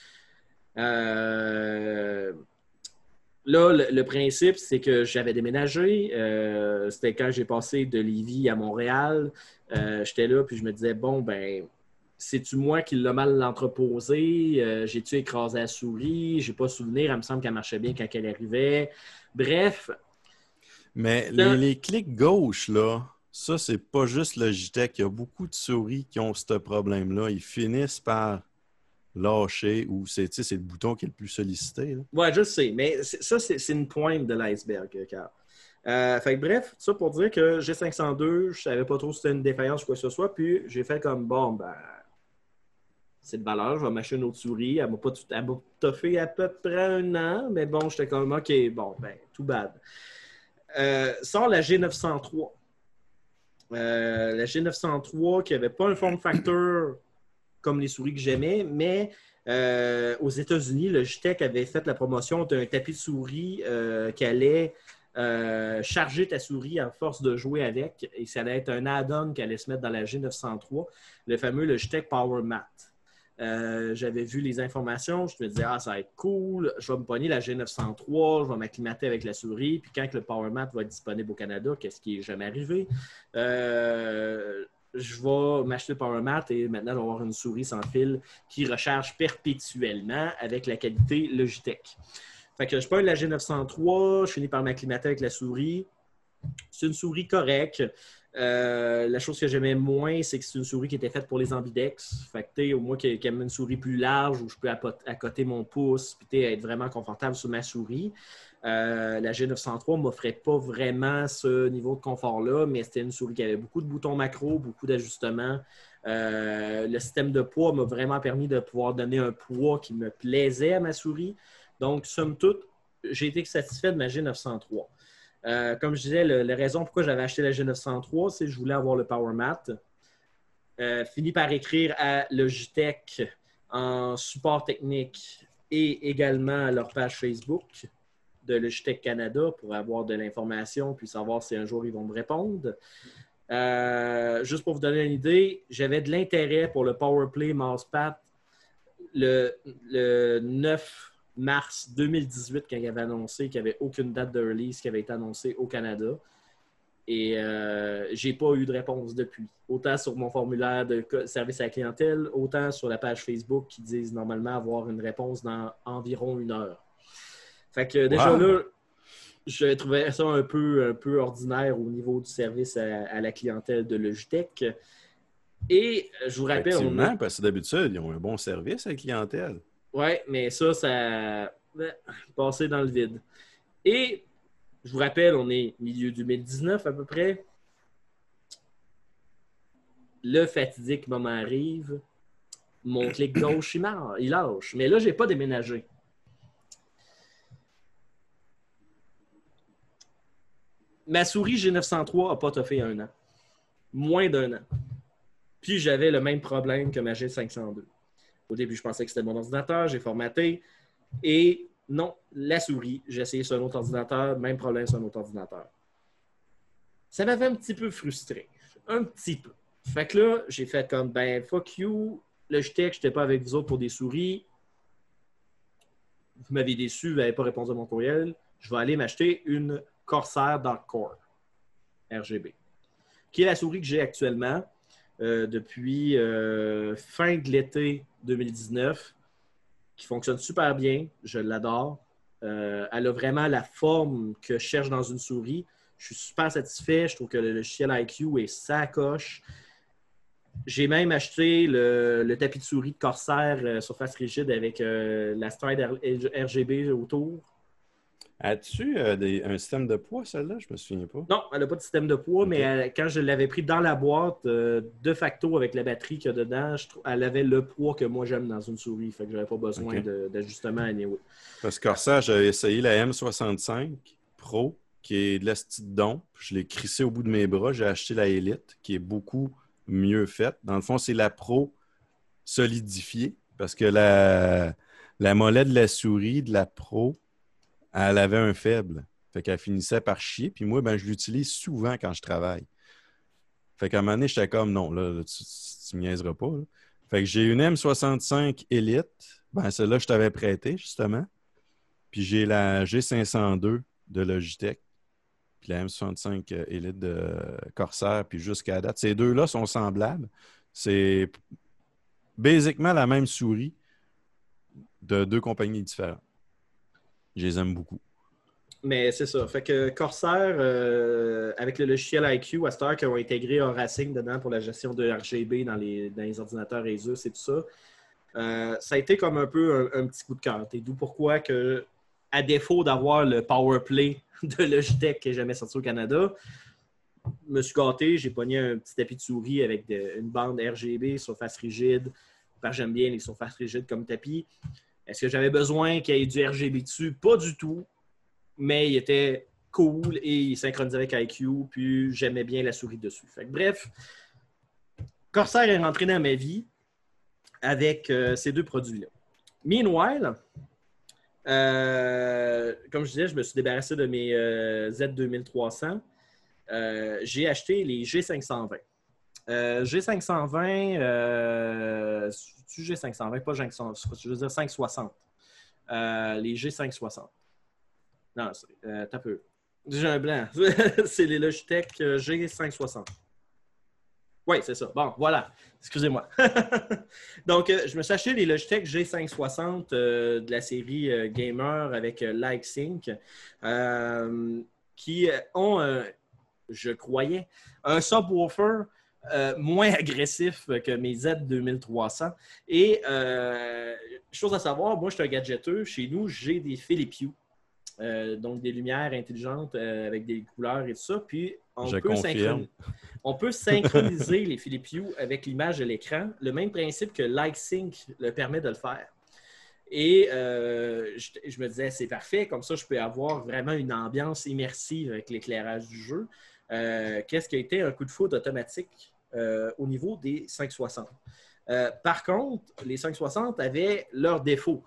Euh... Là, le, le principe, c'est que j'avais déménagé. Euh, c'était quand j'ai passé de Lévis à Montréal. Euh, j'étais là, puis je me disais, bon, ben, c'est-tu moi qui l'ai mal entreposé? Euh, j'ai-tu écrasé la souris? J'ai pas souvenir. Elle me semble qu'elle marchait bien quand elle arrivait. Bref. Mais les, les clics gauche, là, ça, c'est pas juste Logitech. Il y a beaucoup de souris qui ont ce problème-là. Ils finissent par lâcher ou c'est, c'est le bouton qui est le plus sollicité. Oui, je sais, mais c'est, ça, c'est, c'est une pointe de l'iceberg, car. Euh, fait que bref, ça pour dire que G cinq cent deux, je savais pas trop si c'était une défaillance ou quoi que ce soit, puis j'ai fait comme, bon, ben, c'est de valeur, je vais m'acheter une autre souris. Elle m'a pas tout, elle m'a toffé à peu près un an, mais bon, j'étais comme, OK, bon, ben, too bad. Euh, sort la G neuf cent trois. Euh, la G neuf cent trois qui n'avait pas un form factor comme les souris que j'aimais, mais euh, aux États-Unis, Logitech avait fait la promotion d'un tapis de souris euh, qui allait euh, charger ta souris à force de jouer avec, et ça allait être un add-on qui allait se mettre dans la G neuf cent trois, le fameux Logitech Power Mat. Euh, j'avais vu les informations, je me disais, ah, ça va être cool, je vais me pogner la G neuf cent trois, je vais m'acclimater avec la souris, puis quand le Power Mat va être disponible au Canada, qu'est-ce qui n'est jamais arrivé, euh, je vais m'acheter le PowerMat et maintenant, je vais avoir une souris sans fil qui recharge perpétuellement avec la qualité Logitech. Fait que je prends la G neuf cent trois, je finis par m'acclimater avec la souris. C'est une souris correcte. Euh, la chose que j'aimais moins, c'est que c'est une souris qui était faite pour les ambidex. Fait que, tu sais, au moins, qui aime une souris plus large où je peux accoter mon pouce et être vraiment confortable sur ma souris. Euh, la G neuf cent trois ne m'offrait pas vraiment ce niveau de confort-là, mais c'était une souris qui avait beaucoup de boutons macro, beaucoup d'ajustements. Euh, le système de poids m'a vraiment permis de pouvoir donner un poids qui me plaisait à ma souris. Donc, somme toute, j'ai été satisfait de ma G neuf cent trois. Euh, comme je disais, le, la raison pourquoi j'avais acheté la G neuf cent trois, c'est que je voulais avoir le PowerMat. Euh, fini par écrire à Logitech en support technique et également à leur page Facebook de Logitech Canada pour avoir de l'information puis savoir si un jour ils vont me répondre. Euh, juste pour vous donner une idée, j'avais de l'intérêt pour le PowerPlay Mousepad le, le neuf mars deux mille dix-huit quand il avait annoncé qu'il n'y avait aucune date de release qui avait été annoncée au Canada. Et euh, je n'ai pas eu de réponse depuis. Autant sur mon formulaire de service à la clientèle, autant sur la page Facebook qui disent normalement avoir une réponse dans environ une heure. Fait que déjà wow. là, je trouvais ça un peu, un peu ordinaire au niveau du service à, à la clientèle de Logitech. Et je vous rappelle... Effectivement, on a... parce que d'habitude, ils ont un bon service à la clientèle. Oui, mais ça, ça passé dans le vide. Et je vous rappelle, on est milieu deux mille dix-neuf à peu près. Le fatidique moment arrive. Mon clic gauche, il, marre, il lâche. Mais là, je n'ai pas déménagé. Ma souris G neuf cent trois n'a pas toffé un an. Moins d'un an. Puis j'avais le même problème que ma G cinq cent deux. Au début, je pensais que c'était mon ordinateur, j'ai formaté. Et non, la souris, j'ai essayé sur un autre ordinateur, même problème sur un autre ordinateur. Ça m'avait un petit peu frustré. Un petit peu. Fait que là, j'ai fait comme, ben, fuck you, Logitech, je n'étais pas avec vous autres pour des souris. Vous m'avez déçu, vous n'avez pas répondu à mon courriel. Je vais aller m'acheter une Corsair Dark Core R G B, qui est la souris que j'ai actuellement. Euh, depuis euh, fin de l'été deux mille dix-neuf, qui fonctionne super bien. Je l'adore. Euh, elle a vraiment la forme que je cherche dans une souris. Je suis super satisfait. Je trouve que le logiciel I Q est sacoche. J'ai même acheté le, le tapis de souris de Corsair euh, surface rigide avec euh, la Stride R G B autour. As-tu euh, des, un système de poids, celle-là? Je me souviens pas. Non, elle n'a pas de système de poids, okay. mais elle, quand je l'avais pris dans la boîte, euh, de facto, avec la batterie qu'il y a dedans, je trouve, elle avait le poids que moi j'aime dans une souris. Fait que j'avais pas besoin okay. de, d'ajustement anyway. Parce que Corsair, j'avais essayé la M soixante-cinq Pro, qui est de la petite dompe. Je l'ai crissée au bout de mes bras. J'ai acheté la Elite, qui est beaucoup mieux faite. Dans le fond, c'est la Pro solidifiée, parce que la, la molette de la souris de la Pro, elle avait un faible. Fait qu'elle finissait par chier. Puis moi, ben, je l'utilise souvent quand je travaille. Fait qu'à un moment donné, j'étais comme, non, là, là tu, tu, tu me niaiseras pas. Là. Fait que j'ai une M soixante-cinq Elite. Ben, celle-là, je t'avais prêté, justement. Puis j'ai la G cinq cent deux de Logitech. Puis la M soixante-cinq Elite de Corsair. Puis jusqu'à date, ces deux-là sont semblables. C'est basiquement la même souris de deux compagnies différentes. Je les aime beaucoup. Mais c'est ça. Fait que Corsair, euh, avec le logiciel I Q, à cette heure, qui ont intégré un Racing dedans pour la gestion de R G B dans les, dans les ordinateurs Asus et tout ça, euh, ça a été comme un peu un, un petit coup de cœur. D'où pourquoi que, à défaut d'avoir le PowerPlay de Logitech qui n'est jamais sorti au Canada, je me suis gâté, j'ai pogné un petit tapis de souris avec de, une bande R G B, surface rigide, parce que j'aime bien les surfaces rigides comme tapis. Est-ce que j'avais besoin qu'il y ait du R G B dessus? Pas du tout. Mais il était cool et il synchronisait avec I Q, puis j'aimais bien la souris dessus. Fait que, bref, Corsair est rentré dans ma vie avec euh, ces deux produits-là. Meanwhile, euh, comme je disais, je me suis débarrassé de mes euh, Z deux mille trois cents. Euh, j'ai acheté les G cinq cent vingt. Euh, G cinq cent vingt, euh, c'est G cinq cent vingt, pas G cinq cent vingt, je veux dire cinq cent soixante. Euh, les G cinq cent soixante. Non, c'est, euh, t'as peu. J'ai un blanc. C'est les Logitech G cinq cent soixante. Oui, c'est ça. Bon, voilà. Excusez-moi. Donc, euh, je me suis acheté les Logitech G cinq cent soixante euh, de la série euh, Gamer avec euh, LikeSync euh, qui ont, euh, je croyais, un subwoofer euh, moins agressif que mes Z deux mille trois cents. Et, euh, chose à savoir, moi, je suis un gadgeteux. Chez nous, j'ai des Philips Hue. Euh, donc, des lumières intelligentes euh, avec des couleurs et tout ça. Puis, on, Je peut, confirme. synchron... on peut synchroniser les Philips Hue avec l'image de l'écran. Le même principe que LikeSync le permet de le faire. Et euh, je, je me disais, c'est parfait. Comme ça, je peux avoir vraiment une ambiance immersive avec l'éclairage du jeu. Euh, qu'est-ce qui a été un coup de foudre automatique euh, au niveau des cinq cent soixante? Euh, par contre, les cinq cent soixante avaient leurs défauts.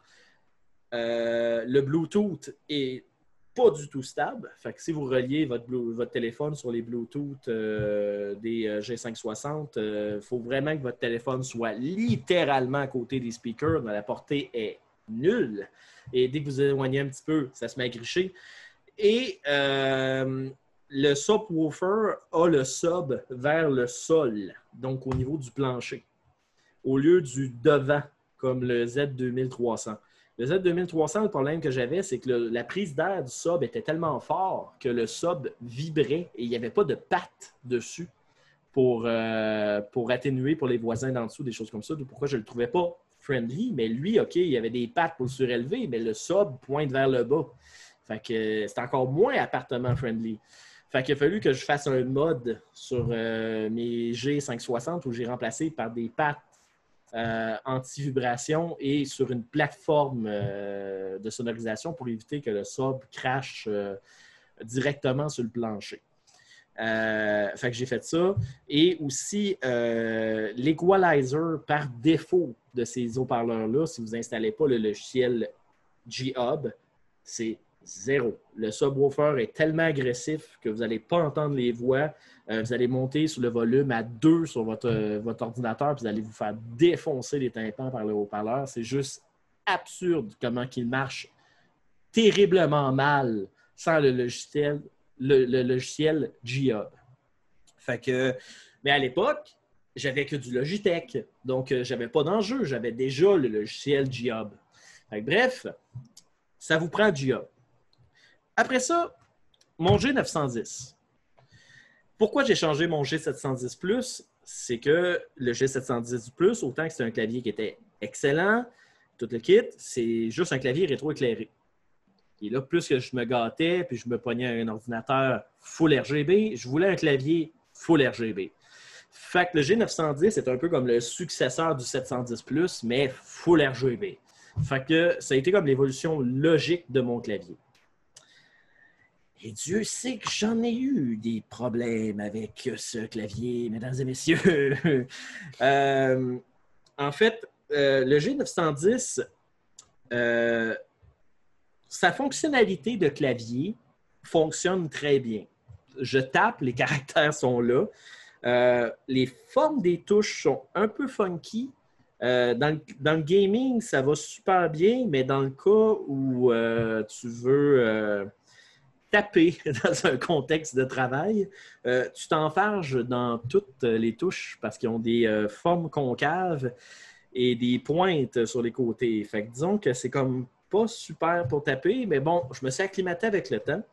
Euh, le Bluetooth est pas du tout stable. Fait que si vous reliez votre, Blue, votre téléphone sur les Bluetooth euh, des euh, G cinq cent soixante, il euh, faut vraiment que votre téléphone soit littéralement à côté des speakers, mais la portée est nulle. Et dès que vous éloignez un petit peu, ça se met à gricher. Et euh, le subwoofer a le sub vers le sol, donc au niveau du plancher, au lieu du devant, comme le Z deux mille trois cents. Le Z deux mille trois cents, le problème que j'avais, c'est que le, la prise d'air du sub était tellement fort que le sub vibrait et il n'y avait pas de patte dessus pour, euh, pour atténuer pour les voisins d'en dessous, des choses comme ça. Donc, pourquoi je ne le trouvais pas friendly? Mais lui, OK, il y avait des pattes pour le surélever, mais le sub pointe vers le bas. Fait que c'est encore moins appartement friendly. Fait qu'il a fallu que je fasse un mode sur euh, mes G cinq cent soixante où j'ai remplacé par des pattes Euh, anti-vibration et sur une plateforme euh, de sonorisation pour éviter que le sub crache euh, directement sur le plancher. Euh, fait que j'ai fait ça. Et aussi, euh, l'equalizer par défaut de ces haut-parleurs-là, si vous n'installez pas le logiciel G-Hub, c'est zéro. Le subwoofer est tellement agressif que vous n'allez pas entendre les voix. Euh, vous allez monter sur le volume à deux sur votre, euh, votre ordinateur, puis vous allez vous faire défoncer les tympans par le haut-parleur. C'est juste absurde comment il marche terriblement mal sans le logiciel, le, le logiciel G-Hub. Fait que, mais à l'époque, j'avais que du Logitech. Donc, euh, j'avais pas d'enjeu. J'avais déjà le logiciel G-Hub. Fait que, bref, ça vous prend G-Hub. Après ça, mon G neuf cent dix. Pourquoi j'ai changé mon G sept cent dix plus? C'est que le G sept cent dix plus, autant que c'est un clavier qui était excellent, tout le kit, c'est juste un clavier rétroéclairé. Et là, plus que je me gâtais, puis je me pognais un ordinateur full R G B, je voulais un clavier full R G B. Fait que le G neuf cent dix est un peu comme le successeur du sept cent dix plus, mais full R G B. Fait que ça a été comme l'évolution logique de mon clavier. Et Dieu sait que j'en ai eu des problèmes avec ce clavier, mesdames et messieurs. euh, en fait, euh, le G neuf cent dix, euh, sa fonctionnalité de clavier fonctionne très bien. Je tape, les caractères sont là. Euh, les formes des touches sont un peu funky. Euh, dans, le, dans le gaming, ça va super bien, mais dans le cas où euh, tu veux... Euh, taper dans un contexte de travail, euh, tu t'enfarges dans toutes les touches parce qu'ils ont des euh, formes concaves et des pointes sur les côtés. Fait que disons que c'est comme pas super pour taper, mais bon, je me suis acclimaté avec le temps.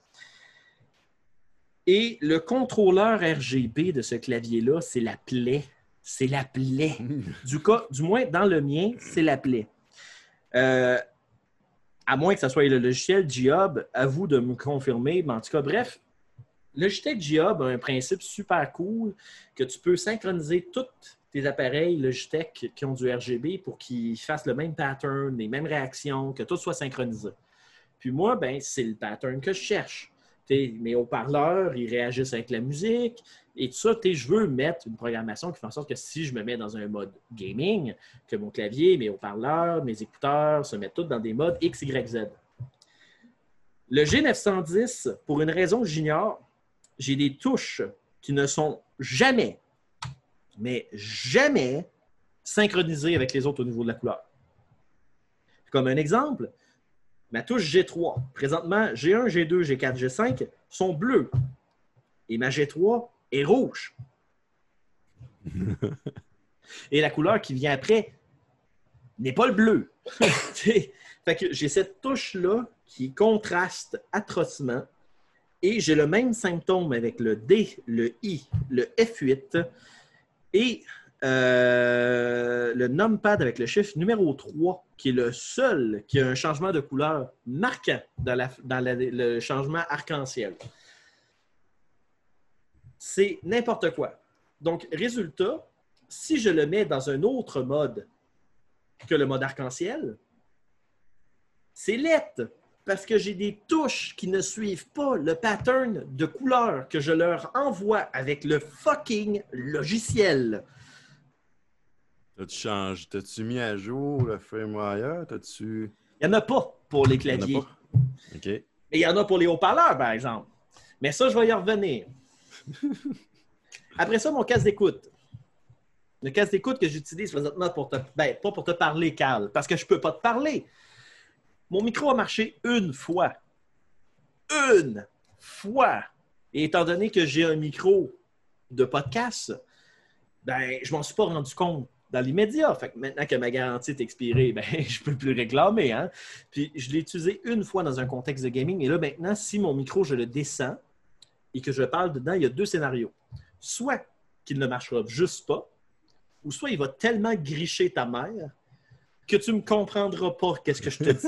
Et le contrôleur R G B de ce clavier-là, c'est la plaie. C'est la plaie. Du, cas, du moins, dans le mien, c'est la plaie. Euh, À moins que ce soit le logiciel G-Hub, à vous de me confirmer. Mais en tout cas, bref, le Logitech G-Hub a un principe super cool que tu peux synchroniser tous tes appareils Logitech qui ont du R G B pour qu'ils fassent le même pattern, les mêmes réactions, que tout soit synchronisé. Puis moi, ben, c'est le pattern que je cherche. T'sais, mes haut-parleurs, ils réagissent avec la musique. Et tout ça, je veux mettre une programmation qui fait en sorte que si je me mets dans un mode gaming, que mon clavier, mes haut-parleurs, mes écouteurs se mettent tous dans des modes X, Y, Z. Le G neuf cent dix, pour une raison que j'ignore, j'ai des touches qui ne sont jamais, mais jamais synchronisées avec les autres au niveau de la couleur. Comme un exemple, ma touche G trois, présentement, G un, G deux, G quatre, G cinq sont bleus. Et ma G trois est rouge. Et la couleur qui vient après n'est pas le bleu. Fait que j'ai cette touche-là qui contraste atrocement. Et j'ai le même symptôme avec le D, le I, le F huit et euh, le numpad avec le chiffre numéro trois, qui est le seul qui a un changement de couleur marquant dans, la, dans la, le changement arc-en-ciel. C'est n'importe quoi. Donc, résultat, si je le mets dans un autre mode que le mode arc-en-ciel, c'est laid. Parce que j'ai des touches qui ne suivent pas le pattern de couleur que je leur envoie avec le fucking logiciel. T'as-tu changé? T'as-tu mis à jour le firmware? T'as-tu... Il n'y en a pas pour les claviers. Il y en a pas? OK. Et il y en a pour les haut-parleurs, par exemple. Mais ça, je vais y revenir. Après ça, mon casque d'écoute. Le casque d'écoute que j'utilise présentement pour te... Ben, pas pour te parler, Carl, parce que je ne peux pas te parler. Mon micro a marché une fois. Une fois. Et étant donné que j'ai un micro de podcast, ben, je m'en suis pas rendu compte dans l'immédiat. Fait que maintenant que ma garantie est expirée, ben, je peux plus réclamer. Hein? Puis je l'ai utilisé une fois dans un contexte de gaming. Et là, maintenant, si mon micro, je le descends et que je parle dedans, il y a deux scénarios. Soit qu'il ne marchera juste pas, ou soit il va tellement gricher ta mère que tu ne me comprendras pas qu'est-ce que je te dis.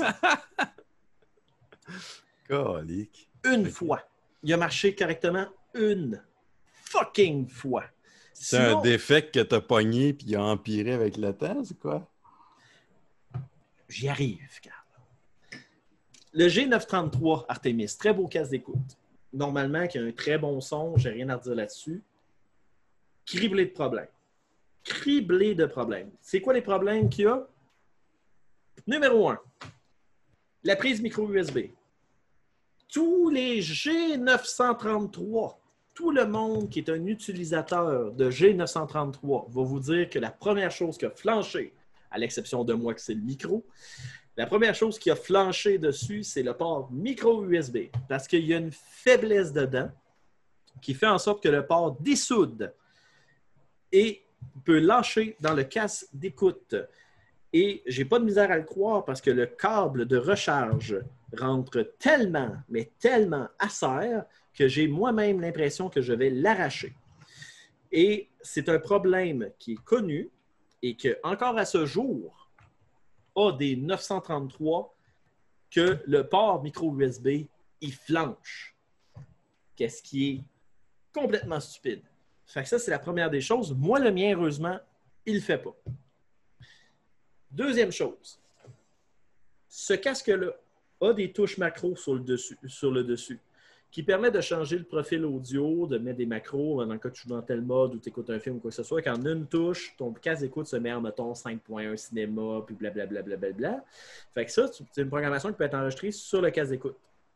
Calique. Une Okay. fois. Il a marché correctement une fucking fois. C'est Sinon, un défect que t'as pogné puis il a empiré avec le temps, c'est quoi? J'y arrive, Carl. Le G neuf cent trente-trois Artemis, très beau casque d'écoute. Normalement, qui a un très bon son, j'ai rien à redire là-dessus. Criblé de problèmes. Criblé de problèmes. C'est quoi les problèmes qu'il y a? Numéro un, la prise micro U S B. Tous les G neuf cent trente-trois, tout le monde qui est un utilisateur de G neuf cent trente-trois va vous dire que la première chose qui a flanché, à l'exception de moi que c'est le micro, la première chose qui a flanché dessus, c'est le port micro U S B. Parce qu'il y a une faiblesse dedans qui fait en sorte que le port dissoude et peut lâcher dans le casque d'écoute. Et j'ai pas de misère à le croire parce que le câble de recharge rentre tellement, mais tellement à serre que j'ai moi-même l'impression que je vais l'arracher. Et c'est un problème qui est connu et que, encore à ce jour, a des neuf cent trente-trois que le port micro U S B, il flanche. Qu'est-ce qui est complètement stupide. Fait que ça, c'est la première des choses. Moi, le mien, heureusement, il ne le fait pas. Deuxième chose, ce casque-là a des touches macro sur le dessus, sur le dessus qui permet de changer le profil audio, de mettre des macros dans le cas que tu joues dans tel mode ou tu écoutes un film ou quoi que ce soit. Qu'en une touche, ton casque d'écoute se met en, mettons, cinq point un cinéma, puis blablabla. Bla, bla, bla, bla. Fait que ça, c'est une programmation qui peut être enregistrée sur le casque d'écoute.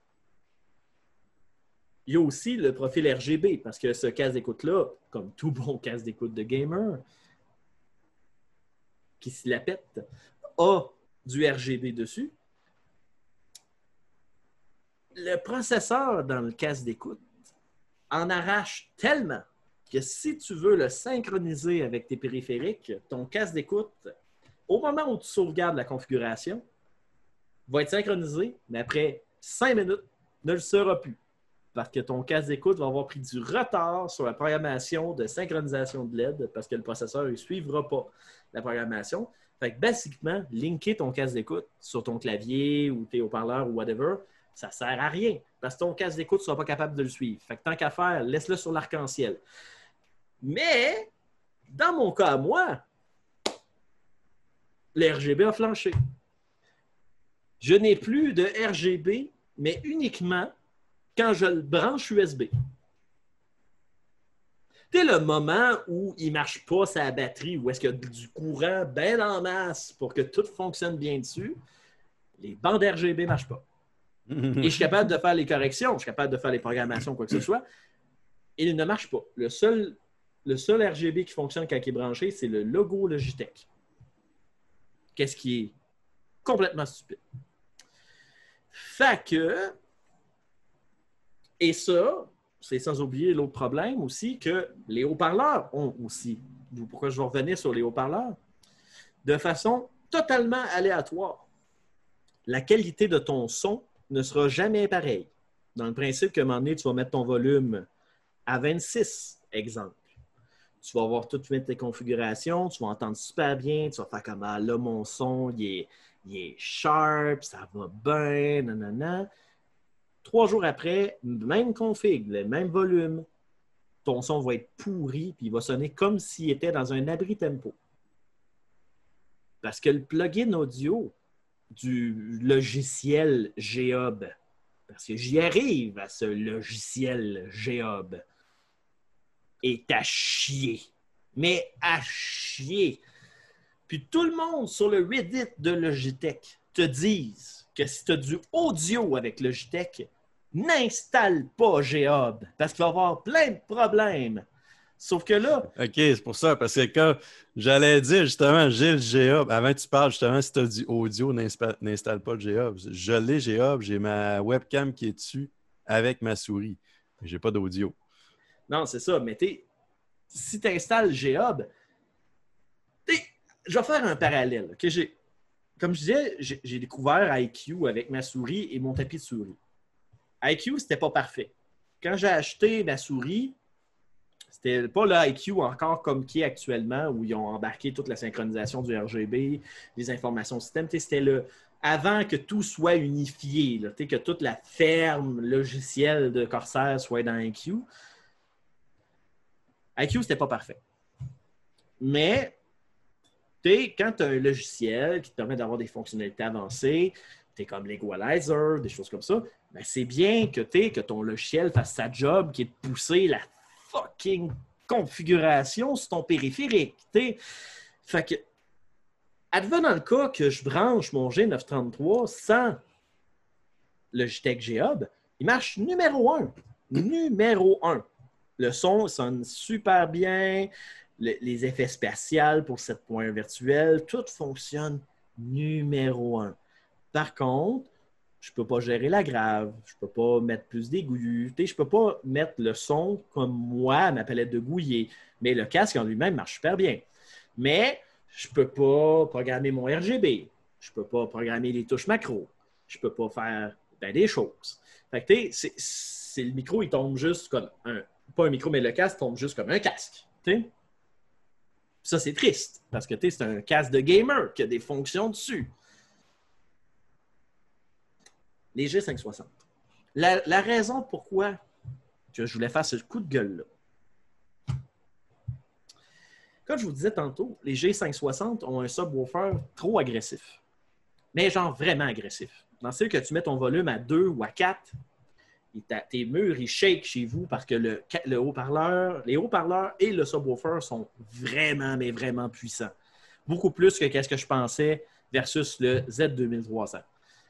Il y a aussi le profil R G B, parce que ce casque d'écoute-là, comme tout bon casque d'écoute de gamer, qui se la pète, a du R G B dessus. Le processeur dans le casque d'écoute en arrache tellement que si tu veux le synchroniser avec tes périphériques, ton casque d'écoute, au moment où tu sauvegardes la configuration, va être synchronisé, mais après cinq minutes, ne le sera plus. Parce que ton casque d'écoute va avoir pris du retard sur la programmation de synchronisation de L E D parce que le processeur ne suivra pas la programmation. Fait que, basiquement, linker ton casque d'écoute sur ton clavier ou tes haut-parleurs ou whatever, ça ne sert à rien parce que ton casque d'écoute ne sera pas capable de le suivre. Fait que tant qu'à faire, laisse-le sur l'arc-en-ciel. Mais, dans mon cas à moi, le R G B a flanché. Je n'ai plus de R G B, mais uniquement quand je le branche U S B. Tu sais, le moment où il ne marche pas sa batterie, où est-ce qu'il y a du courant bien en masse pour que tout fonctionne bien dessus, les bandes R G B ne marchent pas. Et je suis capable de faire les corrections, je suis capable de faire les programmations, quoi que ce soit. Et il ne marche pas. Le seul, le seul R G B qui fonctionne quand il est branché, c'est le logo Logitech. Qu'est-ce qui est complètement stupide. Fait que... Et ça, c'est sans oublier l'autre problème aussi, que les haut-parleurs ont aussi pourquoi je vais revenir sur les haut-parleurs, de façon totalement aléatoire. La qualité de ton son ne sera jamais pareille. Dans le principe qu'à un moment donné, tu vas mettre ton volume à vingt-six, exemple. Tu vas avoir toutes tes configurations, tu vas entendre super bien, tu vas faire comme ah, là, mon son, il est, il est sharp, ça va bien, nanana. Trois jours après, même config, le même volume, ton son va être pourri, puis il va sonner comme s'il était dans un abri tempo. Parce que le plugin audio du logiciel Geob, parce que j'y arrive à ce logiciel Geob, est à chier. Mais à chier. Puis tout le monde sur le Reddit de Logitech te disent que si tu as du audio avec Logitech, n'installe pas Geob parce qu'il va y avoir plein de problèmes. Sauf que là... OK, c'est pour ça, parce que quand j'allais dire justement, j'ai le Geob, avant que tu parles justement, si tu as du audio, n'inspa- n'installe pas le Geob. Je l'ai Geob, j'ai ma webcam qui est dessus avec ma souris. Mais j'ai pas d'audio. Non, c'est ça, mais tu si tu installes Geob, je vais faire un parallèle. Okay? J'ai, comme je disais, j'ai, j'ai découvert I Q avec ma souris et mon tapis de souris. I Q, c'était pas parfait. Quand j'ai acheté ma souris, c'était pas le I Q encore comme qui est actuellement, où ils ont embarqué toute la synchronisation du R G B, les informations système. C'était le avant que tout soit unifié, là, que toute la ferme logicielle de Corsair soit dans I Q. I Q, c'était pas parfait. Mais quand tu as un logiciel qui te permet d'avoir des fonctionnalités avancées, tu es comme l'Equalizer, des choses comme ça, ben c'est bien que, que ton logiciel fasse sa job qui est de pousser la fucking configuration sur ton périphérique. T'sais. Fait que, advenant le cas que je branche mon G neuf cent trente-trois sans Logitech Geob, il marche numéro un. Numéro un. Le son sonne super bien, le, les effets spatials pour sept point un virtuel, tout fonctionne numéro un. Par contre, je ne peux pas gérer la grave, je ne peux pas mettre plus d'aigus, je ne peux pas mettre le son comme moi à ma palette de Gouillet, mais le casque en lui-même marche super bien. Mais je ne peux pas programmer mon R G B, je ne peux pas programmer les touches macro, je ne peux pas faire ben, des choses. Fait que, tu sais, c'est, c'est, le micro, il tombe juste comme un... Pas un micro, mais le casque tombe juste comme un casque. T'sais? Ça, c'est triste, parce que c'est un casque de gamer qui a des fonctions dessus. Les G cinq cent soixante. La, la raison pourquoi que je voulais faire ce coup de gueule-là. Comme je vous disais tantôt, les G cinq cent soixante ont un subwoofer trop agressif. Mais genre vraiment agressif. Dans ce que tu mets ton volume à deux ou à quatre, et tes murs, ils shake chez vous parce que le, le haut-parleur, les haut-parleurs et le subwoofer sont vraiment, mais vraiment puissants. Beaucoup plus que ce que je pensais versus le Z deux mille trois cents.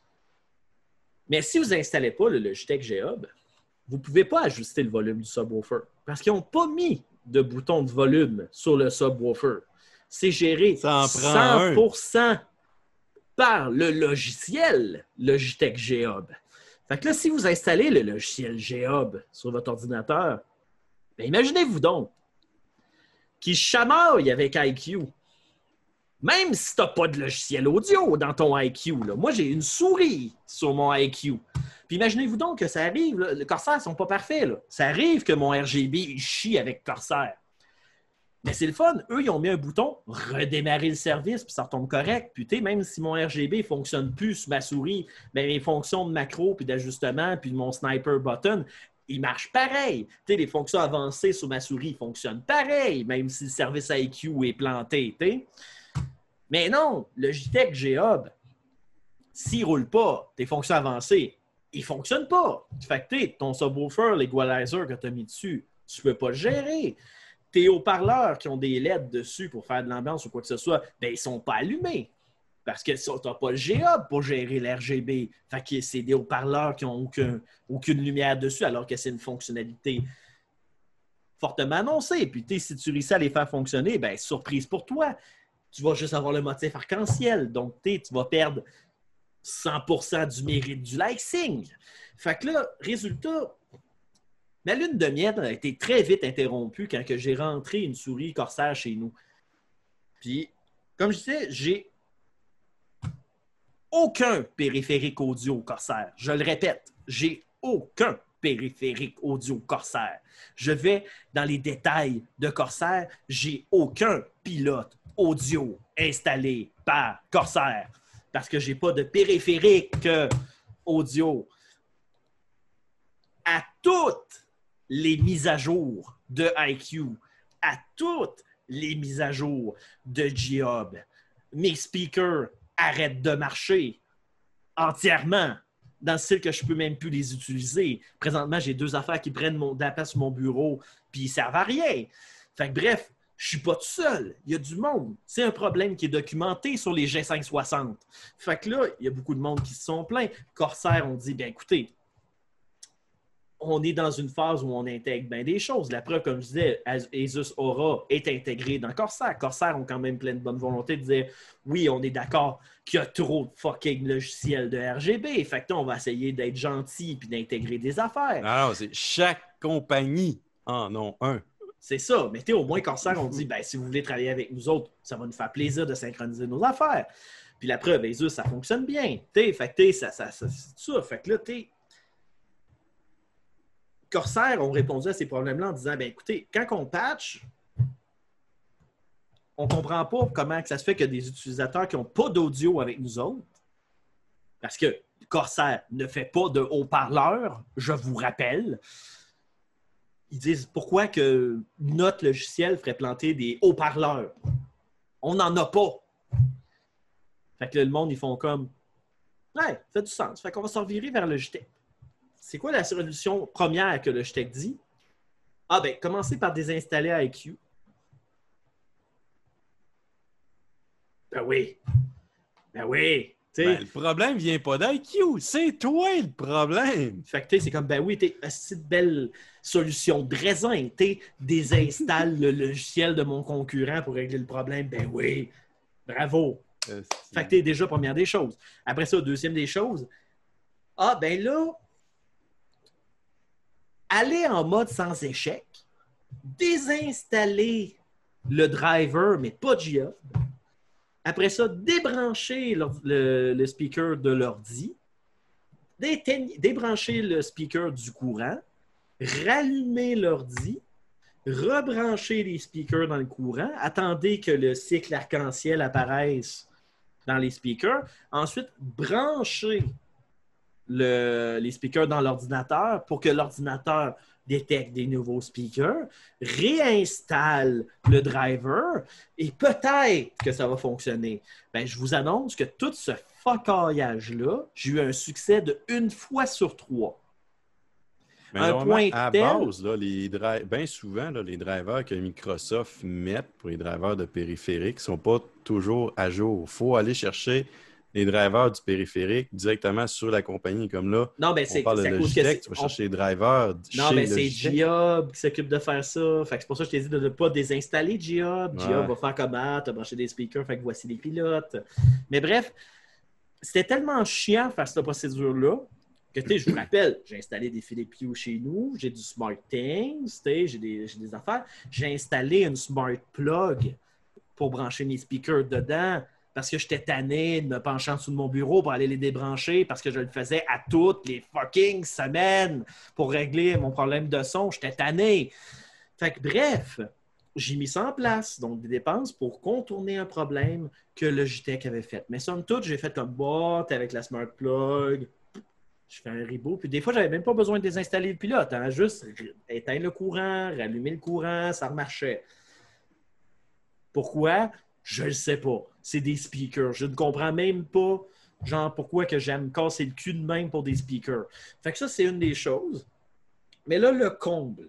Mais si vous n'installez pas le Logitech Geob, vous ne pouvez pas ajuster le volume du subwoofer parce qu'ils n'ont pas mis de bouton de volume sur le subwoofer. C'est géré cent pour cent par le logiciel Logitech Geob. Fait que là, si vous installez le logiciel Geob sur votre ordinateur, bien, imaginez-vous donc qu'il chamaille avec I Q. Même si tu n'as pas de logiciel audio dans ton I Q. Là. Moi, j'ai une souris sur mon I Q. Puis imaginez-vous donc que ça arrive, là, les Corsair ne sont pas parfaits. Là. Ça arrive que mon R G B il chie avec Corsair. Mais c'est le fun. Eux, ils ont mis un bouton « Redémarrer le service » puis ça retombe correct. Puis tu sais, même si mon R G B ne fonctionne plus sur ma souris, bien, mes fonctions de macro puis d'ajustement puis mon sniper button, ils marchent pareil. Tu sais, les fonctions avancées sur ma souris fonctionnent pareil, même si le service I Q est planté. T'sais. Mais non, le Logitech Geob, s'il ne roule pas, tes fonctions avancées, il ne fonctionne pas. Fait que ton subwoofer, l'equalizer que tu as mis dessus, tu ne peux pas le gérer. Tes haut-parleurs qui ont des L E D dessus pour faire de l'ambiance ou quoi que ce soit, ben, ils ne sont pas allumés. Parce que tu n'as pas le Geob pour gérer l'R G B. Fait que c'est des haut-parleurs qui n'ont aucun, aucune lumière dessus, alors que c'est une fonctionnalité fortement annoncée. Puis si tu réussis à les faire fonctionner, ben, surprise pour toi. Tu vas juste avoir le motif arc-en-ciel. Donc, tu vas perdre cent pour cent du mérite du like-sing. Fait que là, résultat, Ma lune de miel a été très vite interrompue quand que j'ai rentré une souris Corsair chez nous. Puis, comme je disais, j'ai aucun périphérique audio Corsair. Je le répète, j'ai aucun périphérique audio Corsair. Je vais dans les détails de Corsair, j'ai aucun pilote audio installé par Corsair parce que j'ai pas de périphérique audio. À toutes les mises à jour de I Q, à toutes les mises à jour de G-Hub, mes speakers arrêtent de marcher entièrement dans le style que je ne peux même plus les utiliser. Présentement, j'ai deux affaires qui prennent mon, de la place sur mon bureau puis ils ne servent à rien. Fait que bref, je ne suis pas tout seul. Il y a du monde. C'est un problème qui est documenté sur les G cinq cent soixante. Fait que là, il y a beaucoup de monde qui se sont plaints. Corsair, on dit, bien écoutez, on est dans une phase où on intègre bien des choses. La preuve, comme je disais, Asus Aura est intégré dans Corsair. Corsair ont quand même plein de bonne volonté de dire oui, on est d'accord qu'il y a trop de fucking logiciels de R G B. Fait que là, on va essayer d'être gentil et d'intégrer des affaires. Non, non, c'est chaque compagnie en ont un. C'est ça. Mais au moins, Corsair, on dit ben, si vous voulez travailler avec nous autres, ça va nous faire plaisir de synchroniser nos affaires. Puis la preuve, Asus, ça fonctionne bien. T'sais, fait que ça, ça, ça, c'est ça. Fait que là, tu Corsair ont répondu à ces problèmes-là en disant ben écoutez, quand on patch, on ne comprend pas comment que ça se fait qu'il y a des utilisateurs qui n'ont pas d'audio avec nous autres. Parce que Corsair ne fait pas de haut-parleur, je vous rappelle. Ils disent pourquoi que notre logiciel ferait planter des haut-parleurs. On n'en a pas. Fait que là, le monde, ils font comme ouais, ça fait du sens. Fait qu'on va se revirer vers Logitech. C'est quoi la solution première que Logitech dit? Ah ben, commencez par désinstaller I Q. Ben oui. Ben oui. Ben, le problème vient pas d'I Q, c'est toi le problème. Fait que c'est comme, ben oui, t'es une belle solution de raisin. T'es désinstalle le logiciel de mon concurrent pour régler le problème. Ben oui. Bravo. Euh, fait que t'es déjà première des choses. Après ça, deuxième des choses. Ah ben là, aller en mode sans échec, désinstaller le driver, mais pas G-Hub. Après ça, débrancher le, le, le speaker de l'ordi, débrancher le speaker du courant, rallumer l'ordi, rebrancher les speakers dans le courant, attendez que le cycle arc-en-ciel apparaisse dans les speakers, ensuite brancher Le, les speakers dans l'ordinateur pour que l'ordinateur détecte des nouveaux speakers, réinstalle le driver et peut-être que ça va fonctionner. Ben, je vous annonce que tout ce focaillage-là, j'ai eu un succès de une fois sur trois. Mais un point à tel... base, là, les dri... bien souvent, là, les drivers que Microsoft met pour les drivers de périphériques ne sont pas toujours à jour. Il faut aller chercher les drivers du périphérique directement sur la compagnie. Comme là, non, ben on parle de Logitech, tu vas chercher les drivers non, chez mais c'est Logitech. G-Hub qui s'occupe de faire ça. Fait que c'est pour ça que je t'ai dit de ne pas désinstaller G-Hub. G-Hub Ouais. va faire comment? Tu as branché des speakers, fait que voici les pilotes. Mais bref, c'était tellement chiant faire cette procédure-là que, tu sais, je vous rappelle, j'ai installé des Philips Hue chez nous, j'ai du SmartThings, tu sais, j'ai des, j'ai des affaires. J'ai installé une Smart Plug pour brancher mes speakers dedans parce que j'étais tanné de me pencher en dessous de mon bureau pour aller les débrancher parce que je le faisais à toutes les fucking semaines pour régler mon problème de son. J'étais tanné. Fait que bref, j'ai mis ça en place, donc des dépenses pour contourner un problème que Logitech avait fait. Mais somme toute, j'ai fait comme boîte avec la Smart Plug. Je fais un reboot. Puis des fois, je n'avais même pas besoin de désinstaller le pilote. Hein? Juste éteindre le courant, rallumer le courant, ça remarchait. Pourquoi? Je ne le sais pas. C'est des speakers. Je ne comprends même pas, genre, pourquoi que j'aime casser le cul de même pour des speakers. Fait que ça, c'est une des choses. Mais là, le comble.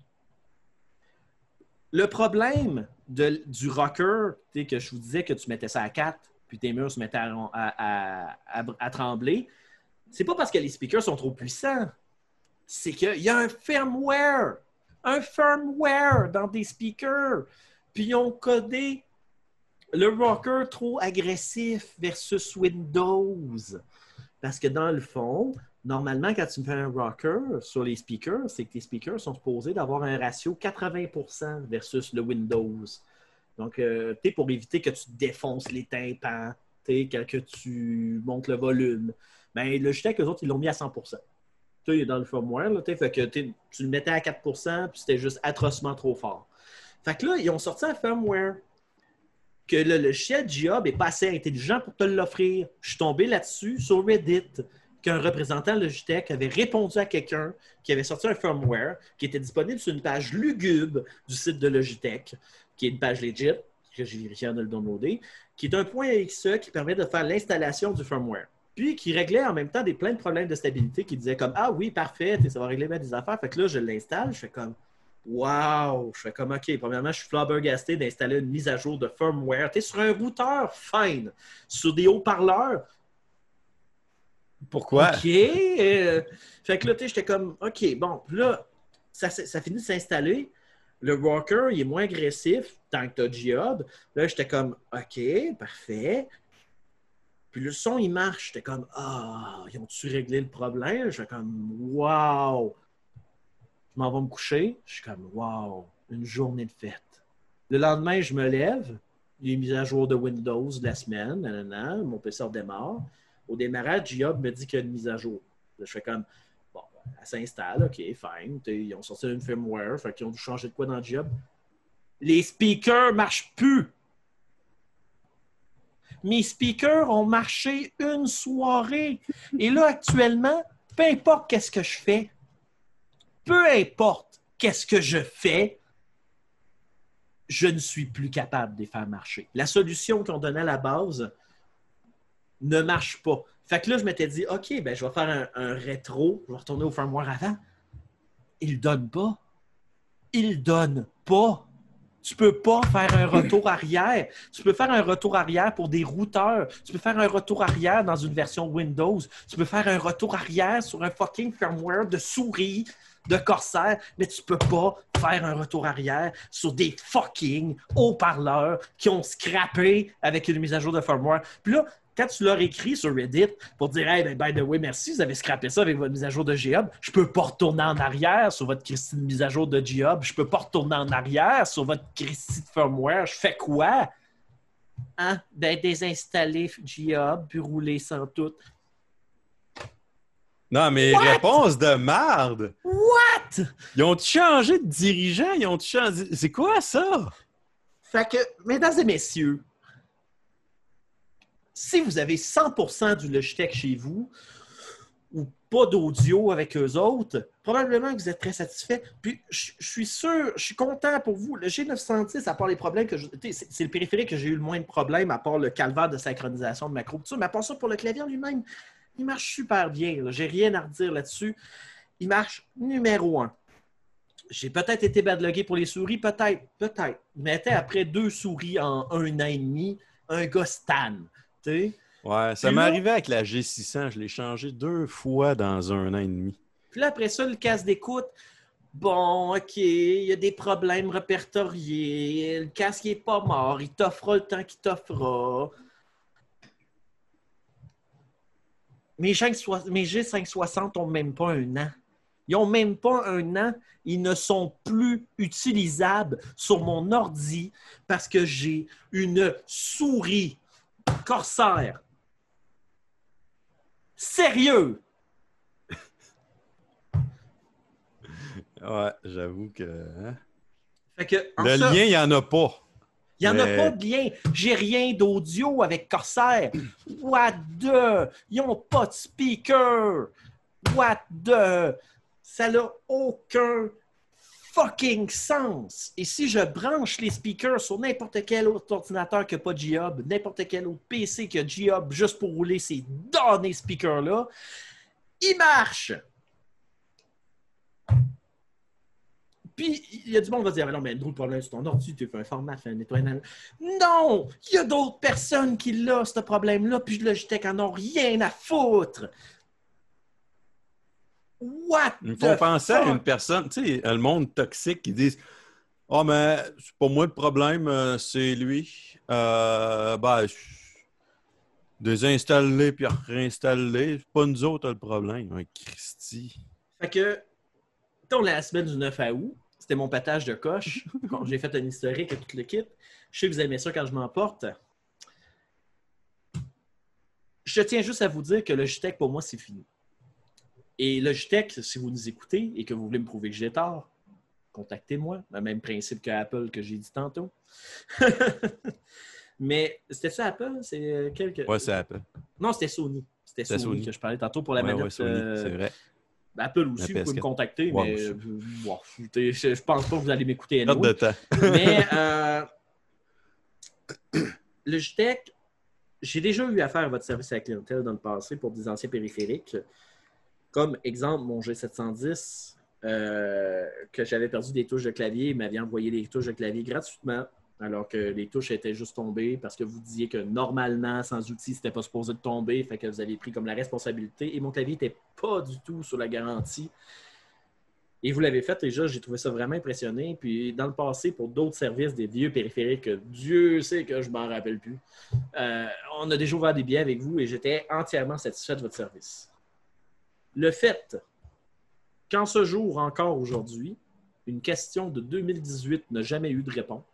Le problème de, du rocker, tu sais, que je vous disais que tu mettais ça à quatre, puis tes murs se mettaient à, à, à, à trembler, c'est pas parce que les speakers sont trop puissants. C'est qu'il y a un firmware. Un firmware dans des speakers. Puis ils ont codé le rocker trop agressif versus Windows. Parce que dans le fond, Normalement, quand tu me fais un rocker sur les speakers, c'est que tes speakers sont supposés d'avoir un ratio quatre-vingts pour cent versus le Windows. Donc, euh, tu sais, pour éviter que tu défonces les tympans, tu sais, quand que tu montes le volume. Mais le Logitech, eux autres, ils l'ont mis à cent pour cent. Tu sais, dans le firmware, là, fait que tu le mettais à quatre pour cent, puis c'était juste atrocement trop fort. Fait que là, ils ont sorti un firmware que le logiciel G-Hub n'est pas assez intelligent pour te l'offrir. Je suis tombé là-dessus sur Reddit, qu'un représentant Logitech avait répondu à quelqu'un qui avait sorti un firmware qui était disponible sur une page lugubre du site de Logitech, qui est une page legit, que j'ai vérifié de le downloader, qui est un point .exe qui permet de faire l'installation du firmware. Puis qui réglait en même temps des plein de problèmes de stabilité qui disaient comme « Ah oui, parfait, ça va régler bien des affaires. » Fait que là, je l'installe, je fais comme « Wow! » Je fais comme « OK, premièrement, je suis flabbergasté d'installer une mise à jour de firmware. » Tu es sur un routeur fine, sur des haut-parleurs. Pourquoi? OK. Euh, fait que là, tu sais, j'étais comme OK, bon, là, ça, ça finit de s'installer. Le rocker, il est moins agressif tant que tu as G-Hub. Là, j'étais comme OK, parfait. Puis le son, il marche. J'étais comme ah, ils ont-tu réglé le problème? J'étais comme wow. Je m'en vais me coucher. Je suis comme wow, une journée de fête. Le lendemain, je me lève. Les mises à jour de Windows de la semaine. Nanana, mon P C redémarre. Au démarrage, G-Hub me dit qu'il y a une mise à jour. Là, je fais comme, bon, elle s'installe, OK, fine. Ils ont sorti une firmware, fait qu'ils ont dû changer de quoi dans G-Hub. Les speakers ne marchent plus. Mes speakers ont marché une soirée. Et là, actuellement, peu importe qu'est-ce que je fais, peu importe qu'est-ce que je fais, je ne suis plus capable de les faire marcher. La solution qu'on donnait à la base ne marche pas. Fait que là, je m'étais dit, OK, ben, je vais faire un, un rétro, je vais retourner au firmware avant. Il ne donne pas. Il ne donne pas. Tu ne peux pas faire un retour arrière. Tu peux faire un retour arrière pour des routeurs. Tu peux faire un retour arrière dans une version Windows. Tu peux faire un retour arrière sur un fucking firmware de souris, de Corsair, mais tu peux pas faire un retour arrière sur des fucking haut-parleurs qui ont scrappé avec une mise à jour de firmware. Puis là, quand tu leur écris sur Reddit pour dire « Hey, ben, by the way, merci, vous avez scrappé ça avec votre mise à jour de G-Hub. Je peux pas retourner en arrière sur votre Christine mise à jour de G-Hub. Je peux pas retourner en arrière sur votre Christine firmware. Je fais quoi? » Hein? Ben, désinstaller G-Hub puis rouler sans tout. Non, mais What? réponse de marde! What? Ils ont changé de dirigeant? Ils ont changé... C'est quoi ça? Fait que, mesdames et messieurs, si vous avez cent pour cent du Logitech chez vous ou pas d'audio avec eux autres, probablement que vous êtes très satisfait. Puis, je, je suis sûr, je suis content pour vous. Le G neuf cent dix, à part les problèmes que je... C'est, c'est le périphérique que j'ai eu le moins de problèmes, à part le calvaire de synchronisation de macro. Mais à part ça, pour le clavier lui-même, il marche super bien. Là. J'ai rien à redire là-dessus. Il marche numéro un. J'ai peut-être été badlogué pour les souris, peut-être, peut-être. Il mettait après deux souris en un an et demi, un gars Stan. T'sais? Ouais, ça Puis m'est là, arrivé avec la G six cents. Je l'ai changé deux fois dans un an et demi. Puis là, après ça, le casque d'écoute, bon, OK, il y a des problèmes répertoriés. Le casque n'est pas mort. Il t'offrera le temps qu'il t'offrera. Mes G cinq cent soixante n'ont même pas un an. Ils n'ont même pas un an. Ils ne sont plus utilisables sur mon ordi parce que j'ai une souris Corsair. Sérieux? Ouais, j'avoue que... Hein? Fait que, en Le ça, lien, il n'y en a pas. il n'y en a Mais- pas de lien. J'ai rien d'audio avec Corsair. What the? Ils n'ont pas de speaker. What the? Ça n'a aucun fucking sens. Et si je branche les speakers sur n'importe quel autre ordinateur qui n'a pas de G-Hub, n'importe quel autre P C qui a G-Hub juste pour rouler ces damnés speakers-là, ils marchent. Puis, il y a du monde qui va dire, non, mais Andrew, le problème, c'est ton ordi, tu fais un format, tu fais un nettoyage. Non! Il y a d'autres personnes qui l'ont, ce problème-là, puis le Logitech en ont rien à foutre. What Ils me the font penser à fuck? une personne, tu sais, le monde toxique qui disent « Ah, oh, mais c'est pas moi le problème, euh, c'est lui. Euh, ben, je- Désinstaller puis réinstaller. C'est pas nous autres le problème. Un Christy. Fait que, donc, la semaine du neuf août, c'était mon patage de coche. Bon, j'ai fait un historique à toute l'équipe. Je sais que vous aimez ça quand je m'emporte. Je tiens juste à vous dire que Logitech, pour moi, c'est fini. Et Logitech, si vous nous écoutez et que vous voulez me prouver que j'ai tort, contactez-moi. Le même principe que Apple que j'ai dit tantôt. Mais c'était ça Apple? C'est quelque... Ouais, c'est Apple. Non, c'était Sony. C'était Sony, Sony que je parlais tantôt pour la ouais, manette. Ouais, Sony, euh... c'est vrai. Apple aussi, vous pouvez me contacter, ouais, mais euh, bon, je, je pense pas que vous allez m'écouter. Perte de temps. Mais euh, Logitech, j'ai déjà eu affaire à votre service à la clientèle dans le passé pour des anciens périphériques. Comme exemple, mon G sept cent dix, euh, que j'avais perdu des touches de clavier, il m'avait envoyé les touches de clavier gratuitement, alors que les touches étaient juste tombées parce que vous disiez que normalement, sans outils, c'était pas supposé de tomber, fait que vous avez pris comme la responsabilité. Et mon clavier n'était pas du tout sur la garantie. Et vous l'avez fait déjà, j'ai trouvé ça vraiment impressionné. Puis dans le passé, pour d'autres services, des vieux périphériques, Dieu sait que je m'en rappelle plus, euh, on a déjà ouvert des billets avec vous et j'étais entièrement satisfait de votre service. Le fait qu'en ce jour, encore aujourd'hui, une question de deux mille dix-huit n'a jamais eu de réponse,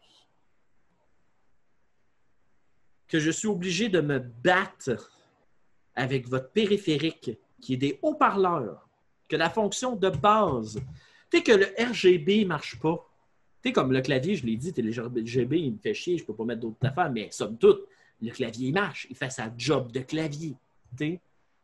que je suis obligé de me battre avec votre périphérique, qui est des haut-parleurs, que la fonction de base, tu sais que le R G B ne marche pas. Tu sais, comme le clavier, je l'ai dit, le R G B, il me fait chier, je ne peux pas mettre d'autres affaires, mais somme toute, le clavier, il marche, il fait sa job de clavier. T'sais.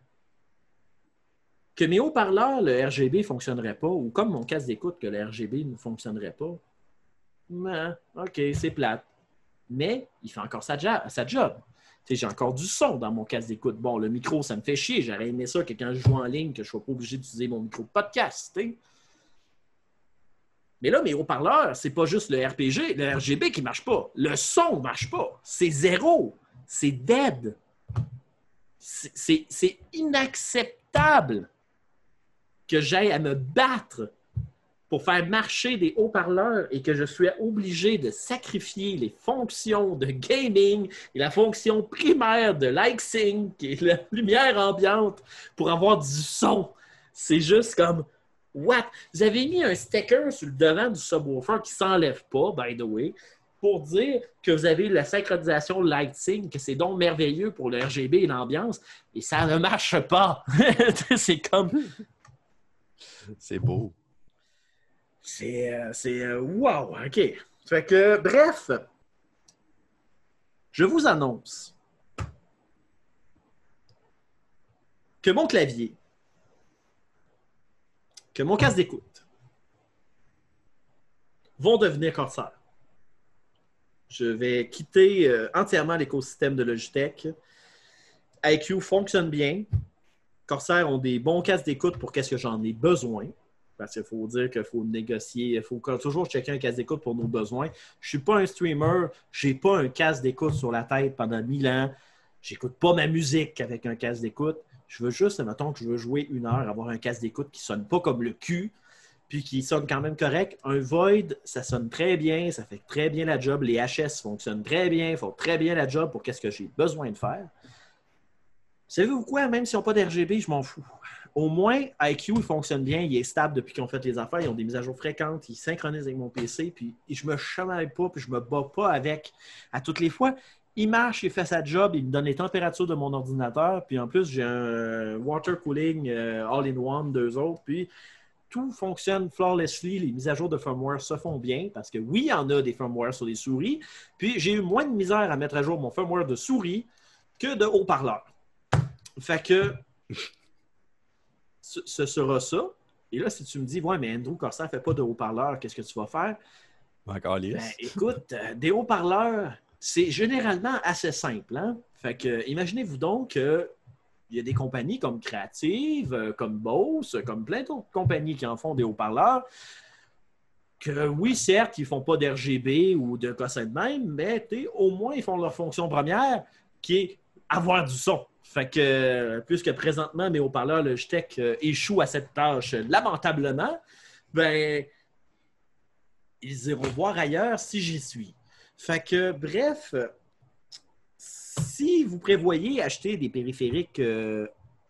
Que mes haut-parleurs, le R G B ne fonctionnerait pas, ou comme mon casque d'écoute, que le R G B ne fonctionnerait pas, ben, OK, c'est plate. Mais il fait encore sa, ja- sa job. T'sais, j'ai encore du son dans mon casque d'écoute. Bon, le micro, ça me fait chier. J'aurais aimé ça que quand je joue en ligne, que je ne sois pas obligé d'utiliser mon micro de podcast. T'sais. Mais là, mes haut-parleurs, c'est pas juste le R P G, le R G B qui ne marche pas. Le son ne marche pas. C'est zéro. C'est dead. C'est, c'est, c'est inacceptable que j'aille à me battre pour faire marcher des haut-parleurs et que je sois obligé de sacrifier les fonctions de gaming et la fonction primaire de light-sync, qui est la lumière ambiante, pour avoir du son. C'est juste comme, what? Vous avez mis un sticker sur le devant du subwoofer qui ne s'enlève pas, by the way, pour dire que vous avez la synchronisation light-sync, que c'est donc merveilleux pour le R G B et l'ambiance, et ça ne marche pas. C'est comme... C'est beau. C'est, euh, c'est euh, wow, OK. Fait que, bref, je vous annonce que mon clavier, que mon casque d'écoute vont devenir Corsair. Je vais quitter euh, entièrement l'écosystème de Logitech. I Q fonctionne bien. Corsair ont des bons casques d'écoute pour qu'est-ce que j'en ai besoin. Parce qu'il faut dire qu'il faut négocier, il faut toujours checker un casque d'écoute pour nos besoins. Je ne suis pas un streamer, je n'ai pas un casque d'écoute sur la tête pendant mille ans. Je n'écoute pas ma musique avec un casque d'écoute. Je veux juste, mettons que je veux jouer une heure, avoir un casque d'écoute qui ne sonne pas comme le cul, puis qui sonne quand même correct. Un Void, ça sonne très bien, ça fait très bien la job. Les H S fonctionnent très bien, font très bien la job pour qu'est-ce que j'ai besoin de faire. Savez-vous quoi? Même s'ils n'ont pas d'R G B, je m'en fous. Au moins, I Q, il fonctionne bien, il est stable depuis qu'ils ont fait les affaires, ils ont des mises à jour fréquentes, ils synchronisent avec mon P C, puis je me chamaille pas, puis je me bats pas avec à toutes les fois. Il marche, il fait sa job, il me donne les températures de mon ordinateur, puis en plus, j'ai un water cooling euh, all-in-one, deux autres, puis tout fonctionne flawlessly, les mises à jour de firmware se font bien, parce que oui, il y en a des firmware sur les souris, puis j'ai eu moins de misère à mettre à jour mon firmware de souris que de haut-parleur. Fait que ce sera ça. Et là, si tu me dis, ouais, mais Andrew Corsair ne fait pas de haut-parleur, qu'est-ce que tu vas faire? Encore lisse. Ben, écoute, euh, des haut-parleurs, c'est généralement assez simple. Hein? Fait que, imaginez-vous donc qu'il y a des compagnies comme Creative, euh, comme Bose, comme plein d'autres compagnies qui en font des haut-parleurs, que oui, certes, ils ne font pas d'R G B ou de Corsair de même, mais au moins, ils font leur fonction première, qui est avoir du son. Fait que, puisque présentement, mes haut-parleurs Logitech euh, échouent à cette tâche lamentablement, ben, ils iront voir ailleurs si j'y suis. Fait que, bref, si si vous prévoyez acheter des périphériques euh,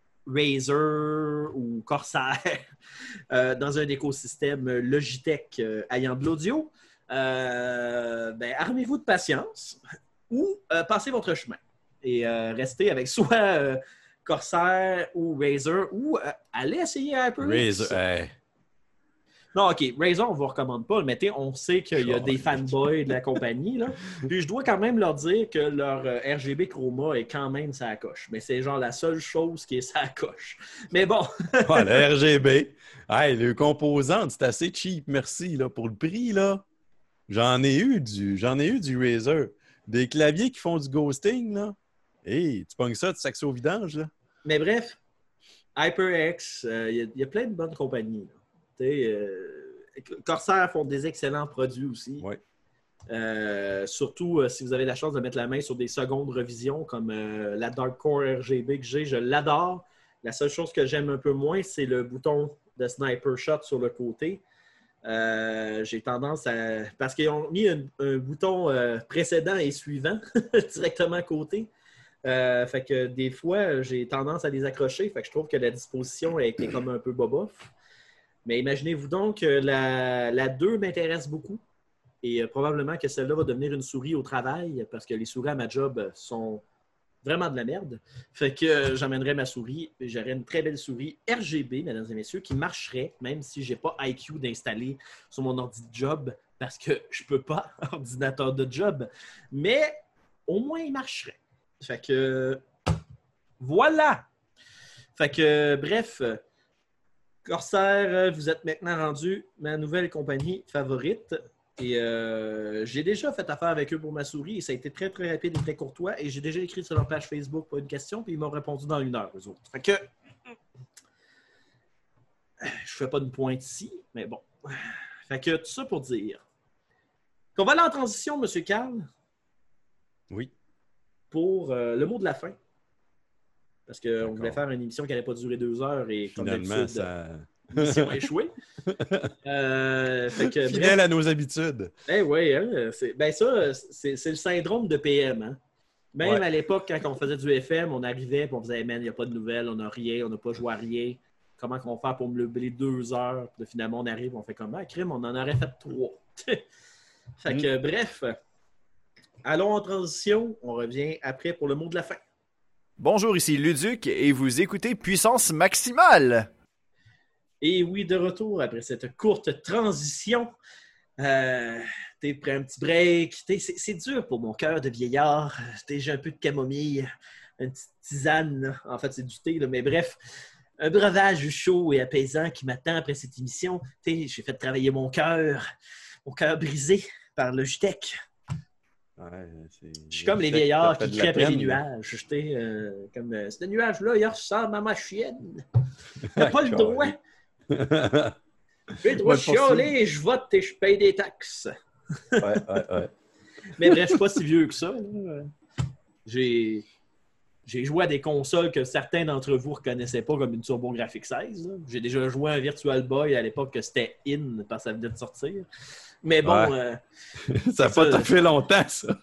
Razer ou Corsair euh, dans un écosystème Logitech euh, ayant de l'audio, euh, ben, armez-vous de patience ou euh, passez votre chemin et euh, restez avec soit euh, Corsair ou Razer ou euh, allez essayer HyperX. Razer, hey. Non, OK, Razer, on ne vous recommande pas. Mais on sait qu'il y a des fanboys de la compagnie. Là. Puis je dois quand même leur dire que leur euh, R G B Chroma est quand même sa coche. Mais c'est genre la seule chose qui est sa coche. Mais bon. Ah, le R G B. Hey, le composant, c'est assez cheap, merci. Là, pour le prix, là. J'en ai eu du. J'en ai eu du Razer. Des claviers qui font du ghosting, là. Hey, tu pognes ça, tu sacs ça au vidange, là. Mais bref, HyperX, il euh, y, y a plein de bonnes compagnies. Là. Euh, Corsair font des excellents produits aussi. Ouais. Euh, surtout euh, si vous avez la chance de mettre la main sur des secondes revisions comme euh, la Dark Core R G B que j'ai, je l'adore. La seule chose que j'aime un peu moins, c'est le bouton de Sniper Shot sur le côté. Euh, j'ai tendance à... Parce qu'ils ont mis un, un bouton euh, précédent et suivant directement à côté. Euh, fait que des fois, j'ai tendance à les accrocher. Fait que je trouve que la disposition est, est comme un peu bobof. Mais imaginez-vous donc que la, la deux m'intéresse beaucoup et euh, probablement que celle-là va devenir une souris au travail parce que les souris à ma job sont vraiment de la merde. Fait que euh, j'emmènerais ma souris et j'aurais une très belle souris R G B, mesdames et messieurs, qui marcherait même si je n'ai pas I Q d'installer sur mon ordi de job parce que je ne peux pas, ordinateur de job. Mais au moins, il marcherait. Fait que voilà! Fait que bref... Corsair, vous êtes maintenant rendu ma nouvelle compagnie favorite. Et euh, j'ai déjà fait affaire avec eux pour ma souris et ça a été très, très rapide et très courtois. Et j'ai déjà écrit sur leur page Facebook pour une question puis ils m'ont répondu dans une heure, eux autres. Fait que je fais pas de pointe ici, mais bon. Fait que tout ça pour dire qu'on va aller en transition, M. Carl. Oui. Pour euh, le mot de la fin. Parce qu'on voulait faire une émission qui n'allait pas durer deux heures et comme Finalement, ça... l'émission a échoué. Euh, fait que, Fidèle à nos habitudes. Eh oui, hein, c'est, ben ça, c'est, c'est le syndrome de P M. Hein? Même ouais. à l'époque, quand on faisait du F M, on arrivait et on disait, man, il n'y a pas de nouvelles, on n'a rien, on n'a pas joué à rien. Comment qu'on va faire pour me lever deux heures? Puis finalement, on arrive, on fait comme, ah, crime, on en aurait fait trois. Fait que, mm. bref, allons en transition. On revient après pour le mot de la fin. Bonjour, ici Luduc et vous écoutez Puissance Maximale. Et oui, de retour après cette courte transition. Euh, t'es pris un petit break. C'est, c'est dur pour mon cœur de vieillard. T'es, j'ai un peu de camomille, une petite tisane. Là. En fait, c'est du thé, là, mais bref. Un breuvage chaud et apaisant qui m'attend après cette émission. T'sais, j'ai fait travailler mon cœur, mon cœur brisé par Logitech. Ouais, je suis comme les vieillards qui crient après les nuages. Euh, comme, euh, ce nuage-là, il ressemble à ma chienne. T'as pas le droit. J'ai le droit de chialer, je vote et je paye des taxes. ouais, ouais, ouais. Mais bref, je suis pas si vieux que ça. Là. J'ai... J'ai joué à des consoles que certains d'entre vous ne reconnaissaient pas comme une TurboGrafx seize. Là. J'ai déjà joué à un Virtual Boy à l'époque que c'était in parce que ça venait de sortir. Mais bon... Ouais. Euh, ça n'a pas tout fait longtemps, ça.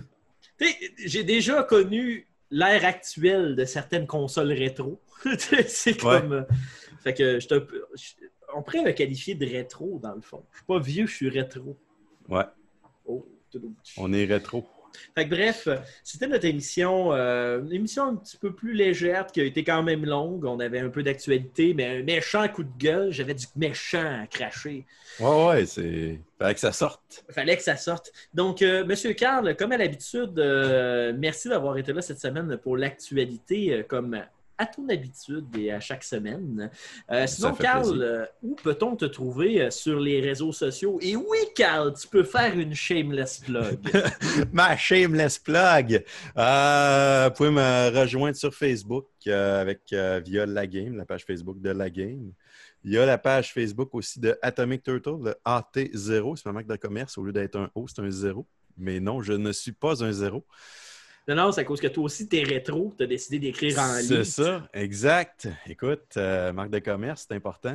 J'ai déjà connu l'ère actuelle de certaines consoles rétro. C'est comme... Ouais. Fait que je te, je, on pourrait me qualifier de rétro, dans le fond. Je suis pas vieux, je suis rétro. Ouais. Oh, on est rétro. Fait que bref, c'était notre émission, euh, une émission un petit peu plus légère qui a été quand même longue. On avait un peu d'actualité, mais un méchant coup de gueule. J'avais du méchant à cracher. Ouais, ouais, c'est... Fallait que ça sorte. Fallait que ça sorte. Donc, euh, M. Carl, comme à l'habitude, euh, merci d'avoir été là cette semaine pour l'actualité, euh, comme à ton habitude et à chaque semaine. Euh, sinon, Carl, euh, où peut-on te trouver sur les réseaux sociaux? Et oui, Carl, tu peux faire une shameless plug. Ma shameless plug! Euh, vous pouvez me rejoindre sur Facebook euh, avec euh, via La Game, la page Facebook de La Game. Il y a la page Facebook aussi de Atomic Turtle, le A T zéro. C'est ma marque de commerce. Au lieu d'être un O, c'est un zéro. Mais non, je ne suis pas un zéro. Non, non, c'est à cause que toi aussi, t'es rétro. Tu as décidé d'écrire en ligne. C'est ça, exact. Écoute, euh, marque de commerce, c'est important.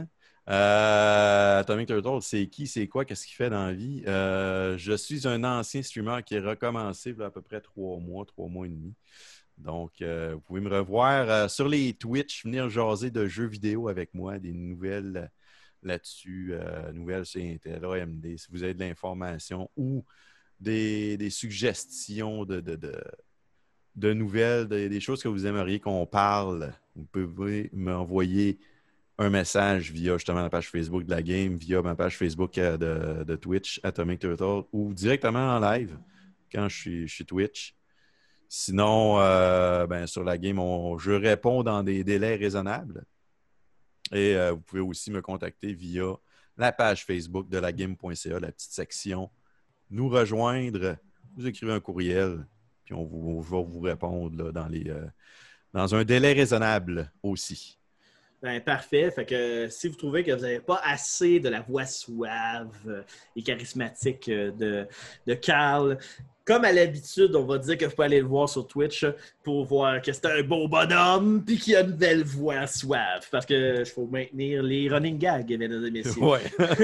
Euh, Atomic Turtle, c'est qui, c'est quoi, qu'est-ce qu'il fait dans la vie? Euh, je suis un ancien streamer qui est recommencé il y a à peu près trois mois, trois mois et demi. Donc, euh, vous pouvez me revoir euh, sur les Twitch, venir jaser de jeux vidéo avec moi, des nouvelles là-dessus, euh, nouvelles sur Intel, A M D, si vous avez de l'information ou des, des suggestions de, de, de, de nouvelles, de, des choses que vous aimeriez qu'on parle, vous pouvez m'envoyer un message via justement la page Facebook de la game, via ma page Facebook de, de Twitch, Atomic Turtle, ou directement en live quand je suis, je suis Twitch. Sinon, euh, ben, sur la game, on, je réponds dans des délais raisonnables. Et euh, vous pouvez aussi me contacter via la page Facebook de la game point c a, la petite section. Nous rejoindre, vous écrivez un courriel, puis on, vous, on va vous répondre là, dans, les, euh, dans un délai raisonnable aussi. Ben, parfait. Fait que si vous trouvez que vous n'avez pas assez de la voix suave et charismatique de, de Carl, comme à l'habitude, on va dire que vous pouvez aller le voir sur Twitch pour voir que c'est un beau bonhomme puis qu'il a une belle voix suave. Parce que il faut maintenir les running gags, mesdames et messieurs. Ouais.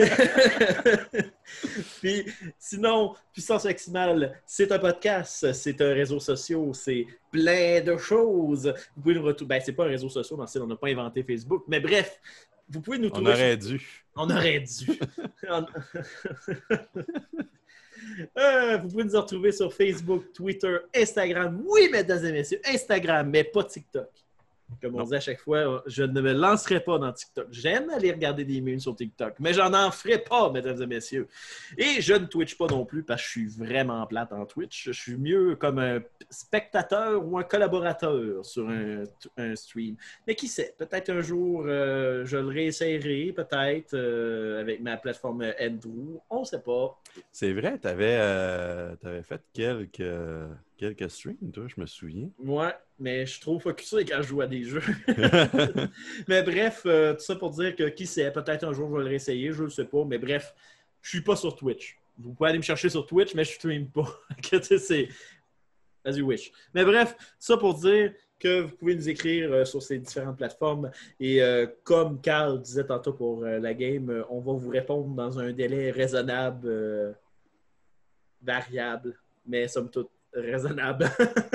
Puis sinon, Puissance Maximale, c'est un podcast, c'est un réseau social, c'est plein de choses. Vous pouvez nous retrouver. Ben, c'est pas un réseau social, dans le style, on n'a pas inventé Facebook. Mais bref, vous pouvez nous trouver. On aurait sur... dû. On aurait dû. Euh, vous pouvez nous retrouver sur Facebook, Twitter, Instagram. Oui, mesdames et messieurs, Instagram, mais pas TikTok. Comme on Non. dit à chaque fois, je ne me lancerai pas dans TikTok. J'aime aller regarder des memes sur TikTok, mais j'en en ferai pas, mesdames et messieurs. Et je ne Twitch pas non plus parce que je suis vraiment plate en Twitch. Je suis mieux comme un spectateur ou un collaborateur sur un, un stream. Mais qui sait, peut-être un jour, euh, je le réessayerai, peut-être, euh, avec ma plateforme Andrew. On ne sait pas. C'est vrai, tu avais, euh, fait quelques, quelques streams, toi, je me souviens. Ouais, mais je suis trop focusé quand je joue à des jeux. Mais bref, euh, tout ça pour dire que qui sait, peut-être un jour je vais le réessayer, je ne sais pas. Mais bref, je suis pas sur Twitch. Vous pouvez aller me chercher sur Twitch, mais je ne stream pas. Que tu sais, c'est as you wish. Mais bref, ça pour dire que vous pouvez nous écrire euh, sur ces différentes plateformes. Et euh, comme Carl disait tantôt pour euh, la game, euh, on va vous répondre dans un délai raisonnable, euh, variable, mais somme toute raisonnable.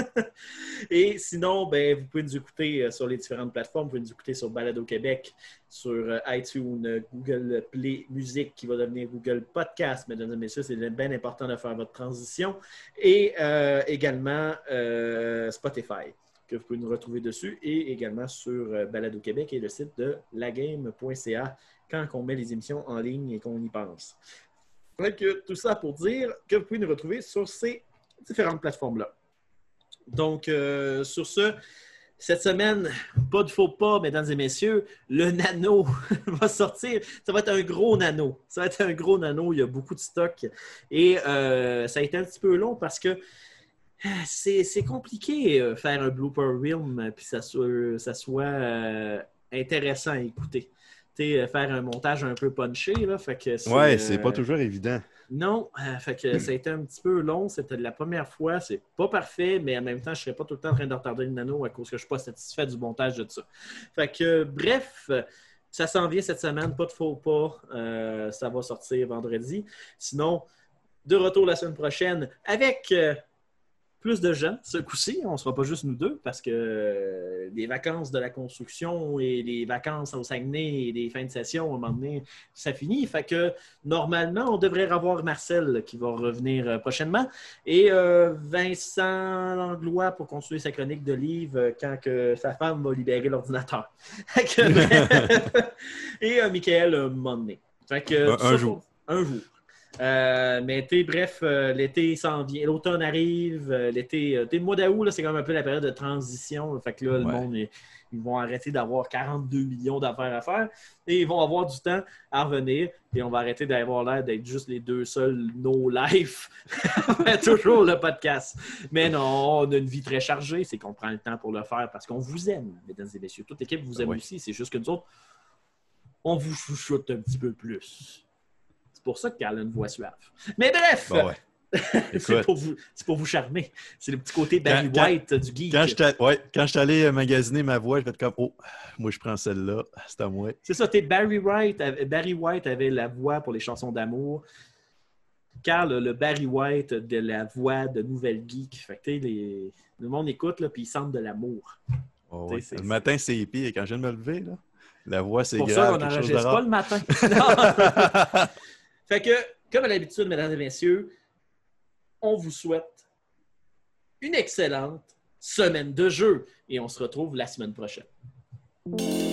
Et sinon, ben, vous pouvez nous écouter euh, sur les différentes plateformes. Vous pouvez nous écouter sur Balado Québec, sur euh, iTunes, euh, Google Play Music, qui va devenir Google Podcast. Mesdames et messieurs, c'est bien important de faire votre transition. Et euh, également euh, Spotify, que vous pouvez nous retrouver dessus. Et également sur euh, Balado Québec et le site de lagame point c a quand on met les émissions en ligne et qu'on y pense. Donc, tout ça pour dire que vous pouvez nous retrouver sur ces différentes plateformes-là. Donc, euh, sur ce, cette semaine, pas de faux pas, mesdames et messieurs, le nano va sortir. Ça va être un gros nano. Ça va être un gros nano. Il y a beaucoup de stock. Et euh, ça a été un petit peu long parce que c'est, c'est compliqué euh, faire un blooper reel puis ça soit, ça soit euh, intéressant à écouter. T'sais, faire un montage un peu punché, là, fait que c'est, ouais, c'est euh, pas toujours évident. Non, euh, fait que ça a été un petit peu long. C'était la première fois. C'est pas parfait, mais en même temps, je ne serais pas tout le temps en train de retarder le nano à cause que je ne suis pas satisfait du montage de ça. Fait que, bref, ça s'en vient cette semaine. Pas de faux pas. Euh, ça va sortir vendredi. Sinon, de retour la semaine prochaine avec euh, plus de gens. Ce coup-ci, on ne sera pas juste nous deux parce que euh, les vacances de la construction et les vacances au Saguenay et les fins de session, à un moment donné, ça finit. Fait que normalement, on devrait avoir Marcel qui va revenir euh, prochainement et euh, Vincent Langlois pour continuer sa chronique de livres euh, quand que sa femme va libérer l'ordinateur. Et euh, Michael euh, Monnet. Fait que, un, un jour. Pour, un jour. Euh, mais t'es, bref, euh, l'été s'en vient, l'automne arrive, euh, l'été, euh, le mois d'août, là, c'est quand même un peu la période de transition. Là, fait que là, ouais. Le monde, ils, ils vont arrêter d'avoir quarante-deux millions d'affaires à faire et ils vont avoir du temps à revenir et on va arrêter d'avoir l'air d'être juste les deux seuls no life. Toujours le podcast. Mais non, on a une vie très chargée, c'est qu'on prend le temps pour le faire parce qu'on vous aime, mesdames et messieurs. Toute l'équipe vous aime ouais. aussi, c'est juste que nous autres, on vous chouchoute un petit peu plus. C'est pour ça que Carl a une voix suave. Mais bref, bon, ouais. c'est, pour vous, c'est pour vous charmer. C'est le petit côté Barry quand, White quand, du geek. Quand je ouais, quand je suis allé magasiner ma voix, je vais être comme « Oh, moi, je prends celle-là. C'est à moi. » C'est ça, t'es Barry White. Barry White avait la voix pour les chansons d'amour. Carl a le Barry White de la voix de Nouvelle Geek. Fait que les, le monde écoute, là, puis ils sentent de l'amour. Oh, ouais. Le matin, c'est épais. Et quand je viens de me lever, là, la voix, c'est pour grave. Pour ça, on n'enregistre pas le matin. Fait que, comme à l'habitude, mesdames et messieurs, on vous souhaite une excellente semaine de jeu et on se retrouve la semaine prochaine.